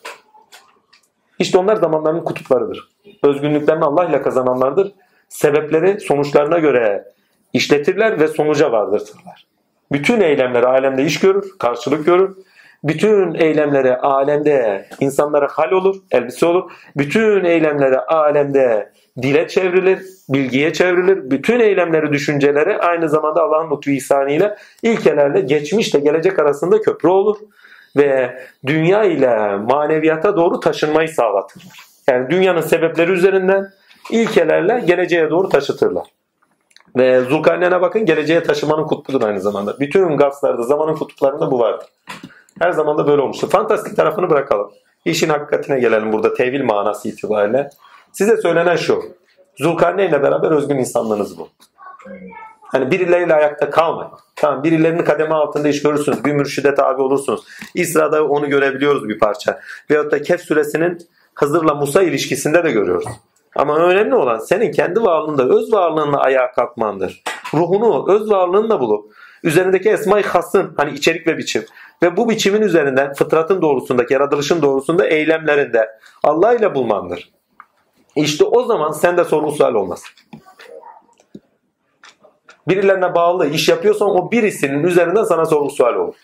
İşte onlar zamanların kutuplarıdır. Özgünlüklerini Allah ile kazananlardır. Sebepleri sonuçlarına göre işletirler ve sonuca vardırtırlar. Bütün eylemleri alemde iş görür, karşılık görür. Bütün eylemleri alemde insanlara hal olur, elbise olur. Bütün eylemleri alemde dile çevrilir, bilgiye çevrilir. Bütün eylemleri, düşünceleri aynı zamanda Allah'ın lütfu ihsanıyla ilkelerle geçmişle gelecek arasında köprü olur. Ve dünya ile maneviyata doğru taşınmayı sağlatırlar. Yani dünyanın sebepleri üzerinden ilkelerle geleceğe doğru taşıtırlar. Ve Zulkarneyn'e bakın, geleceğe taşımanın kutbudur aynı zamanda. Bütün gazlarda, zamanın kutuplarında bu vardır. Her zaman da böyle olmuştur. Fantastik tarafını bırakalım. İşin hakikatine gelelim burada tevil manası itibariyle. Size söylenen şu. Zulkarneyn'le beraber özgün insanlığınız bu. Hani birileriyle ayakta kalmayın. Tamam, birilerinin kademe altında iş görürsünüz. Bir mürşide tabi olursunuz. İsra'da onu görebiliyoruz bir parça. Veyahut da Kehf suresinin Hızır'la Musa ilişkisinde de görüyoruz. Ama önemli olan senin kendi varlığında, öz varlığınla ayağa kalkmandır. Ruhunu, öz varlığınla bulup üzerindeki esma-i hasın, hani içerik ve biçim ve bu biçimin üzerinden fıtratın doğrusundaki, yaratılışın doğrusunda eylemlerinde Allah ile bulmandır. İşte o zaman sende sorgu sual olmaz. Birilerine bağlı iş yapıyorsan o birisinin üzerinden sana sorgu sual olur.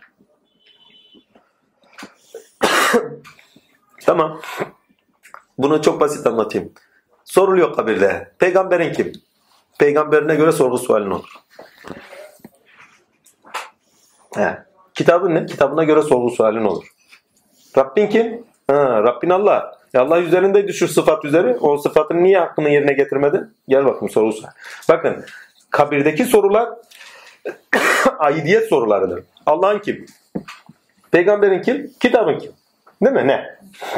Tamam. Bunu çok basit anlatayım. Soruluyor kabirde. Peygamberin kim? Peygamberine göre sorgu sualin olur. Kitabın ne? Kitabına göre sorgu sualin olur. Rabbin kim? Rabbin Allah. Allah üzerindeydi şu sıfat üzeri. O sıfatın niye hakkını yerine getirmedin? Gel bakayım sorusu. Bakın kabirdeki sorular aidiyet sorularıdır. Allah'ın kim? Peygamberin kim? Kitabın kim? Değil mi? Ne?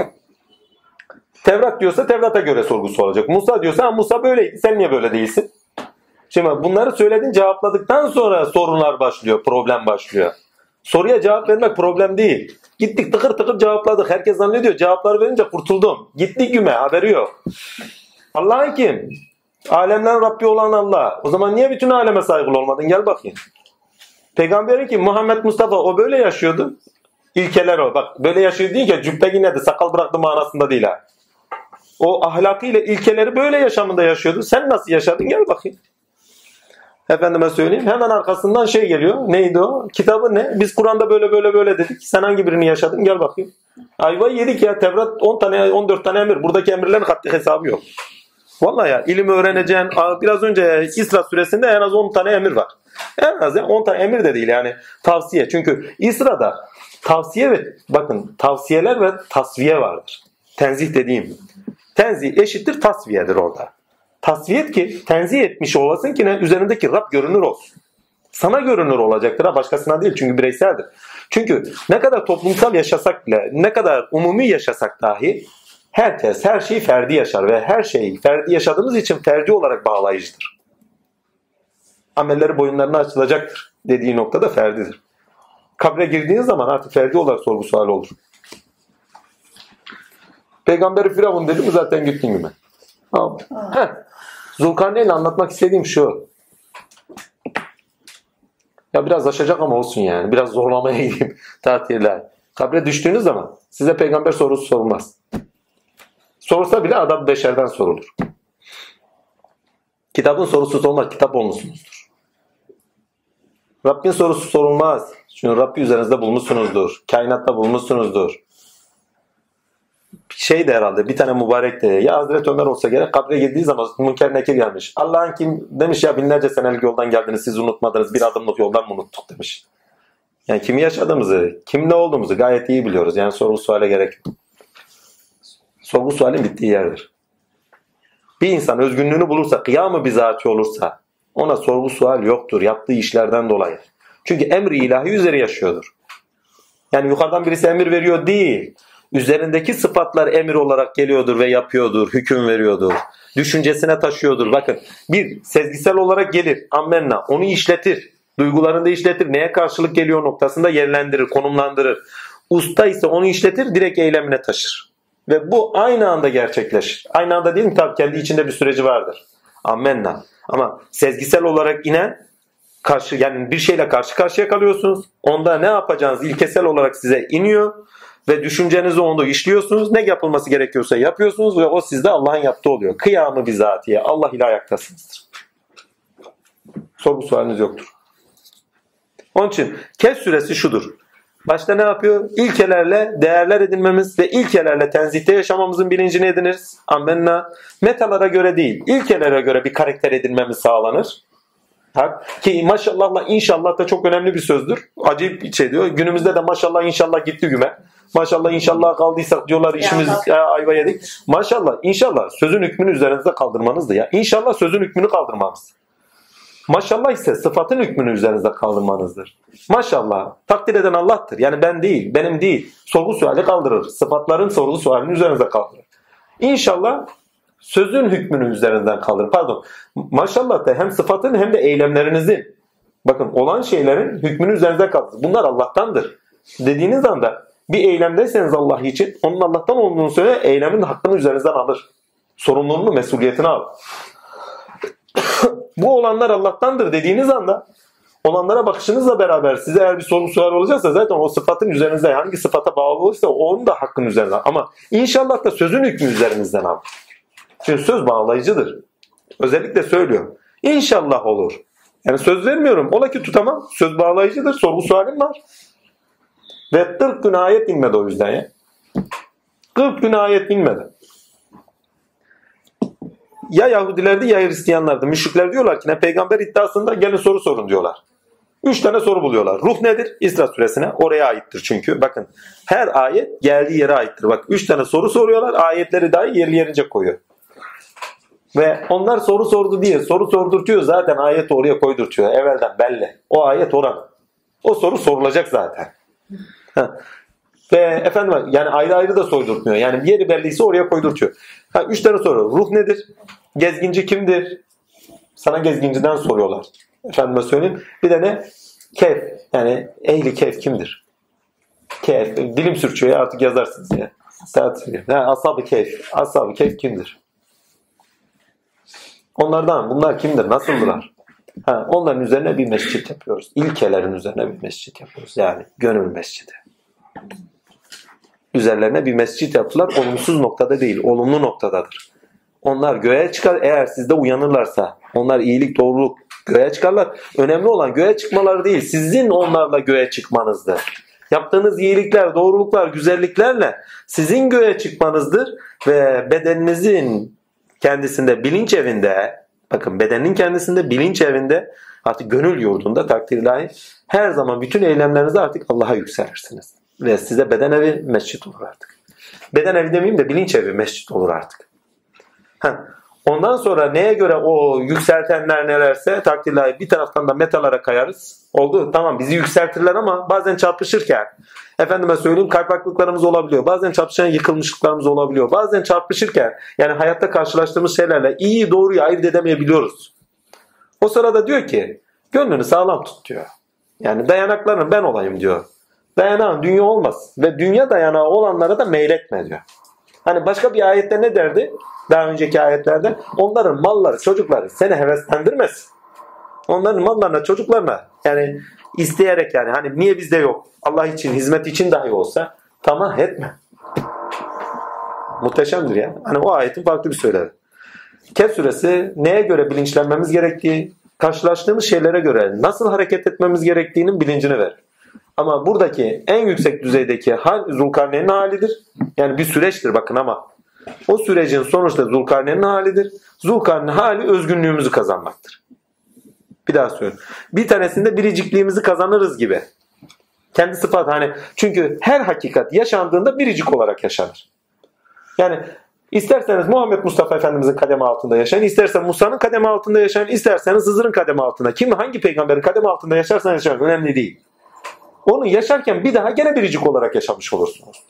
Tevrat diyorsa Tevrat'a göre sorgusu olacak. Musa diyorsa Musa böyleydi. Sen niye böyle değilsin? Şimdi bunları söyledin, cevapladıktan sonra sorunlar başlıyor. Problem başlıyor. Soruya cevap vermek problem değil. Gittik tıkır tıkır cevapladık. Herkes zannediyor cevapları verince kurtuldum. Gittik güme, haberi yok. Allah'ın kim? Alemlerin Rabbi olan Allah. O zaman niye bütün aleme saygılı olmadın? Gel bakayım. Peygamberin kim? Muhammed Mustafa. O böyle yaşıyordu. İlkeler o. Bak böyle yaşıyor değil ki cübbe yine de sakal bıraktı manasında değil ha. O ahlakıyla ilkeleri böyle yaşamında yaşıyordu. Sen nasıl yaşadın? Gel bakayım. Efendime söyleyeyim. Hemen arkasından şey geliyor. Neydi o? Kitabı ne? Biz Kur'an'da böyle dedik. Sen hangi birini yaşadın? Gel bakayım. Ayvayı yedik ya. Tevrat 10 tane 14 tane emir. Buradaki emirlerin haddi hesabı yok. Vallahi ya ilim öğreneceğin. Biraz önce İsra suresinde en az 10 tane emir var. En az 10 tane emir de değil yani. Tavsiye. Çünkü İsra'da tavsiye ve bakın tavsiyeler ve tasviye vardır. Tenzih dediğim. Tenzih eşittir tasviyedir orada. Tasviyet ki tenzih etmiş olasın ki ne? Üzerindeki Rab görünür olsun. Sana görünür olacaktır ha başkasına değil çünkü bireyseldir. Çünkü ne kadar toplumsal yaşasak bile ne kadar umumi yaşasak dahi herkes her şeyi ferdi yaşar ve her şeyi ferdi yaşadığımız için ferdi olarak bağlayıcıdır. Amelleri boyunlarına açılacaktır dediği noktada ferdidir. Kabre girdiğiniz zaman artık ferdi olarak sorgu suali olur. Peygamberi Firavun dedi mi zaten gittin gibi. Zulkarneyn'le anlatmak istediğim şu. Ya biraz aşacak ama olsun yani. Biraz zorlamaya gideyim. Tatiller. Kabre düştüğünüz zaman size peygamber sorusu sorulmaz. Sorulsa bile adam beşerden sorulur. Kitabın sorusu sorulmaz. Kitap olmuşsunuzdur. Rabbin sorusu sorulmaz. Çünkü Rabbi üzerinizde bulmuşsunuzdur. Kainatta bulmuşsunuzdur. Şey de herhalde bir tane mübarek de ya Hazreti Ömer olsa gerek kabre girdiği zaman Münker Nekir gelmiş. Allah'ın kim demiş ya binlerce senelik yoldan geldiniz siz unutmadınız bir adımlık yoldan mı unuttuk demiş. Yani kimi yaşadığımızı, kim ne olduğumuzu gayet iyi biliyoruz. Yani sorgu suale gerek yok. Sorgu sualin bittiği yerdir. Bir insan özgünlüğünü bulursa, kıyamı bizatihi olursa ona sorgu sual yoktur yaptığı işlerden dolayı. Çünkü emri ilahi üzeri yaşıyordur. Yani yukarıdan birisi emir veriyor değil. Üzerindeki sıfatlar emir olarak geliyordur ve yapıyordur, hüküm veriyordur. Düşüncesine taşıyordur. Bakın bir sezgisel olarak gelir, ammenna, onu işletir. Duygularında işletir, neye karşılık geliyor noktasında yerlendirir, konumlandırır. Usta ise onu işletir, direkt eylemine taşır. Ve bu aynı anda gerçekleşir. Aynı anda değil mi? Tabii kendi içinde bir süreci vardır. Ammenna. Ama sezgisel olarak inen, yani bir şeyle karşı karşıya kalıyorsunuz. Onda ne yapacağınız ilkesel olarak size iniyor. Ve düşüncenizi onda işliyorsunuz. Ne yapılması gerekiyorsa yapıyorsunuz ve o sizde Allah'ın yaptığı oluyor. Kıyamı bizatihi. Allah ile ayaktasınızdır. Sorgu sualiniz yoktur. Onun için Kehf suresi şudur. Başta ne yapıyor? İlkelerle değerler edinmemiz ve ilkelerle tenzihte yaşamamızın bilincini ediniriz. Ammenna. Metalara göre değil, ilkelere göre bir karakter edinmemiz sağlanır. Ki maşallahla inşallah da çok önemli bir sözdür. Acayip bir şey diyor. Günümüzde de maşallah inşallah gitti güme. Maşallah inşallah kaldıysak diyorlar işimiz ayva yedik. Maşallah inşallah sözün hükmünü üzerinizde kaldırmanızdı ya. İnşallah sözün hükmünü kaldırmamız. Maşallah ise sıfatın hükmünü üzerinizde kaldırmanızdır. Maşallah takdir eden Allah'tır. Yani ben değil, benim değil. Sorgu suali kaldırır. Sıfatların sorgu sualini üzerinize kaldırır. İnşallah sözün hükmünü üzerinden kaldırır. Pardon. Maşallah da hem sıfatın hem de eylemlerinizin. Bakın olan şeylerin hükmünü üzerinize kaldırır. Bunlar Allah'tandır. Dediğiniz anda bir eylemdeyseniz Allah için onun Allah'tan olduğunu söyle eylemin hakkını üzerinizden alır. Sorumluluğunu, mesuliyetini alır. Bu olanlar Allah'tandır dediğiniz anda olanlara bakışınızla beraber size eğer bir sorgu sual olacaksa zaten o sıfatın üzerinizde hangi sıfata bağlı olursa onun da hakkını üzerinden alır. Ama inşallah da sözün hükmü üzerinizden alır. Çünkü söz bağlayıcıdır. Özellikle söylüyor. İnşallah olur. Yani söz vermiyorum. Ola ki tutamam. Söz bağlayıcıdır. Sorgu sualim var. Ve 40 gün ayet inmedi o yüzden ya. 40 gün ayet inmedi. Ya Yahudilerdi ya Hristiyanlardı. Müşrikler diyorlar ki ne peygamber iddiasında gelin soru sorun diyorlar. 3 tane soru buluyorlar. Ruh nedir? İsra suresine. Oraya aittir çünkü. Bakın her ayet geldiği yere aittir. Bak 3 tane soru soruyorlar. Ayetleri dahi yerli yerince koyuyor. Ve onlar soru sordu diye soru sordurtuyor. Zaten ayeti oraya koydurtuyor. Evvelden belli. O ayet oranın. O soru sorulacak zaten. Ve efendim yani ayrı ayrı da soydurtmuyor. Yani bir yeri belliyse oraya koydurtuyor. 3 tane soru. Ruh nedir? Gezginci kimdir? Sana gezginciden soruyorlar. Efendime söyleyeyim. Bir de ne? Kehf. Yani ehli kehf kimdir? Kehf. Dilim sürçüyor ya, artık yazarsınız ya. Ashab-ı kehf. Ashab-ı kehf kimdir? Onlardan. Bunlar kimdir? Nasıldılar? Onların üzerine bir mescit yapıyoruz. İlkelerin üzerine bir mescit yapıyoruz. Yani gönül mescidi. Üzerlerine bir mescit yaptılar. Olumsuz noktada değil, olumlu noktadadır. Onlar göğe çıkar. Eğer sizde uyanırlarsa, onlar iyilik, doğruluk göğe çıkarlar. Önemli olan göğe çıkmaları değil, sizin onlarla göğe çıkmanızdır. Yaptığınız iyilikler, doğruluklar, güzelliklerle sizin göğe çıkmanızdır ve bedeninizin kendisinde, bilinç evinde, bakın bedenin kendisinde, bilinç evinde, artık gönül yurdunda takdir ilahi, her zaman bütün eylemlerinizde artık Allah'a yükselirsiniz. Ve size beden evi mescit olur artık. Beden evi demeyeyim de bilinç evi mescit olur artık. Ondan sonra neye göre o yükseltenler nelerse takdir ilahi bir taraftan da metalara kayarız. Oldu, tamam, bizi yükseltirler ama bazen çarpışırken, efendime söyleyeyim, kaypaklıklarımız olabiliyor. Bazen çarpışan yıkılmışlıklarımız olabiliyor. Bazen çarpışırken, yani hayatta karşılaştığımız şeylerle iyi doğruyu ayırt edemeyebiliyoruz. O sırada diyor ki gönlünü sağlam tut diyor. Yani dayanakların ben olayım diyor. Dayanağın dünya olmaz ve dünya dayanağı olanlara da meyletme diyor. Hani başka bir ayette ne derdi? Daha önceki ayetlerde onların malları, çocukları seni heveslendirmez. Onların mallarına, çocuklarına yani isteyerek, yani hani niye bizde yok? Allah için, hizmet için dahi olsa tamah etme. Muhteşemdir ya. Hani o ayetin farklı bir söyleri. Kehf suresi neye göre bilinçlenmemiz gerektiği, karşılaştığımız şeylere göre nasıl hareket etmemiz gerektiğinin bilincini verir. Ama buradaki en yüksek düzeydeki hal Zulkarneyn'in halidir. Yani bir süreçtir bakın ama o sürecin sonuçta Zulkarneyn'in halidir. Zulkarneyn'in hali özgünlüğümüzü kazanmaktır. Bir daha söylüyorum. Bir tanesinde biricikliğimizi kazanırız gibi. Kendi sıfat hani, çünkü her hakikat yaşandığında biricik olarak yaşanır. Yani isterseniz Muhammed Mustafa Efendimizin kademe altında yaşayın, isterseniz Musa'nın kademe altında yaşayın, isterseniz Hızır'ın kademe altında. Kim hangi peygamberin kademe altında yaşarsan yaşayın, önemli değil. Onu yaşarken bir daha gene biricik olarak yaşamış olursunuz.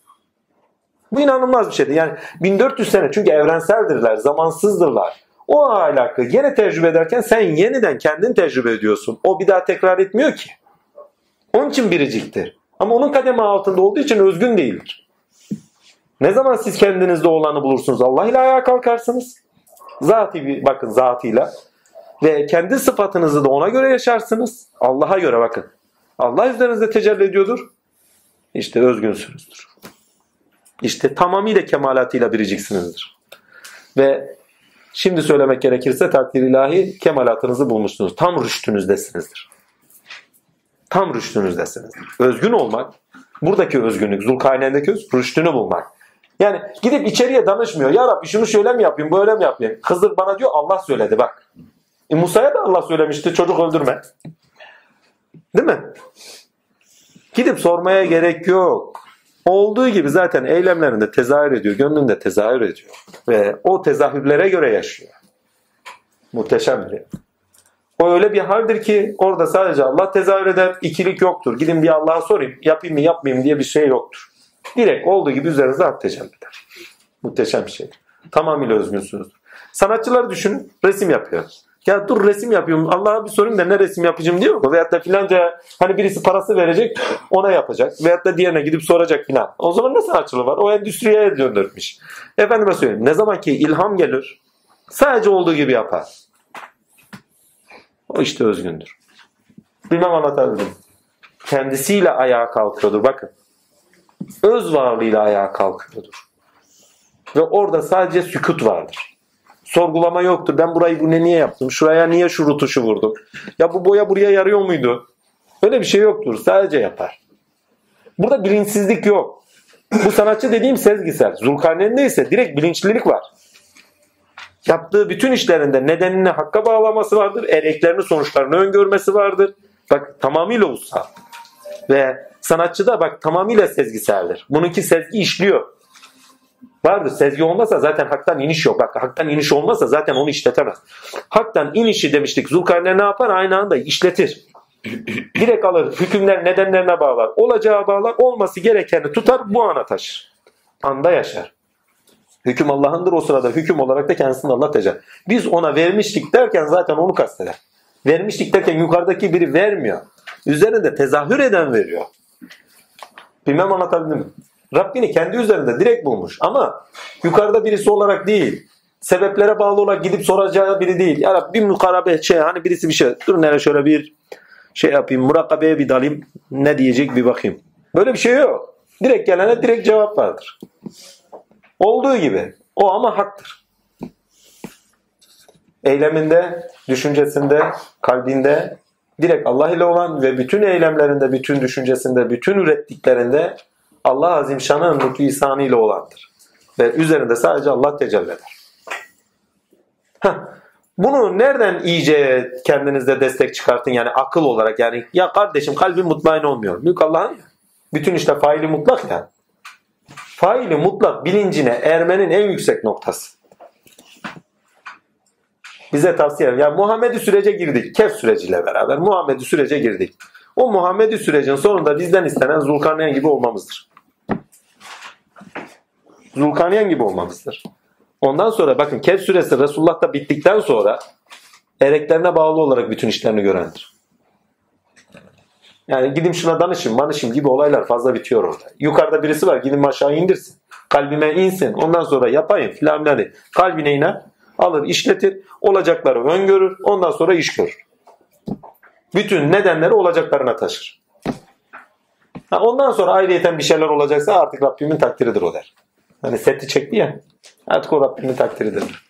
Bu inanılmaz bir şeydir. Yani 1400 sene, çünkü evrenseldirler, zamansızdırlar. O ahlakı gene tecrübe ederken sen yeniden kendin tecrübe ediyorsun. O bir daha tekrar etmiyor ki. Onun için biriciktir. Ama onun kademe altında olduğu için özgün değildir. Ne zaman siz kendinizde olanı bulursunuz? Allah ile ayağa kalkarsınız. Bakın zatıyla. Ve kendi sıfatınızı da ona göre yaşarsınız. Allah'a göre bakın. Allah üzerinizde tecelli ediyordur. İşte özgünsünüzdür. İşte tamamıyla kemalatıyla biriciksinizdir. Ve şimdi söylemek gerekirse takdir ilahi kemalatınızı bulmuşsunuz. Tam rüştünüzdesinizdir. Tam rüştünüzdesinizdir. Özgün olmak, buradaki özgünlük, Zulkarneyn'deki rüştünü bulmak. Yani gidip içeriye danışmıyor. Ya Rabbi şunu şöyle mi yapayım, böyle mi yapayım? Hızır bana diyor Allah söyledi bak. Musa'ya da Allah söylemişti, çocuk öldürme. Değil mi? Gidip sormaya gerek yok. Olduğu gibi zaten eylemlerinde tezahür ediyor, gönlünde tezahür ediyor. Ve o tezahürlere göre yaşıyor. Muhteşemdir. O öyle bir haldir ki orada sadece Allah tezahür eder, ikilik yoktur. Gidin bir Allah'a sorayım, yapayım mı yapmayayım diye bir şey yoktur. Direkt olduğu gibi üzerinize hak tecelli eder. Muhteşem bir şey. Tamamıyla özgünsünüzdür. Sanatçıları düşünün, resim yapıyor. Ya dur resim yapıyorum, Allah'a bir sorayım da ne resim yapacağım diyor mu? Veyahut da filanca hani birisi parası verecek, ona yapacak. Veyahut da diğerine gidip soracak filan. O zaman ne sanatçılığı var? O endüstriye döndürmüş. Efendime söyleyeyim, ne zaman ki ilham gelir, sadece olduğu gibi yapar. O işte özgündür. Bilmem anlatabildim. Kendisiyle ayağa kalkıyordur. Bakın. Öz varlığıyla ayağa kalkıyordur. Ve orada sadece sükut vardır. Sorgulama yoktur. Ben burayı niye yaptım? Şuraya niye şu rutuşu vurdum? Ya bu boya buraya yarıyor muydu? Öyle bir şey yoktur. Sadece yapar. Burada bilinçsizlik yok. Bu sanatçı dediğim sezgisel. Zulkarneyn'de ise direkt bilinçlilik var. Yaptığı bütün işlerinde nedenini hakka bağlaması vardır. Ereklerini, sonuçlarını öngörmesi vardır. Bak tamamıyla ussal. Ve sanatçı da bak tamamıyla sezgiseldir. Bununki sezgi işliyor. Vardır. Sezgi olmasa zaten haktan iniş yok. Bak haktan iniş olmasa zaten onu işletemez. Haktan inişi demiştik. Zulkarneyn ne yapar? Aynı anda işletir. Direkt alır. Hükümler nedenlerine bağlar. Olacağı bağlar. Olması gerekeni tutar. Bu ana taşır. Anda yaşar. Hüküm Allah'ındır o sırada. Hüküm olarak da kendisini Allah tecer. Biz ona vermiştik derken zaten onu kasteder. Vermiştik derken yukarıdaki biri vermiyor. Üzerinde tezahür eden veriyor. Bilmem anlatabildim mi? Rabbini kendi üzerinde direkt bulmuş. Ama yukarıda birisi olarak değil. Sebeplere bağlı olarak gidip soracağı biri değil. Ya Rabbi bir mukarabe hani birisi bir şey. Dur nereye şöyle bir yapayım. Murakabeye bir dalayım. Ne diyecek bir bakayım. Böyle bir şey yok. Direkt gelene direkt cevap vardır. Olduğu gibi. O ama haktır. Eyleminde, düşüncesinde, kalbinde direkt Allah ile olan ve bütün eylemlerinde, bütün düşüncesinde, bütün ürettiklerinde Allah Azimşan'ın lütfu ihsanı ile olandır. Ve üzerinde sadece Allah tecelli eder. Bunu nereden iyice kendinizde destek çıkartın yani akıl olarak yani ya kardeşim kalbim mutmain olmuyor. Mülk Allah'ın ya. Bütün işte faili mutlak ya. Faili mutlak bilincine ermenin en yüksek noktası. Bize tavsiye ederim. Yani Muhammed'i sürece girdik. Kehf süreciyle beraber Muhammed'i sürece girdik. O Muhammed'i sürecin sonunda bizden istenen Zulkarneyn gibi olmamızdır. Zulkarneyn gibi olmamızdır. Ondan sonra bakın Kehf suresi Resulullah'ta bittikten sonra ereklerine bağlı olarak bütün işlerini görendir. Yani gidin şuna danışın gibi olaylar fazla bitiyor orada. Yukarıda birisi var gidin aşağı indirsin. Kalbime insin. Ondan sonra yapayım filan. Kalbine iner. Alır işletir. Olacakları öngörür. Ondan sonra iş görür. Bütün nedenleri olacaklarına taşır. Ondan sonra ayrıyeten bir şeyler olacaksa artık Rabbimin takdiridir o der. Hani seti çekti ya. Artık o Rabbimin takdiridir.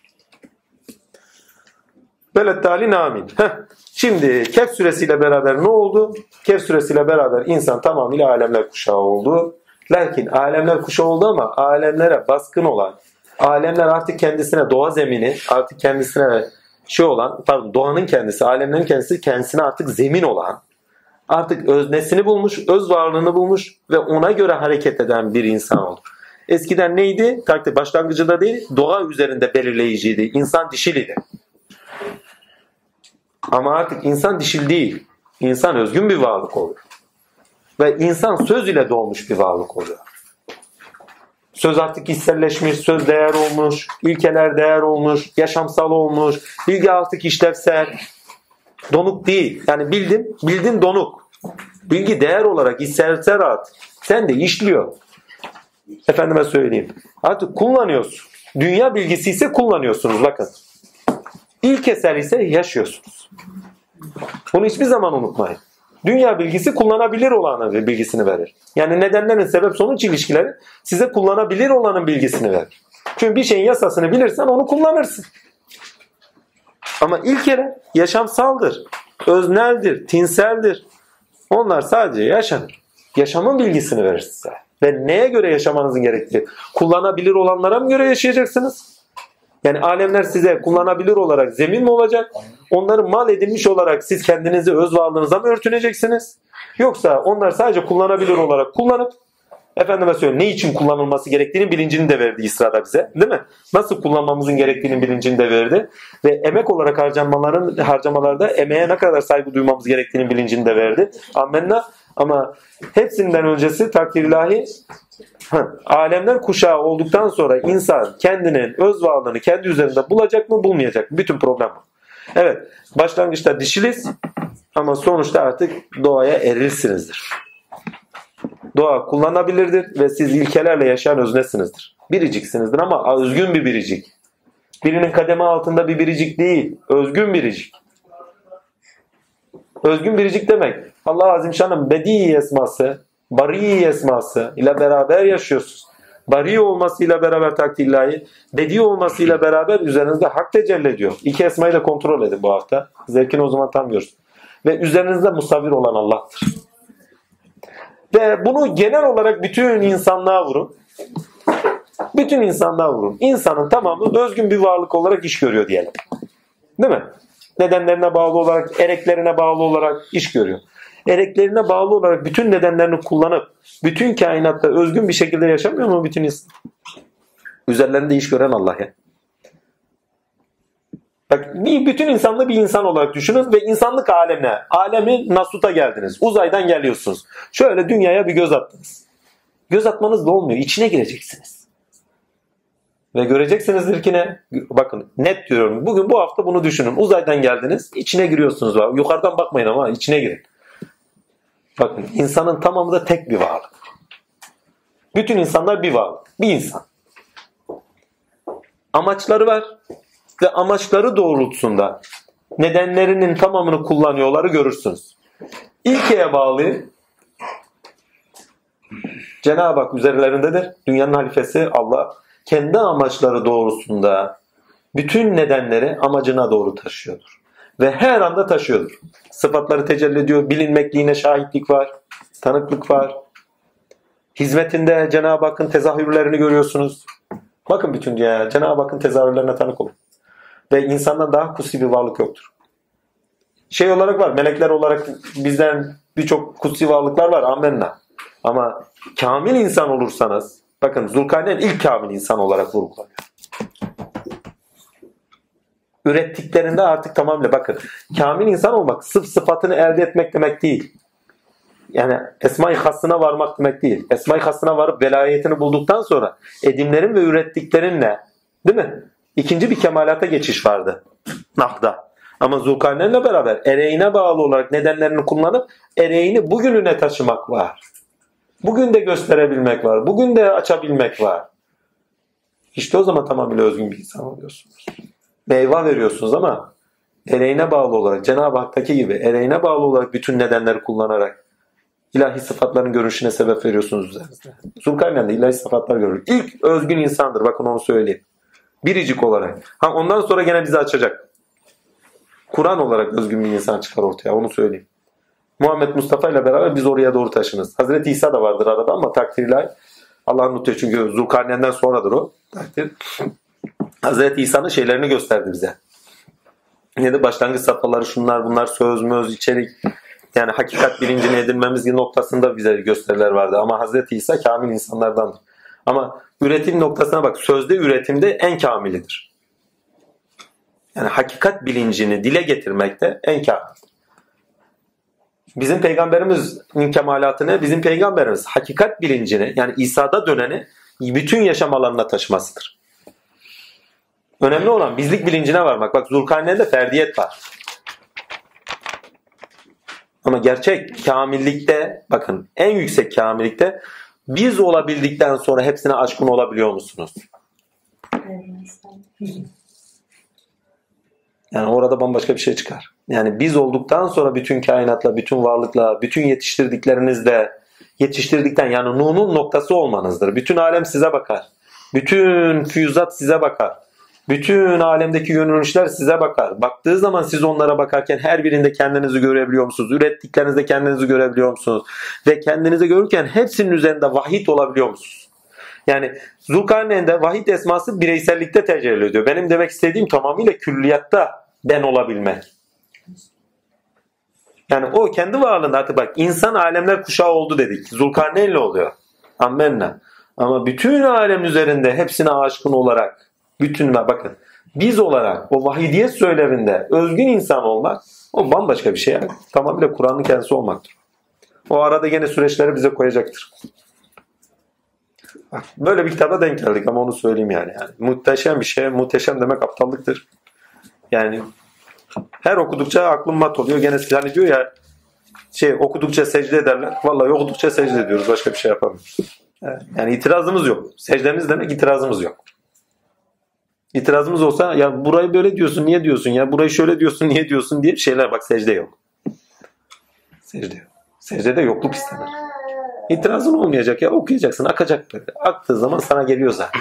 Belettalin amin. Şimdi Kehf suresiyle beraber ne oldu? Kehf suresiyle beraber insan tamamıyla alemler kuşağı oldu. Lakin alemler kuşağı oldu ama alemlere baskın olan, alemler artık kendisine doğa zemini, artık kendisine doğanın kendisi, alemlerin kendisine artık zemin olan, artık öznesini bulmuş, öz varlığını bulmuş ve ona göre hareket eden bir insan oldu. Eskiden neydi? Başlangıcında değil, doğa üzerinde belirleyiciydi. İnsan dişiliydi. Ama artık insan dişil değil. İnsan özgün bir varlık oluyor. Ve insan söz ile doğmuş bir varlık oluyor. Söz artık hisselleşmiş, söz değer olmuş, ilkeler değer olmuş, yaşamsal olmuş, bilgi artık işlevsel, donuk değil. Yani bildin donuk. Bilgi değer olarak hisselsel artık. Sen de işliyor. Efendime söyleyeyim. Artık kullanıyorsun. Dünya bilgisi ise kullanıyorsunuz bakın. İlkesel ise yaşıyorsunuz. Bunu hiçbir zaman unutmayın. Dünya bilgisi kullanabilir olanın bilgisini verir. Yani nedenlerin sebep sonuç ilişkileri size kullanabilir olanın bilgisini verir. Çünkü bir şeyin yasasını bilirsen onu kullanırsın. Ama ilkeler yaşamsaldır, özneldir, tinseldir. Onlar sadece yaşanır. Yaşamın bilgisini verir size. Ve neye göre yaşamanızın gerektiği? Kullanabilir olanlara mı göre yaşayacaksınız? Yani alemler size kullanabilir olarak zemin mi olacak? Onları mal edilmiş olarak siz kendinizi öz varlığınıza mı örtüneceksiniz? Yoksa onlar sadece kullanabilir olarak kullanıp efendime söyleyeyim ne için kullanılması gerektiğinin bilincini de verdi İsra'da bize. Değil mi? Nasıl kullanmamızın gerektiğinin bilincini de verdi. Ve emek olarak harcamalarda emeğe ne kadar saygı duymamız gerektiğinin bilincini de verdi. Amenna. Ama hepsinden öncesi takdir ilahi alemler kuşağı olduktan sonra insan kendinin öz varlığını kendi üzerinde bulacak mı bulmayacak mı? Bütün problem bu. Evet başlangıçta dişiliz ama sonuçta artık doğaya erilsinizdir. Doğa kullanabilirdir ve siz ilkelerle yaşayan öznesinizdir. Biriciksinizdir ama özgün bir biricik. Birinin kademe altında bir biricik değil, özgün biricik. Özgün biricik demek Allah Azimşan'ın bedi esması, bari esması ile beraber yaşıyorsunuz. Bari olmasıyla beraber takdir ilahi, bedi olmasıyla beraber üzerinizde hak tecelli ediyor. İki esmayı da kontrol edin bu hafta. Zevkini o zaman tam görürsün. Ve üzerinizde musavvir olan Allah'tır. Ve bunu genel olarak bütün insanlığa vurun. Bütün insanlığa vurun. İnsanın tamamı özgün bir varlık olarak iş görüyor diyelim. Değil mi? Nedenlerine bağlı olarak, ereklerine bağlı olarak iş görüyor. Ereklerine bağlı olarak bütün nedenlerini kullanıp bütün kainatta özgün bir şekilde yaşamıyor mu bütün insan? Üzerlerinde iş gören Allah ya. Bak, bütün insanlığı bir insan olarak düşünün ve insanlık alemine, alemi nasuta geldiniz. Uzaydan geliyorsunuz. Şöyle dünyaya bir göz attınız. Göz atmanız da olmuyor. İçine gireceksiniz. Ve göreceksinizdir ki ne? Bakın net diyorum. Bugün bu hafta bunu düşünün. Uzaydan geldiniz. İçine giriyorsunuz. Yukarıdan bakmayın ama içine girin. Bakın insanın tamamı da tek bir varlık. Bütün insanlar bir varlık. Bir insan. Amaçları var. Ve amaçları doğrultusunda nedenlerinin tamamını kullanıyorları görürsünüz. İlkeye bağlı Cenab-ı Hak üzerlerindedir. Dünyanın halifesi Allah kendi amaçları doğrusunda bütün nedenleri amacına doğru taşıyordur. Ve her anda taşıyordur. Sıfatları tecelli ediyor. Bilinmekliğine şahitlik var. Tanıklık var. Hizmetinde Cenab-ı Hakk'ın tezahürlerini görüyorsunuz. Bakın bütün dünyaya Cenab-ı Hakk'ın tezahürlerine tanık olun. Ve insandan daha kutsi bir varlık yoktur. Şey olarak var, melekler olarak bizden birçok kutsi varlıklar var. Amenna. Ama kamil insan olursanız, bakın Zulkarneyn ilk kamil insan olarak vurgulanıyor. Ürettiklerinde artık tamamıyla bakın. Kamil insan olmak sırf sıfatını elde etmek demek değil. Yani Esma-i Hassına varmak demek değil. Esma-i Hassına varıp velayetini bulduktan sonra edimlerin ve ürettiklerinle, değil mi? İkinci bir kemalata geçiş vardı. Nahda. Ama Zulkarneyn'le beraber ereğine bağlı olarak nedenlerini kullanıp ereğini bugününe taşımak var. Bugün de gösterebilmek var. Bugün de açabilmek var. İşte o zaman tamamıyla özgün bir insan oluyorsunuz. Meyve veriyorsunuz ama ereğine bağlı olarak Cenab-ı Hak'taki gibi ereğine bağlı olarak bütün nedenleri kullanarak ilahi sıfatların görüşüne sebep veriyorsunuz üzerinizde. Zulkarneyn de ilahi sıfatlar görür. İlk özgün insandır. Bakın onu söyleyeyim. Biricik olarak. Ondan sonra gene bizi açacak. Kur'an olarak özgün bir insan çıkar ortaya. Onu söyleyeyim. Muhammed Mustafa ile beraber biz oraya doğru taşınız. Hazreti İsa da vardır arada ama takdirler Allah'ın lütfu çünkü Zulkarneyn'den sonradır o. Takdir. Hazreti İsa'nın şeylerini gösterdi bize. Ne de başlangıç safhaları şunlar bunlar söz möz içerik yani hakikat bilincini edinmemiz noktasında bize gösteriler vardı. Ama Hazreti İsa kamil insanlardandır. Ama üretim noktasına bak. Sözde üretimde en kamilidir. Yani hakikat bilincini dile getirmekte en kamildir. Bizim peygamberimizin kemalatı ne? Bizim peygamberimiz hakikat bilincini yani İsa'da döneni bütün yaşam alanına taşımasıdır. Önemli olan bizlik bilincine varmak. Bak Zulkarneyn'de ferdiyet var. Ama gerçek kamillikte bakın en yüksek kamillikte biz olabildikten sonra hepsine aşkın olabiliyor musunuz? Yani orada bambaşka bir şey çıkar. Yani biz olduktan sonra bütün kainatla, bütün varlıkla, bütün yetiştirdikten yani Nuh'un noktası olmanızdır. Bütün alem size bakar. Bütün füyüzat size bakar. Bütün alemdeki görünüşler size bakar. Baktığı zaman siz onlara bakarken her birinde kendinizi görebiliyor musunuz? Ürettiklerinizde kendinizi görebiliyor musunuz? Ve kendinizi görürken hepsinin üzerinde vahid olabiliyor musunuz? Yani Zulkarneyn'de vahid esması bireysellikte tecelli ediyor. Benim demek istediğim tamamıyla külliyatta ben olabilmek. Yani o kendi varlığında artık bak insan alemler kuşağı oldu dedik. Zulkarneyn'le oluyor. Ammenna. Ama bütün alem üzerinde hepsine aşkın olarak bütününe bakın. Biz olarak o vahidiyet söylevinde özgün insan olmak o bambaşka bir şey. Yani. Tamamıyla Kur'an'ın kendisi olmaktır. O arada yine süreçleri bize koyacaktır. Bak, böyle bir kitaba denk geldik ama onu söyleyeyim yani. Muhteşem bir şey. Muhteşem demek aptallıktır. Yani her okudukça aklım mat oluyor. Gene hani diyor ya okudukça secde ederler. Vallahi okudukça secde ediyoruz. Başka bir şey yapamıyoruz. Yani itirazımız yok. Secdemiz demek itirazımız yok. İtirazımız olsa ya burayı böyle diyorsun niye diyorsun ya burayı şöyle diyorsun niye diyorsun diye şeyler bak secde yok. Secde yok. Secdede yokluk istenir. İtirazın olmayacak ya okuyacaksın akacak böyle. Aktığı zaman sana geliyor zaten.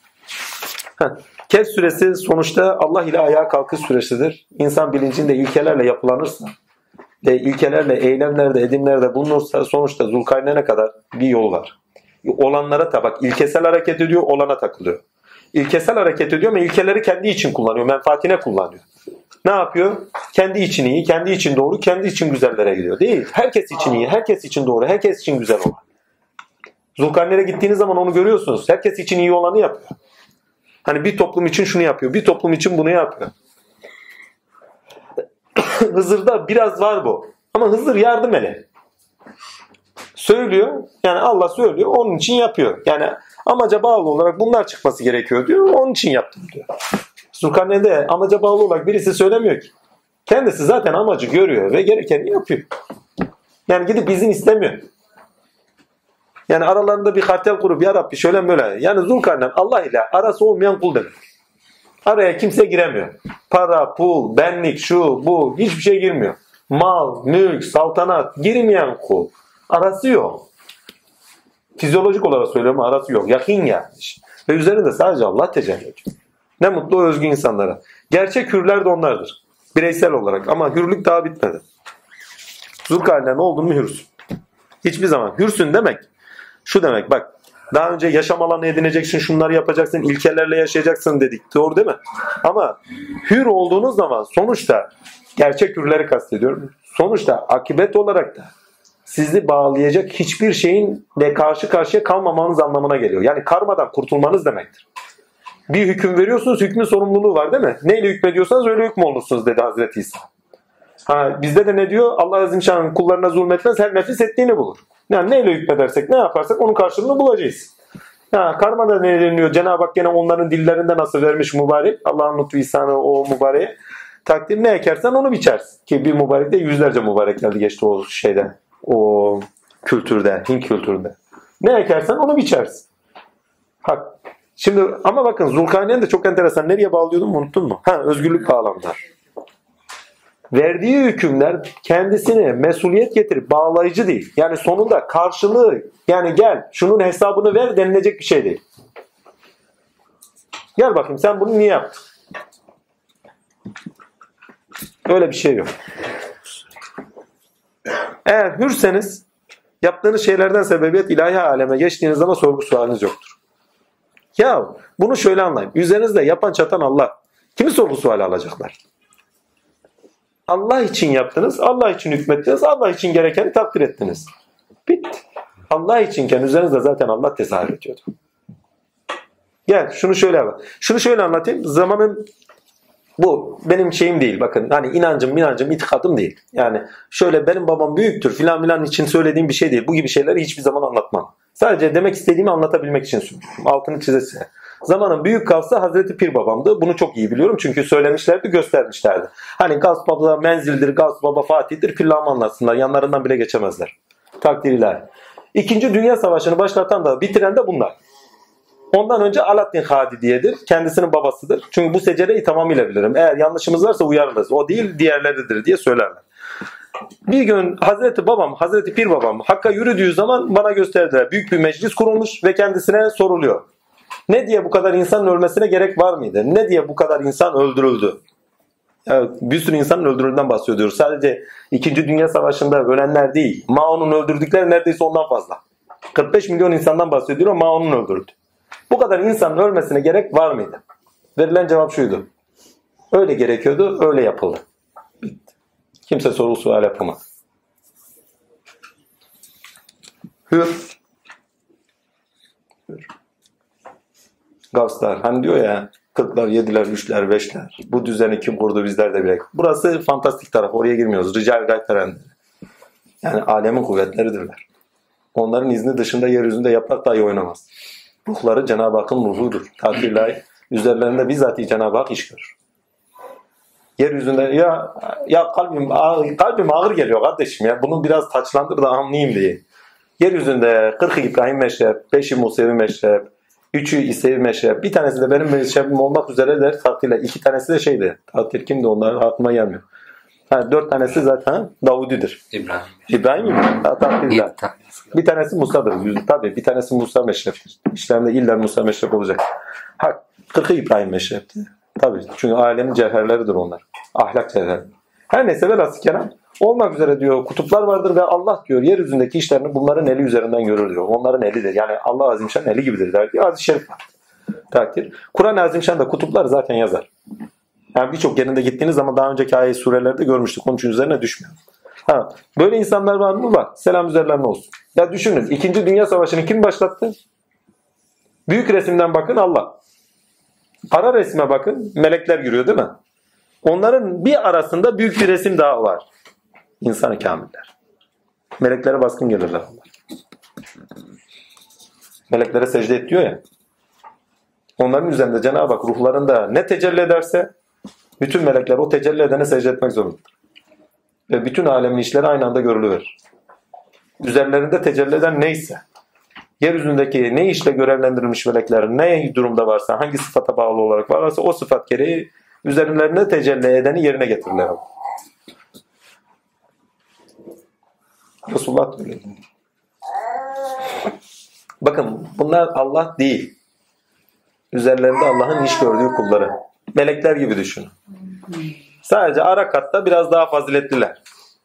Kehf suresi sonuçta Allah ile ayağa kalkış süresidir. İnsan bilincinde ilkelerle yapılanırsa ve ilkelerle eylemlerde edimlerde bulunursa sonuçta Zulkarneyn'e kadar bir yol var. Olanlara bak ilkesel hareket ediyor olana takılıyor. İlkesel hareket ediyor ama ilkeleri kendi için kullanıyor. Menfaatine kullanıyor. Ne yapıyor? Kendi için iyi, kendi için doğru, kendi için güzellere gidiyor. Değil. Herkes için iyi, herkes için doğru, herkes için güzel olan. Zulkarneyn'e gittiğiniz zaman onu görüyorsunuz. Herkes için iyi olanı yapıyor. Hani bir toplum için şunu yapıyor, bir toplum için bunu yapıyor. Hızır'da biraz var bu. Ama Hızır yardım ele. Söylüyor. Yani Allah söylüyor. Onun için yapıyor. Yani amaca bağlı olarak bunlar çıkması gerekiyor diyor. Onun için yaptım diyor. Zulkarneyn'de amaca bağlı olarak birisi söylemiyor ki. Kendisi zaten amacı görüyor ve gerekeni yapıyor. Yani gidip izin istemiyor. Yani aralarında bir kartel kurup ya Rabbi şöyle böyle. Yani Zulkarneyn Allah ile arası olmayan kul demek. Araya kimse giremiyor. Para, pul, benlik, şu, bu hiçbir şey girmiyor. Mal, mülk, saltanat girmeyen kul. Arası yok. Fizyolojik olarak söylüyorum arası yok. Yakın gelmiş. Ve üzerinde sadece Allah tecelli ediyor. Ne mutlu o özgü insanlara. Gerçek hürler de onlardır. Bireysel olarak. Ama hürlük daha bitmedi. Zulkarneyn oldun mu hürsün. Hiçbir zaman. Hürsün demek. Şu demek bak. Daha önce yaşam alanı edineceksin, şunları yapacaksın, ilkelerle yaşayacaksın dedik. Doğru değil mi? Ama hür olduğunuz zaman sonuçta gerçek hürleri kastediyorum. Sonuçta akibet olarak da sizi bağlayacak hiçbir şeyin ve karşı karşıya kalmamanız anlamına geliyor. Yani karmadan kurtulmanız demektir. Bir hüküm veriyorsunuz, hükmün sorumluluğu var değil mi? Neyle hükmediyorsanız öyle hükmolursunuz dedi Hazreti İsa. Bizde de ne diyor? Allah Azimşan'ın kullarına zulmetmez, her nefis ettiğini bulur. Yani neyle hükmedersek, ne yaparsak onun karşılığını bulacağız. Karmada ne deniliyor? Cenab-ı Hak gene onların dillerinde nasıl vermiş mübarek? Allah'ın lütfu ihsanı o mübareğe. Takdir ne ekersen onu biçersin. Ki bir mübarek de yüzlerce mübarek geldi geçti o şeyde. O kültürde, Hint kültüründe. Ne ekersen onu biçersin. Hak. Şimdi ama bakın Zulkarneyn de çok enteresan. Nereye bağlıyordum unuttun mu? Özgürlük bağlamında. Verdiği hükümler kendisine mesuliyet getirip bağlayıcı değil. Yani sonunda karşılığı yani gel şunun hesabını ver denilecek bir şey değil. Gel bakayım sen bunu niye yaptın? Öyle bir şey yok. Eğer hürseniz yaptığınız şeylerden sebebiyet ilahi aleme geçtiğiniz zaman sorgu sualiniz yoktur. Ya bunu şöyle anlayın. Üzerinizde yapan çatan Allah. Kimi sorgu suali alacaklar? Allah için yaptınız, Allah için hükmettiniz, Allah için gerekeni takdir ettiniz. Bitti. Allah içinken üzerinizde zaten Allah tezahür ediyordu. Gel şunu şöyle bak. Şunu şöyle anlatayım. Zamanın bu benim şeyim değil. Bakın hani inancım, itikadım değil. Yani şöyle benim babam büyüktür filan için söylediğim bir şey değil. Bu gibi şeyleri hiçbir zaman anlatmam. Sadece demek istediğimi anlatabilmek için söylüyorum. Altını çizese. Zamanın büyük kalsa Hazreti Pir babamdı. Bunu çok iyi biliyorum çünkü söylemişlerdi, göstermişlerdi. Hani Gavs Baba Menzil'dir, Gavs Baba Fatih'tir filan anlatsınlar. Yanlarından bile geçemezler. Takdir ilahi. İkinci Dünya Savaşı'nı başlatan da bitiren de bunlar. Ondan önce Alaaddin Hadidiye'dir. Kendisinin babasıdır. Çünkü bu secereyi tamamıyla bilirim. Eğer yanlışımız varsa uyarırız. O değil diğerleridir diye söylerler. Bir gün Hazreti Pir babam Hakk'a yürüdüğü zaman bana gösterdiler. Büyük bir meclis kurulmuş ve kendisine soruluyor. Ne diye bu kadar insanın ölmesine gerek var mıydı? Ne diye bu kadar insan öldürüldü? Yani bir sürü insanın öldürüldüğünden bahsediyoruz. Sadece 2. Dünya Savaşı'nda ölenler değil. Mao'nun öldürdükleri neredeyse ondan fazla. 45 milyon insandan bahsediyor ama Mao'nun öldürdü. Bu kadar insanın ölmesine gerek var mıydı? Verilen cevap şuydu. Öyle gerekiyordu, öyle yapıldı. Bitti. Kimse soru sual yapamaz. Hür. Gavslar. Hani diyor ya 40'lar, 7'ler, 3'ler, 5'ler. Bu düzeni kim kurdu bizler de bilek. Burası fantastik taraf. Oraya girmiyoruz. Rical gayb erenleri. Yani alemin kuvvetleridirler. Onların izni dışında yeryüzünde yaprak dahi oynamaz. Ruhları Cenab-ı Hakk'ın ruhudur. Takdirlahi üzerlerinde bizzat Cenab-ı Hak iş görür. Yeryüzünde ya kalbim ağır geliyor kardeşim ya. Bunu biraz taçlandır da anlayayım diye. Yeryüzünde 40'ı İbrahim Meşrep, 5'i Musevi Meşrep, 3'ü İsevi Meşrep, bir tanesi de benim meşrebim olmak üzereler takdirle. 2 tanesi de şeydi. Takdir kimdi onlar aklıma gelmiyor. 4 tanesi zaten Davudi'dir. İbrahim mi? Takdirle. Bir tanesi Musa'dır. Tabii bir tanesi Musa Meşrep'tir. İşlerinde illa Musa Meşrep olacak. 40'ı İbrahim Meşrep'ti. Tabii çünkü alemin cevherleridir onlar. Ahlak cevherleri. Her neyse velhasıl kelam olmak üzere diyor kutuplar vardır ve Allah diyor yeryüzündeki işlerini bunların eli üzerinden görür diyor. Onların elidir. Yani Allah Azimşan eli gibidir der diyor. Hadis-i şerif var. Takdir. Kur'an-ı Azimşan'da kutuplar zaten yazar. Yani birçok yerinde gittiğiniz zaman daha önceki ayet surelerde görmüştük. Onun için üzerine düşmüyor. Böyle insanlar var mı? Var. Selam üzerlerine olsun. Ya düşünün. 2. Dünya Savaşı'nı kim başlattı? Büyük resimden bakın Allah. Ara resme bakın. Melekler yürüyor değil mi? Onların bir arasında büyük bir resim daha var. İnsan-ı kamiller. Meleklere baskın gelirler onlar. Meleklere secde et diyor ya. Onların üzerinde Cenab-ı Hak ruhlarında ne tecelli ederse bütün melekler o tecelli edene secde etmek zorundadır. Ve bütün alemin işleri aynı anda görülüverir. Üzerlerinde tecelli eden neyse, yeryüzündeki ne işle görevlendirilmiş melekler ne durumda varsa, hangi sıfata bağlı olarak varsa o sıfat gereği üzerlerine tecelli edeni yerine getirirler. Resulullah diyor. Bakın bunlar Allah değil. Üzerlerinde Allah'ın iş gördüğü kulları. Melekler gibi düşünün. Sadece ara katta biraz daha faziletliler.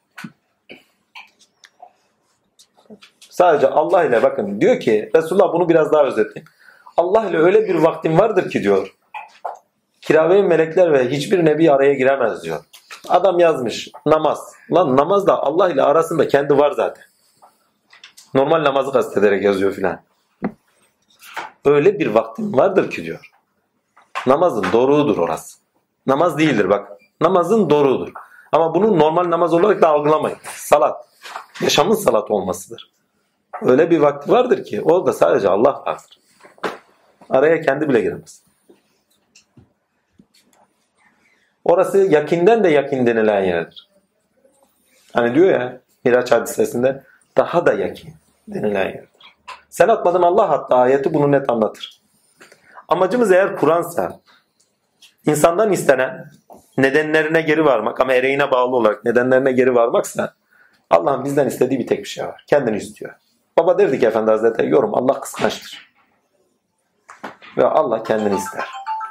Sadece Allah ile bakın diyor ki Resulullah bunu biraz daha özetleyin. Allah ile öyle bir vaktin vardır ki diyor. Kiraveyn melekler ve hiçbir nebi araya giremez diyor. Adam yazmış namaz. Lan namaz da Allah ile arasında kendi var zaten. Normal namazı kastederek yazıyor filan. Öyle bir vaktin vardır ki diyor. Namazın doruğudur orası. Namaz değildir bak. Namazın doruğudur. Ama bunu normal namaz olarak da algılamayın. Salat. Yaşamın salat olmasıdır. Öyle bir vakti vardır ki orada sadece Allah vardır. Araya kendi bile giremez. Orası yakinden de yakin denilen yerdir. Hani diyor ya Miraç hadisesinde daha da yakin denilen yerdir. Sen atmadın Allah hatta ayeti bunu net anlatır. Amacımız eğer Kur'ansa insandan istenen nedenlerine geri varmak ama ereğine bağlı olarak nedenlerine geri varmaksa Allah'ın bizden istediği bir tek bir şey var. Kendini istiyor. Baba derdi ki Efendi Hazretleri yorum Allah kıskançtır. Ve Allah kendini ister.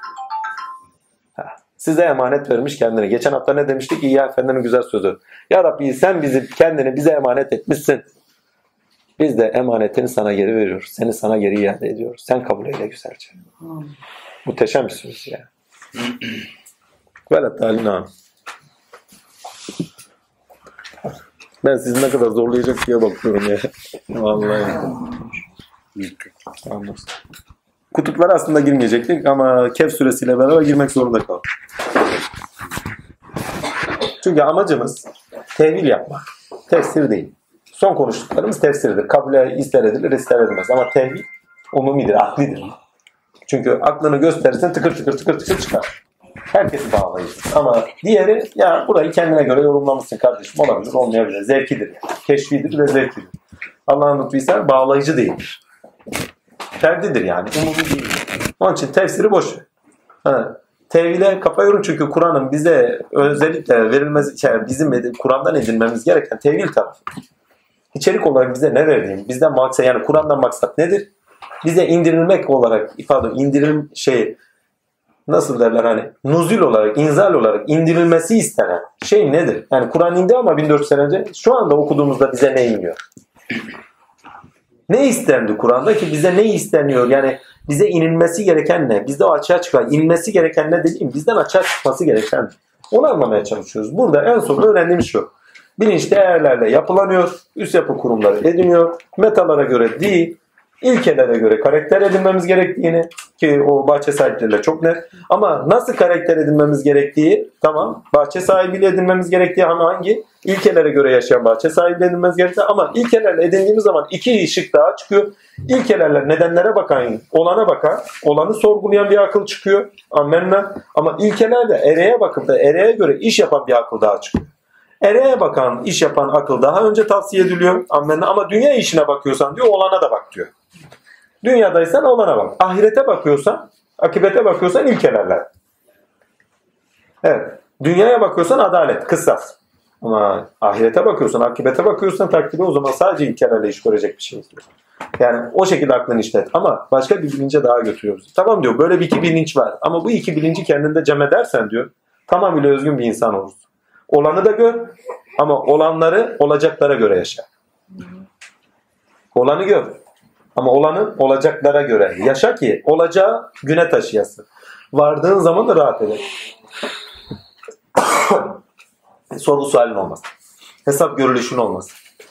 Size emanet vermiş kendini. Geçen hafta ne demiştik? İyi Efendi'nin güzel sözü. Ya Rabbi sen kendini bize emanet etmişsin. Biz de emanetini sana geri veriyoruz. Seni sana geri iade ediyoruz. Sen kabul eyle güzelce. Muhteşem bir söz ya. Velet alinam. Ben sizi ne kadar zorlayacak diye bakıyorum ya. Vallahi. Anladım. Kutuplara aslında girmeyecektik ama Kehf suresiyle beraber girmek zorunda kaldık. Çünkü amacımız tevil yapmak. Tefsir değil. Son konuştuklarımız tefsirdir. Kabule ister edilir, ister edilmez. Ama tevil umumidir, aklidir. Çünkü aklını gösterirsen tıkır tıkır çıkar. Herkesi bağlayıcı. Ama diğeri ya burayı kendine göre yorumlamışsın kardeşim. Olabilir, olmayabilir. Zevkidir yani. Keşfidir ve zevkidir. Allah'ın lütfuysa bağlayıcı değildir. Ferdidir yani. Umumi değil. Onun için tefsiri boş ver. Tevhile kafa yorun çünkü Kur'an'ın bize özellikle verilmesi, yani bizim Kur'an'dan edinmemiz gereken tevhil tarafı. İçerik olarak bize ne verdiğim, bizden maksat yani Kur'an'dan maksat nedir? Bize indirilmek olarak indirim nasıl derler hani nuzul olarak, inzal olarak indirilmesi istenen şey nedir? Yani Kur'an indi ama 1400 sene önce şu anda okuduğumuzda bize ne iniyor? Ne istendi Kur'an'da ki bize ne isteniyor? Yani bize inilmesi gereken ne? Bizde o açığa çıkan, inmesi gereken ne dediğim bizden açığa çıkması gereken. Onu anlamaya çalışıyoruz. Burada en son öğrendiğimiz şu. Bilinç değerlerle yapılanıyor. Üst yapı kurumları ediniyor. Metalara göre değil, ilkelere göre karakter edinmemiz gerektiğini ki o bahçe sahipleriyle çok net. Ama nasıl karakter edinmemiz gerektiği tamam. Bahçe sahibiyle edinmemiz gerektiği ama hangi? İlkelere göre yaşayan bahçe sahibiyle edinmemiz gerektiği ama ilkelerle edindiğimiz zaman iki ışık daha çıkıyor. İlkelerle nedenlere bakan, olana bakan, olanı sorgulayan bir akıl çıkıyor. Amenna. Ama ilkelerde ereğe bakıp da ereğe göre iş yapan bir akıl daha çıkıyor. Ereğe bakan, iş yapan akıl daha önce tavsiye ediliyor. Amenna. Ama dünya işine bakıyorsan diyor olana da bak diyor. Dünyadaysan olana bak. Ahirete bakıyorsan, akibete bakıyorsan ilkelerle. Evet. Dünyaya bakıyorsan adalet, kıssas. Ama ahirete bakıyorsan, akibete bakıyorsan takdiri o zaman sadece ilkelerle iş görecek bir şey. Yani o şekilde aklını işlet. Ama başka bir bilince daha götürüyoruz. Tamam diyor böyle bir iki bilinç var. Ama bu iki bilinci kendinde cem edersen diyor tamamıyla özgün bir insan olursun. Olanı da gör ama olanları olacaklara göre yaşa. Olanı gör. Ama olanı olacaklara göre yaşa ki olacağı güne taşıyasın. Vardığın zaman da rahat eder. Sorgu sualin olmaz. Hesap görülüşün olmaz.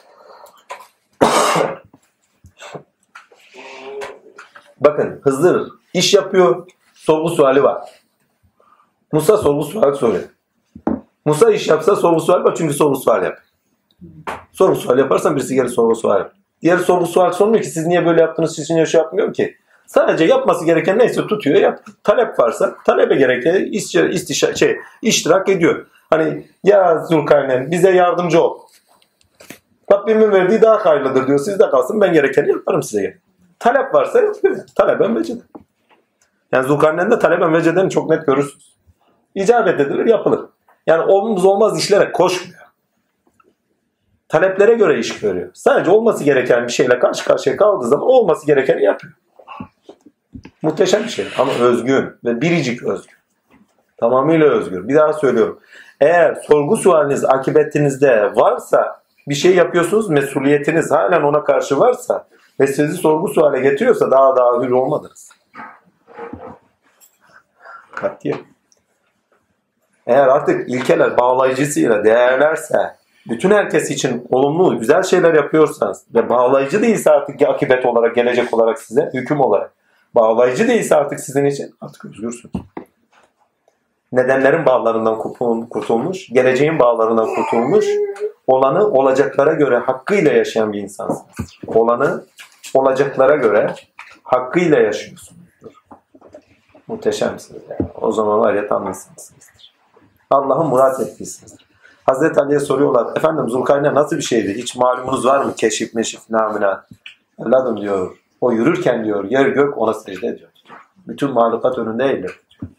Bakın Hızır iş yapıyor, sorgu suali var. Musa sorgu sual soruyor. Musa iş yapsa sorgu sual var çünkü sorgu sual yap. Sorgu sual yaparsan birisi gelir sorgu sual yap. Diğer sorgu sual sormuyor ki siz niye böyle yaptınız, siz niye şey yapmıyor ki. Sadece yapması gereken neyse tutuyor yap. Talep varsa talebe gereken iştirak ediyor. Hani ya Zülkarneyn bize yardımcı ol. Rabbimin verdiği daha hayırlıdır diyor. Sizde kalsın ben gerekeni yaparım size. Talep varsa yapıyor. Taleben veceden. Yani Zülkarneyn'de taleben veceden çok net görürsünüz. İcabet edilir yapılır. Yani olmaz işlere koşmuyor. Taleplere göre iş görüyor. Sadece olması gereken bir şeyle karşı karşıya kaldığı zaman olması gerekeni yapıyor. Muhteşem bir şey ama özgün ve biricik özgün. Tamamıyla özgür. Bir daha söylüyorum. Eğer sorgu sualiniz akıbetinizde varsa, bir şey yapıyorsunuz, mesuliyetiniz halen ona karşı varsa ve sizi sorgu suale getiriyorsa daha hür olmadınız. Katiyen. Eğer artık ilkeler bağlayıcısıyla değerlerse, bütün herkes için olumlu, güzel şeyler yapıyorsanız ve bağlayıcı değilse artık akıbet olarak, gelecek olarak size, hüküm olarak bağlayıcı değilse artık sizin için artık özgürsünüz. Nedenlerin bağlarından kurtulmuş, geleceğin bağlarından kurtulmuş, olanı olacaklara göre hakkıyla yaşayan bir insansınız. Olanı olacaklara göre hakkıyla yaşıyorsunuzdur. Muhteşemsiniz yani. O zaman var ya tam insansınızdır. Allah'ın murat ettiğisinizdir. Hazreti Ali'ye soruyorlar, efendim Zülkarneyn nasıl bir şeydi? Hiç malumunuz var mı? Keşif, meşif, namına. Evladım diyor, o yürürken diyor, yer gök ona secde ediyor. Bütün mahlukat önünde eğilir.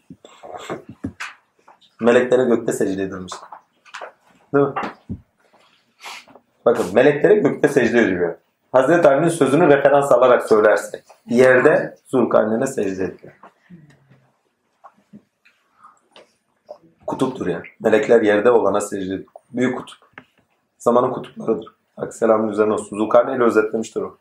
Meleklere gökte secde edilmiş. Değil mi? Bakın meleklere gökte secde ediyor. Hazreti Ali'nin sözünü referans alarak söylersek. Yerde Zülkarneyn'e secde ediyor. Kutuptur yani. Melekler yerde olana secde ediyor. Büyük kutup. Zamanın kutuplarıdır. Selamın üzerine olsun. Zülkarneyn'i özetlemiştir o.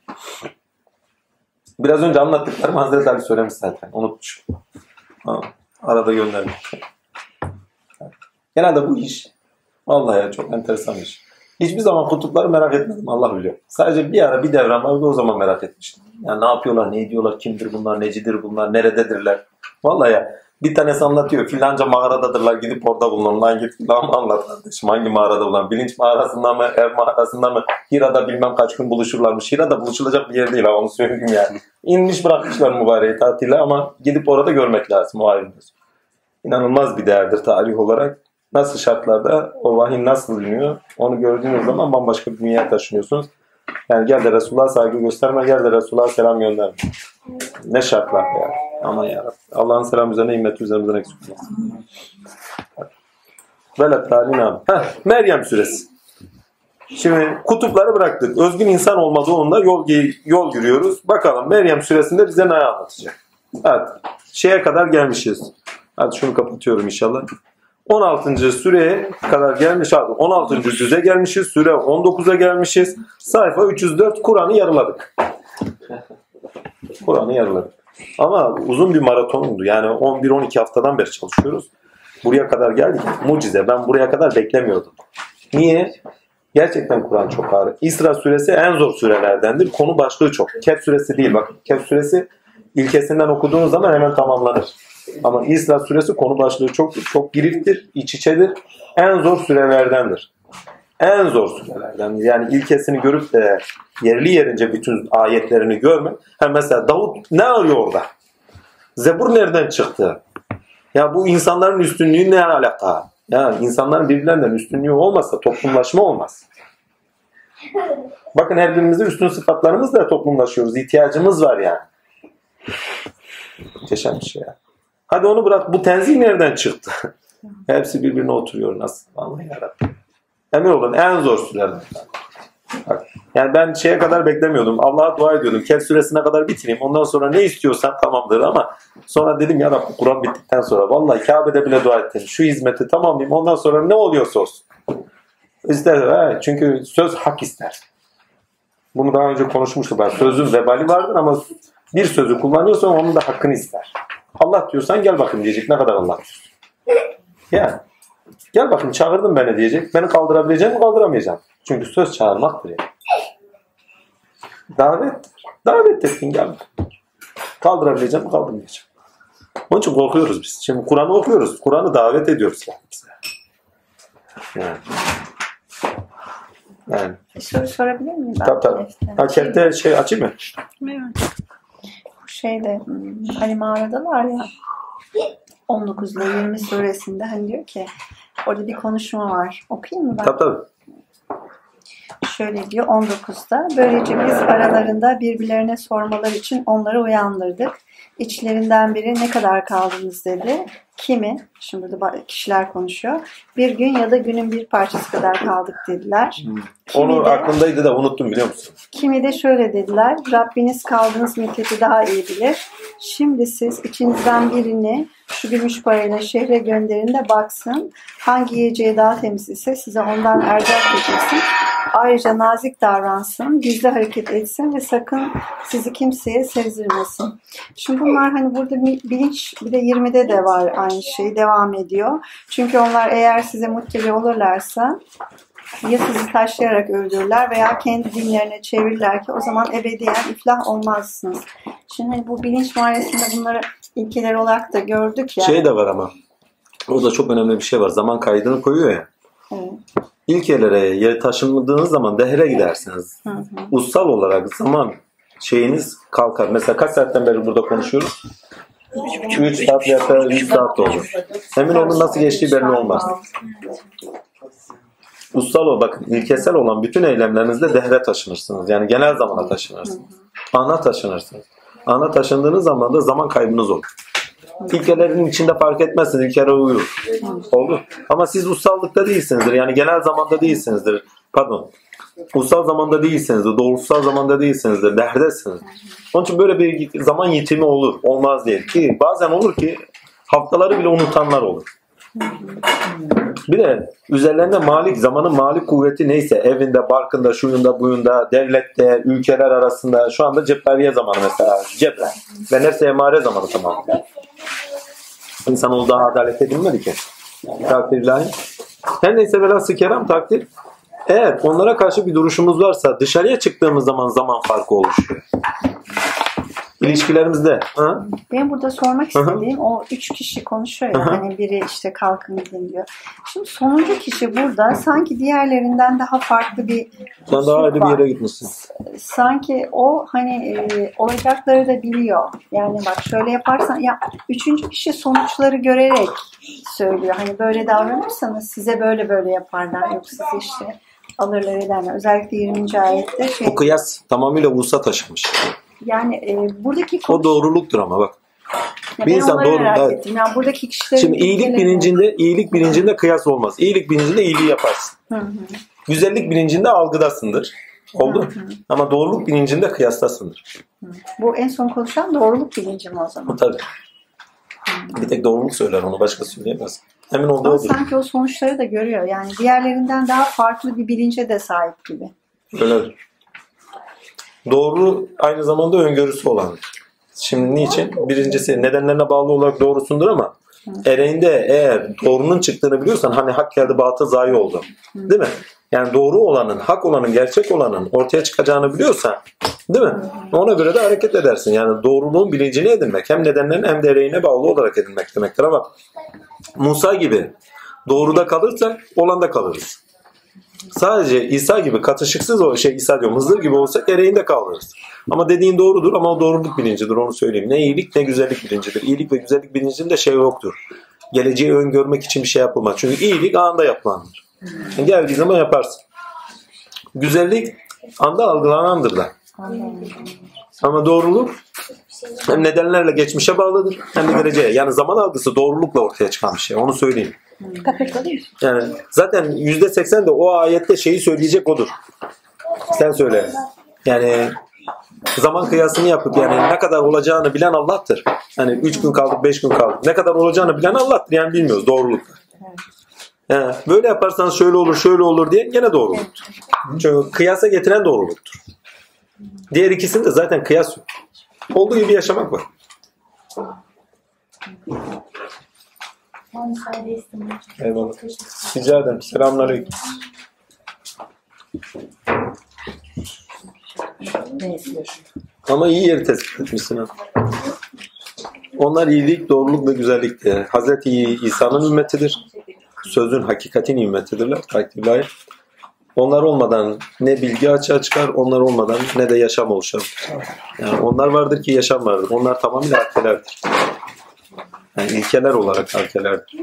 Biraz önce anlattıklarımı Hazreti Ali söylemiş zaten. Unutmuşum. Arada göndermiş. Genelde bu iş vallahi ya, çok enteresan bir iş. Hiçbir zaman kutupları merak etmedim. Allah biliyor. Sadece bir ara bir devran vardı, o zaman merak etmiştim. Yani ne yapıyorlar, ne ediyorlar, kimdir bunlar, necidir bunlar, nerededirler. Vallahi ya bir tanesi anlatıyor. Filanca mağaradadırlar, gidip orada bulunun. Lan git filan mı anlat kardeşim? Hangi mağarada bulan? Bilinç mağarasında mı, ev mağarasında mı? Hira'da bilmem kaç gün buluşurlarmış. Hira'da buluşulacak bir yer değil ha, onu söyleyeyim yani. İnmiş bırakmışlar mübareği tatile ama gidip orada görmek lazım o ayrı. İnanılmaz bir değerdir tarih olarak. Nasıl şartlarda o vahiy nasıl iniyor onu gördüğünüz zaman bambaşka bir dünyaya taşınıyorsunuz. Yani gel de Resulullah'a saygı gösterme, gel de Resulullah'a selam gönderme. Ne şartlar ya. Aman yarabbim. Allah'ın selam üzerine, immeti üzerimizden eksik olmasın. Velet talin. Meryem suresi. Şimdi kutupları bıraktık. Özgün insan olma yolunda yol yürüyoruz. Bakalım Meryem suresinde bize ne anlatacak? Evet. Şeye kadar gelmişiz. Hadi şunu kapatıyorum inşallah. 16. sureye kadar gelmiş abi. 16. cüze gelmişiz. Sure 19'a gelmişiz. Sayfa 304 Kur'an'ı yarıladık. Kur'an'ı yarıladık. Ama uzun bir maratondu. Yani 11-12 haftadan beri çalışıyoruz. Buraya kadar geldik. Mucize. Ben buraya kadar beklemiyordum. Niye? Gerçekten Kur'an çok ağır. İsra suresi en zor surelerdendir. Konu başlığı çok. Kehf suresi değil. Bak Kehf suresi ilkesinden okuduğunuz zaman hemen tamamlanır. Ama İsra suresi konu başlığı çok giriftir, iç içedir. En zor sürelerdendir. En zor sürelerdendir. Yani ilkesini görüp de yerli yerince bütün ayetlerini görmek. Mesela Davut ne arıyor orada? Zebur nereden çıktı? Ya bu insanların üstünlüğü ne alaka? Ya insanların birbirlerinden üstünlüğü olmazsa toplumlaşma olmaz. Bakın her birimizde üstün sıfatlarımızla toplumlaşıyoruz. İhtiyacımız var yani. Muhteşem bir şey ya. Hadi onu bırak. Bu tenzih nereden çıktı? Hepsi birbirine oturuyor nasıl? Vallahi yarabbim. Emin olun en zor sürelerden. Yani ben şeye kadar beklemiyordum. Allah'a dua ediyordum. Kehf suresine kadar bitireyim. Ondan sonra ne istiyorsan tamamdır ama sonra dedim ya Rabbi Kur'an bittikten sonra vallahi Kabe'de bile dua ettim. Şu hizmeti tamamlayayım. Ondan sonra ne oluyorsa olsun. İster. Çünkü söz hak ister. Bunu daha önce konuşmuştuk. Sözün vebali vardır ama bir sözü kullanıyorsan onun da hakkını ister. Allah diyorsan gel bakın diyecek. Ne kadar Allah diyorsun. Yani Gel bakayım çağırdın beni diyecek. Beni kaldırabileceğim mi kaldıramayacağım. Çünkü söz çağırmaktır yani. Davet ettin gel. Kaldırabileceğim mi kaldırmayacağım. Onun için korkuyoruz biz. Şimdi Kur'an'ı okuyoruz. Kur'an'ı davet ediyoruz yani. Yani. Soru sorabilir miyim ben? Tabii. Hakemde açayım mı? Bu şeyde hani mağaradalar ya 19 ile 20 suresinde hani diyor ki orada bir konuşma var. Okuyayım mı ben? Tabii. Şöyle diyor 19'da. Böylece biz aralarında birbirlerine sormalar için onları uyandırdık. İçlerinden biri ne kadar kaldınız dedi. Kimi, şimdi burada kişiler konuşuyor. Bir gün ya da günün bir parçası kadar kaldık dediler. Onu aklımdaydı da unuttum biliyor musun? Kimi de şöyle dediler. Rabbiniz kaldığınız müddeti daha iyi bilir. Şimdi siz içinizden birini şu gümüş parayla şehre gönderin de baksın. Hangi yiyeceği daha temiz ise size ondan erzak getirsin. Ayrıca nazik davransın, gizli hareket etsin ve sakın sizi kimseye sezdirmesin. Şimdi bunlar hani burada bilinç bir de 20'de de var aynı şey devam ediyor. Çünkü onlar eğer size muttali olurlarsa ya sizi taşlayarak öldürürler veya kendi dinlerine çevirirler ki o zaman ebediyen iflah olmazsınız. Şimdi hani bu bilinç mahallesinde bunları ilkeler olarak da gördük ya. Şey de var ama orada çok önemli bir şey var. Zaman kaydını koyuyor ya. Evet. İlkelere taşınmadığınız zaman dehre gidersiniz. Ussal olarak zaman şeyiniz kalkar. Mesela kaç saatten beri burada konuşuyoruz? 3 saat ya da 3 saat olur. Emin olun nasıl geçtiği belli olmaz. Ussal o bakın ilkesel olan bütün eylemlerinizde dehre taşınırsınız. Yani genel zamana taşınırsınız. Ana taşınırsınız. Ana taşındığınız zaman da zaman kaybınız olur. İlkelerin içinde fark etmezsiniz. İlkelere uyur. Oldu. Ama siz ussallıkta değilsinizdir. Yani genel zamanda değilsinizdir. Pardon. Ussal zamanda değilsinizdir. Doğrusal zamanda değilsinizdir. Derdesiniz. Onun için böyle bir zaman yitimi olur. Olmaz diye. Ki bazen olur ki haftaları bile unutanlar olur. Bir de üzerlerinde malik, zamanın malik kuvveti neyse evinde, barkında, şuyunda, buyunda, devlette, ülkeler arasında şu anda cepheriye zamanı mesela. Cephe. Ve nefse emare zamanı tamam. İnsanoğlu daha adalet edilmedi ki. Takdir ilahi. Her neyse velhasıl keram takdir. Eğer onlara karşı bir duruşumuz varsa dışarıya çıktığımız zaman zaman farkı oluşuyor. İlişkilerimizde. Ha? Benim burada sormak istediğim o 3 kişi konuşuyor ya hani biri işte kalkın gidin diyor. Şimdi sonuncu kişi burada sanki diğerlerinden daha farklı bir Sen daha ayrı bir yere gitmişsin. Sanki o hani olacakları da biliyor. Yani bak şöyle yaparsan ya 3. kişi sonuçları görerek söylüyor. Hani böyle davranırsanız size böyle böyle yaparlar. Yoksa sizi işte alırlar ederler. Özellikle 20. ayette şey. Bu kıyas tamamıyla vusa taşımış. Yani buradaki o doğruluktur ama bak. Ya bir insan doğru. Evet. Yani buradaki kişilerin şimdi iyilik bilincinde kıyas olmaz. İyilik bilincinde iyiliği yaparsın. Güzellik bilincinde algıdasındır. Oldu. Ama doğruluk bilincinde kıyastasındır. Bu en son konuşan doğruluk bilinci mi o zaman? Tabii. Bir tek doğruluk söyler onu başka söyleyemez. Emin olduğu odur. Sanki o sonuçları da görüyor. Yani diğerlerinden daha farklı bir bilince de sahip gibi. Öyledir. Doğru aynı zamanda öngörüsü olandır. Şimdi niçin? Birincisi nedenlerine bağlı olarak doğrusundur ama ereğinde eğer doğrunun çıktığını biliyorsan hani hak geldi batıl zayi oldu. Değil mi? Yani doğru olanın, hak olanın, gerçek olanın ortaya çıkacağını biliyorsan değil mi? Ona göre de hareket edersin. Yani doğruluğun bilincini edinmek hem nedenlerin hem de ereğine bağlı olarak edinmek demektir ama Musa gibi doğruda kalırsak olanda kalırız. Sadece İsa gibi katışıksız İsa diyorum Hızır gibi olsak ereğinde kalırız. Ama dediğin doğrudur ama o doğruluk bilincidir onu söyleyeyim. Ne iyilik ne güzellik bilincidir. İyilik ve güzellik bilincinde şey yoktur. Geleceği öngörmek için bir şey yapılmaz. Çünkü iyilik anında yapılandır. Yani geldiği zaman yaparsın. Güzellik anda algılanandır da. Ama doğruluk hem nedenlerle geçmişe bağlıdır hem de geleceğe. Yani zaman algısı doğrulukla ortaya çıkan bir şey. Onu söyleyeyim. Yani zaten %80 de o ayette şeyi söyleyecek odur. Sen söyle. Yani zaman kıyasını yapıp yani ne kadar olacağını bilen Allah'tır. Hani 3 gün kaldık 5 gün kaldık. Ne kadar olacağını bilen Allah'tır. Yani bilmiyoruz doğrulukla. Yani böyle yaparsanız şöyle olur şöyle olur diye gene doğruluktur. Çünkü kıyasa getiren doğruluktur. Diğer ikisinde zaten kıyas yok. Olduğu gibi yaşamak var. müsaade istemem. Eyvallah. Rica ederim. Selamünaleyküm. Ama iyi yeri tespit etmişsin ha. Onlar iyilik, doğruluk ve güzellikti. Hazreti İsa'nın ümmetidir. Sözün, hakikatin ümmetidirler. Takdirler. Onlar olmadan ne bilgi açığa çıkar, onlar olmadan ne de yaşam oluşur. Yani onlar vardır ki yaşam vardır. Onlar tamamıyla arkelerdir. Yani ilkeler olarak arkelerdir.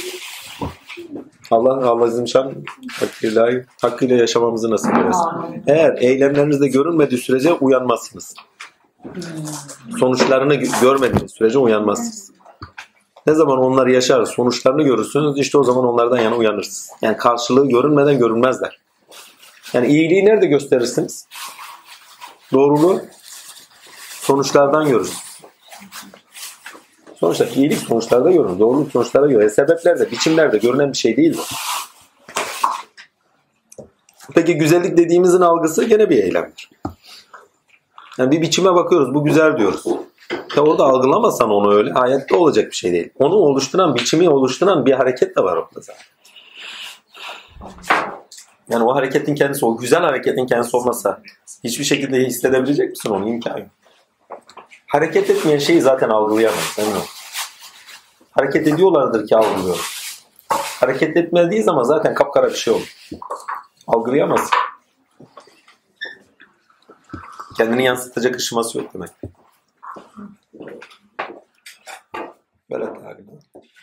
Allah Azimşan takdirler, hakkıyla yaşamamızı nasip eylesin. Eğer eylemlerinizde görünmediği sürece uyanmazsınız. Sonuçlarını görmediğiniz sürece uyanmazsınız. Ne zaman onları yaşar, sonuçlarını görürsünüz, işte o zaman onlardan yana uyanırsınız. Yani karşılığı görünmeden görünmezler. Yani iyiliği nerede gösterirsiniz? Doğruluğu sonuçlardan görürsünüz. Sonuçta iyilik sonuçlarda görünür, doğruluk sonuçlarda görünür. Sebeplerde, biçimlerde görünen bir şey değil bu. Peki güzellik dediğimizin algısı gene bir eylemdir. Yani bir biçime bakıyoruz, bu güzel diyoruz. Ya orada algılamasan onu öyle, hayatta olacak bir şey değil. Onu oluşturan, biçimi oluşturan bir hareket de var orada zaten. Yani o hareketin kendisi, o güzel hareketin kendisi olmasa hiçbir şekilde hissedebilecek misin onu? İmkan yok. Hareket etmeyen şeyi zaten algılayamayız. Hareket ediyorlardır ki algılıyor. Hareket etmediği zaman zaten kapkara bir şey olur. Algılayamaz. Kendini yansıtacak ışıması yok demek. Böyle